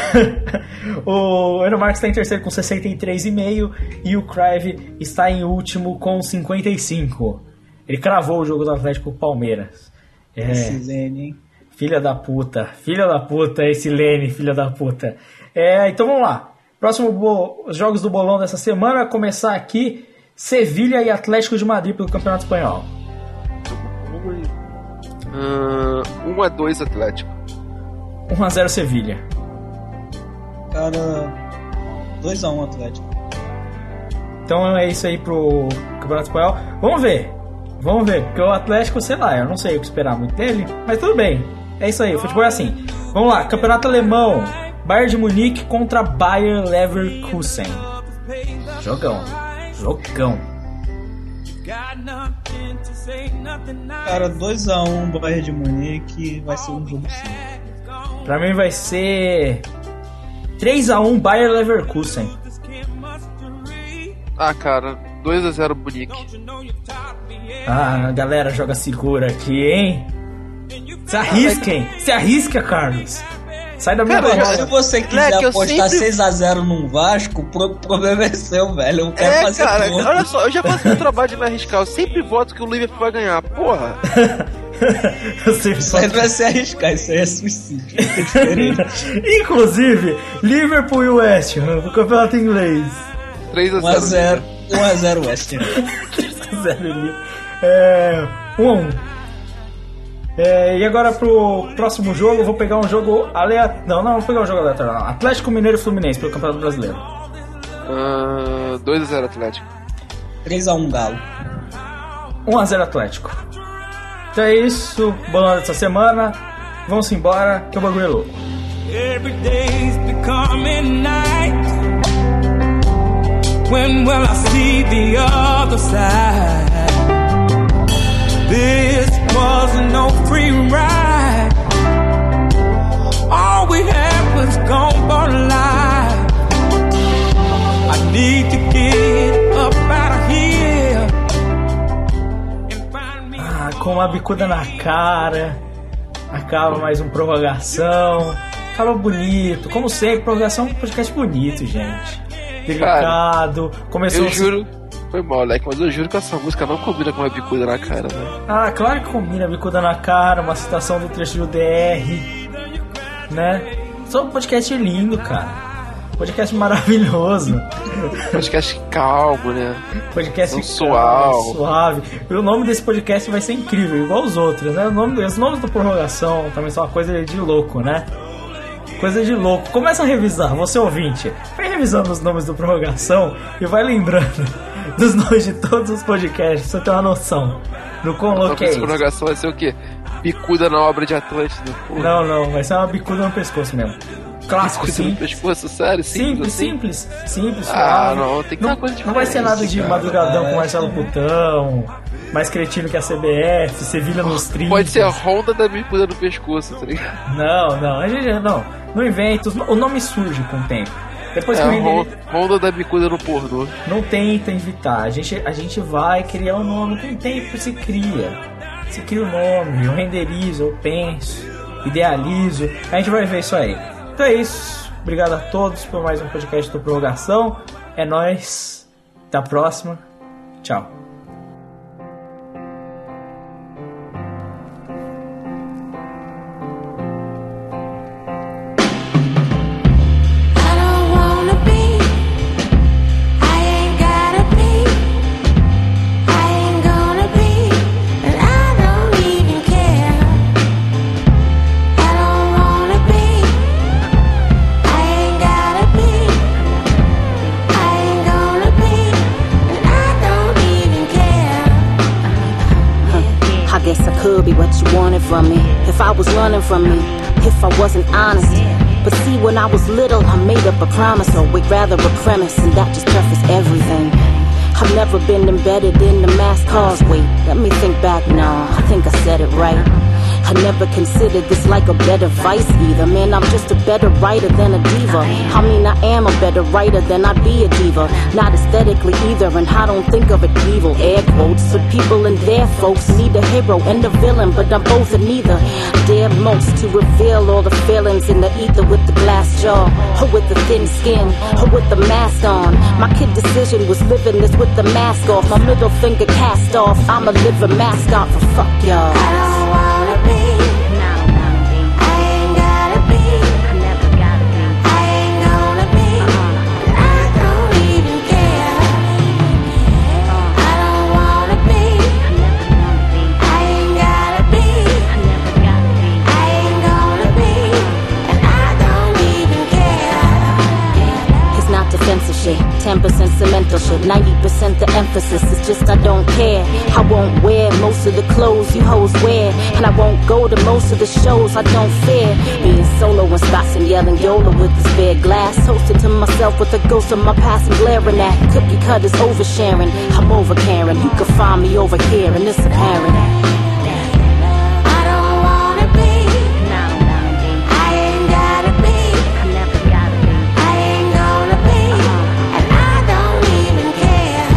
o Eno Marques está em terceiro com sessenta e três vírgula cinco e o Crive está em último com cinquenta e cinco. Ele cravou o jogo do Atlético Palmeiras. É, Esse Lene, hein? filha da puta, filha da puta, esse Lene, filha da puta. É, então vamos lá. Próximo bo... os jogos do bolão dessa semana vai começar aqui. Sevilha e Atlético de Madrid pelo Campeonato Espanhol. Uh, um a dois Atlético. um a zero Sevilha. Cara, dois a um Atlético. Então é isso aí pro Campeonato Espanhol. Vamos ver. Vamos ver. Porque o Atlético, sei lá, eu não sei o que esperar muito dele. Mas tudo bem. É isso aí. O futebol é assim. Vamos lá. Campeonato Alemão. Bayern de Munique contra Bayer Leverkusen. Jogão. Jogão. Cara, dois a um Bayern de Munique. Vai ser um jogo sim. Pra mim vai ser três a um Bayer Leverkusen. Ah, cara, dois a zero Munique. Ah, a galera joga segura aqui, hein? Se arrisquem, se arrisca, Carlos. Sai da minha Cara, bola. se você quiser Moleque, eu apostar sempre- seis a zero num Vasco, o problema é seu, velho. Eu não quero É, fazer cara, ponto. olha só, eu já faço o trabalho de me arriscar. Eu sempre voto que o Liverpool vai ganhar, porra. Eu sempre Isso aí faço- não é se arriscar, isso aí é suicídio. É diferente. Inclusive, Liverpool e West Ham no campeonato inglês. três a um a zero. zero. um a zero West Ham. Zero ali. É. um a um. É, e agora pro próximo jogo, eu vou pegar um jogo aleatório. Não, não, vou pegar um jogo aleatório. Não. Atlético Mineiro e Fluminense pelo Campeonato Brasileiro. Ah, dois a zero Atlético. três a um Galo. um a zero Atlético. Então é isso. Boa noite essa semana. Vamos embora, que o bagulho é louco. Every day's becoming night. When will I see the other side? This was no free ride. All we had was gone for life. I need to get up out of here and find me. Ah, com uma bicuda na cara. Acaba mais um prorrogação. Falou bonito. Como sempre, prorrogação é um podcast bonito, gente. Delicado. Começou Eu juro, foi mal, moleque, mas eu juro que essa música não combina com uma bicuda na cara, né? Ah, claro que combina, bicuda na cara, uma citação do trecho do D R, né? Só um podcast lindo, cara. Podcast maravilhoso. Podcast calmo, né? Podcast Sensual. calmo, suave. E o nome desse podcast vai ser incrível, igual os outros, né? O nome, os nomes da prorrogação também são uma coisa de louco, né? Coisa de louco. Começa a revisar, você ouvinte. Vai revisando os nomes do prorrogação e vai lembrando dos nomes de todos os podcasts, pra você ter uma noção do quão Então, louco é essa isso. prorrogação vai ser o quê? Bicuda na obra de Atlântida. Porra. Não, não, vai ser uma bicuda no pescoço mesmo. Clássico, Bicuda no sim. pescoço, sério? Simples, assim? simples, simples. Ah, suave. não, tem que ter não, uma coisa não vai ser nada de diferente, madrugadão cara. com Marcelo Putão, mais cretino que a C B F, Sevilha nos trinta. Pode ser a Honda da bicuda no pescoço, tá ligado? Não, não, a gente não, não inventa. O nome surge com o tempo. Depois É que a o render, Hon- Honda da bicuda no pornô. não tenta evitar. A gente, a gente vai criar um nome com o tempo, se cria. Se cria o nome, eu renderizo, eu penso, idealizo. A gente vai ver isso aí. Então é isso. Obrigado a todos por mais um podcast do Prorrogação. É nóis. Até a próxima. Tchau. I don't wanna be, I ain't gotta be, I ain't gonna be, and I don't even care. I don't wanna be, I ain't gotta be, I ain't gonna be, and I don't even care. I guess I could be what you wanted from me if I was running from me, if I wasn't honest. But see, when I was little, I made up a promise, or wait, rather a premise, and that just prefaced everything. I've never been embedded in the mass cause. Wait, let me think back now. I think I said it right. I never considered this like a better vice either. Man, I'm just a better writer than a diva. I mean, I am a better writer than I'd be a diva. Not aesthetically either, and I don't think of it evil. Air quotes for people and their folks need a hero and a villain, but I'm both and neither. Dare most to reveal all the feelings in the ether with the glass jaw, or with the thin skin, or with the mask on. My kid decision was living this with the mask off. My middle finger cast off. I'm a living mascot for fuck y'all. I don't wanna be, I ain't gotta be, I ain't gonna be, and I don't even care. I don't wanna be, I ain't gotta be, I ain't gonna be, and I don't even care. It's not defensive shit, ten percent sentimental shit. ninety percent the emphasis is just I don't care. I won't wear most of the clothes you hoes wear, and I won't go to most of the shows. I don't fear being solo in spots and yelling YOLO with this bare glass. Toasted to myself with the ghost of my past and glaring at cookie cutters oversharing. I'm over caring. You can find me over here, and it's apparent. I don't wanna be. I ain't gotta be. I ain't gonna be. And I don't even care.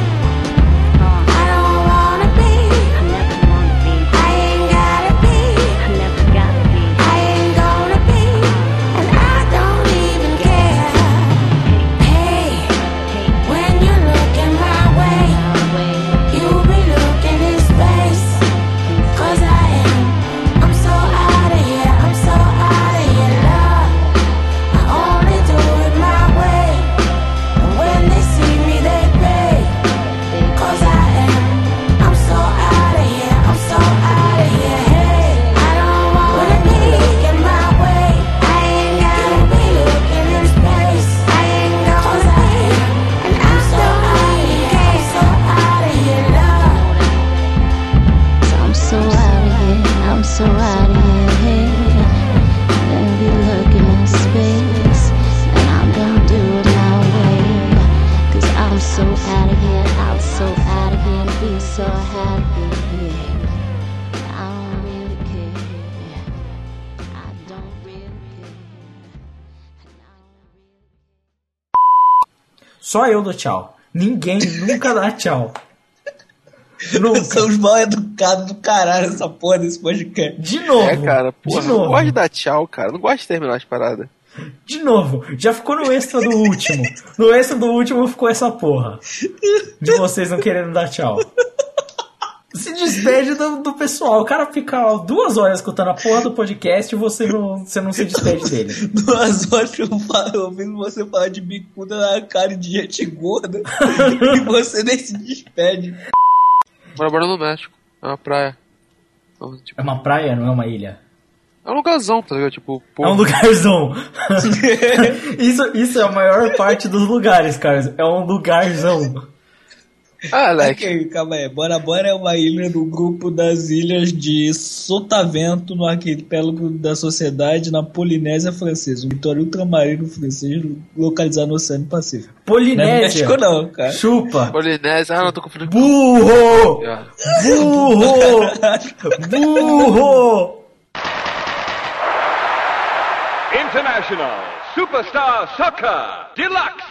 I don't wanna be. I ain't gotta be. I ain't gonna be. And I don't even care. Hey, when you look in my way, you be looking in space. Cause I am, I'm so out of here, I'm so out of here, love. I only do it my way. And when they see me, they pay. Cause I am, I'm so out of here, I'm so out of here, hey. I don't wanna be looking my way. I ain't gotta be looking in space. I ain't gonna Cause I am, and I'm so out of here, I'm so out of here, love. I'm so out of here, I'm so out of here. Then be looking in space, and I'm gonna do it my way. Cause I'm so out of here, I'm so out of here, and be so happy. I don't really care. I don't really care. Só eu dou tchau. Ninguém nunca dá tchau. Nunca. São os mal educados do caralho essa porra desse podcast. De novo. É, cara, porra, de não novo. gosto de dar tchau, cara. Não gosto de terminar as paradas. De novo. Já ficou no extra do último. No extra do último ficou essa porra. De vocês não querendo dar tchau. Se despede do, do pessoal. O cara fica ó, duas horas escutando a porra do podcast e você não, você não se despede dele. Duas horas eu falo, ouvindo você falar de bicuda na cara de gente gorda e você nem se despede. Mora mora no México. É uma praia. Então, tipo, É uma praia, não é uma ilha. é um lugarzão, tá ligado? Tipo, pô. É um lugarzão. isso, isso é a maior parte dos lugares, cara. É um lugarzão. Ah, Alex. Ok, calma aí. Bora Bora é uma ilha do grupo das ilhas de Sotavento, no arquipélago da Sociedade, na Polinésia Francesa, um litoral ultramarino francês localizado no Oceano Pacífico. Não é Polinésia. México não, cara. Chupa. Polinésia. Ah, não, tô confundindo. Burro! Ah. Burro! Burro! International Superstar Soccer Deluxe.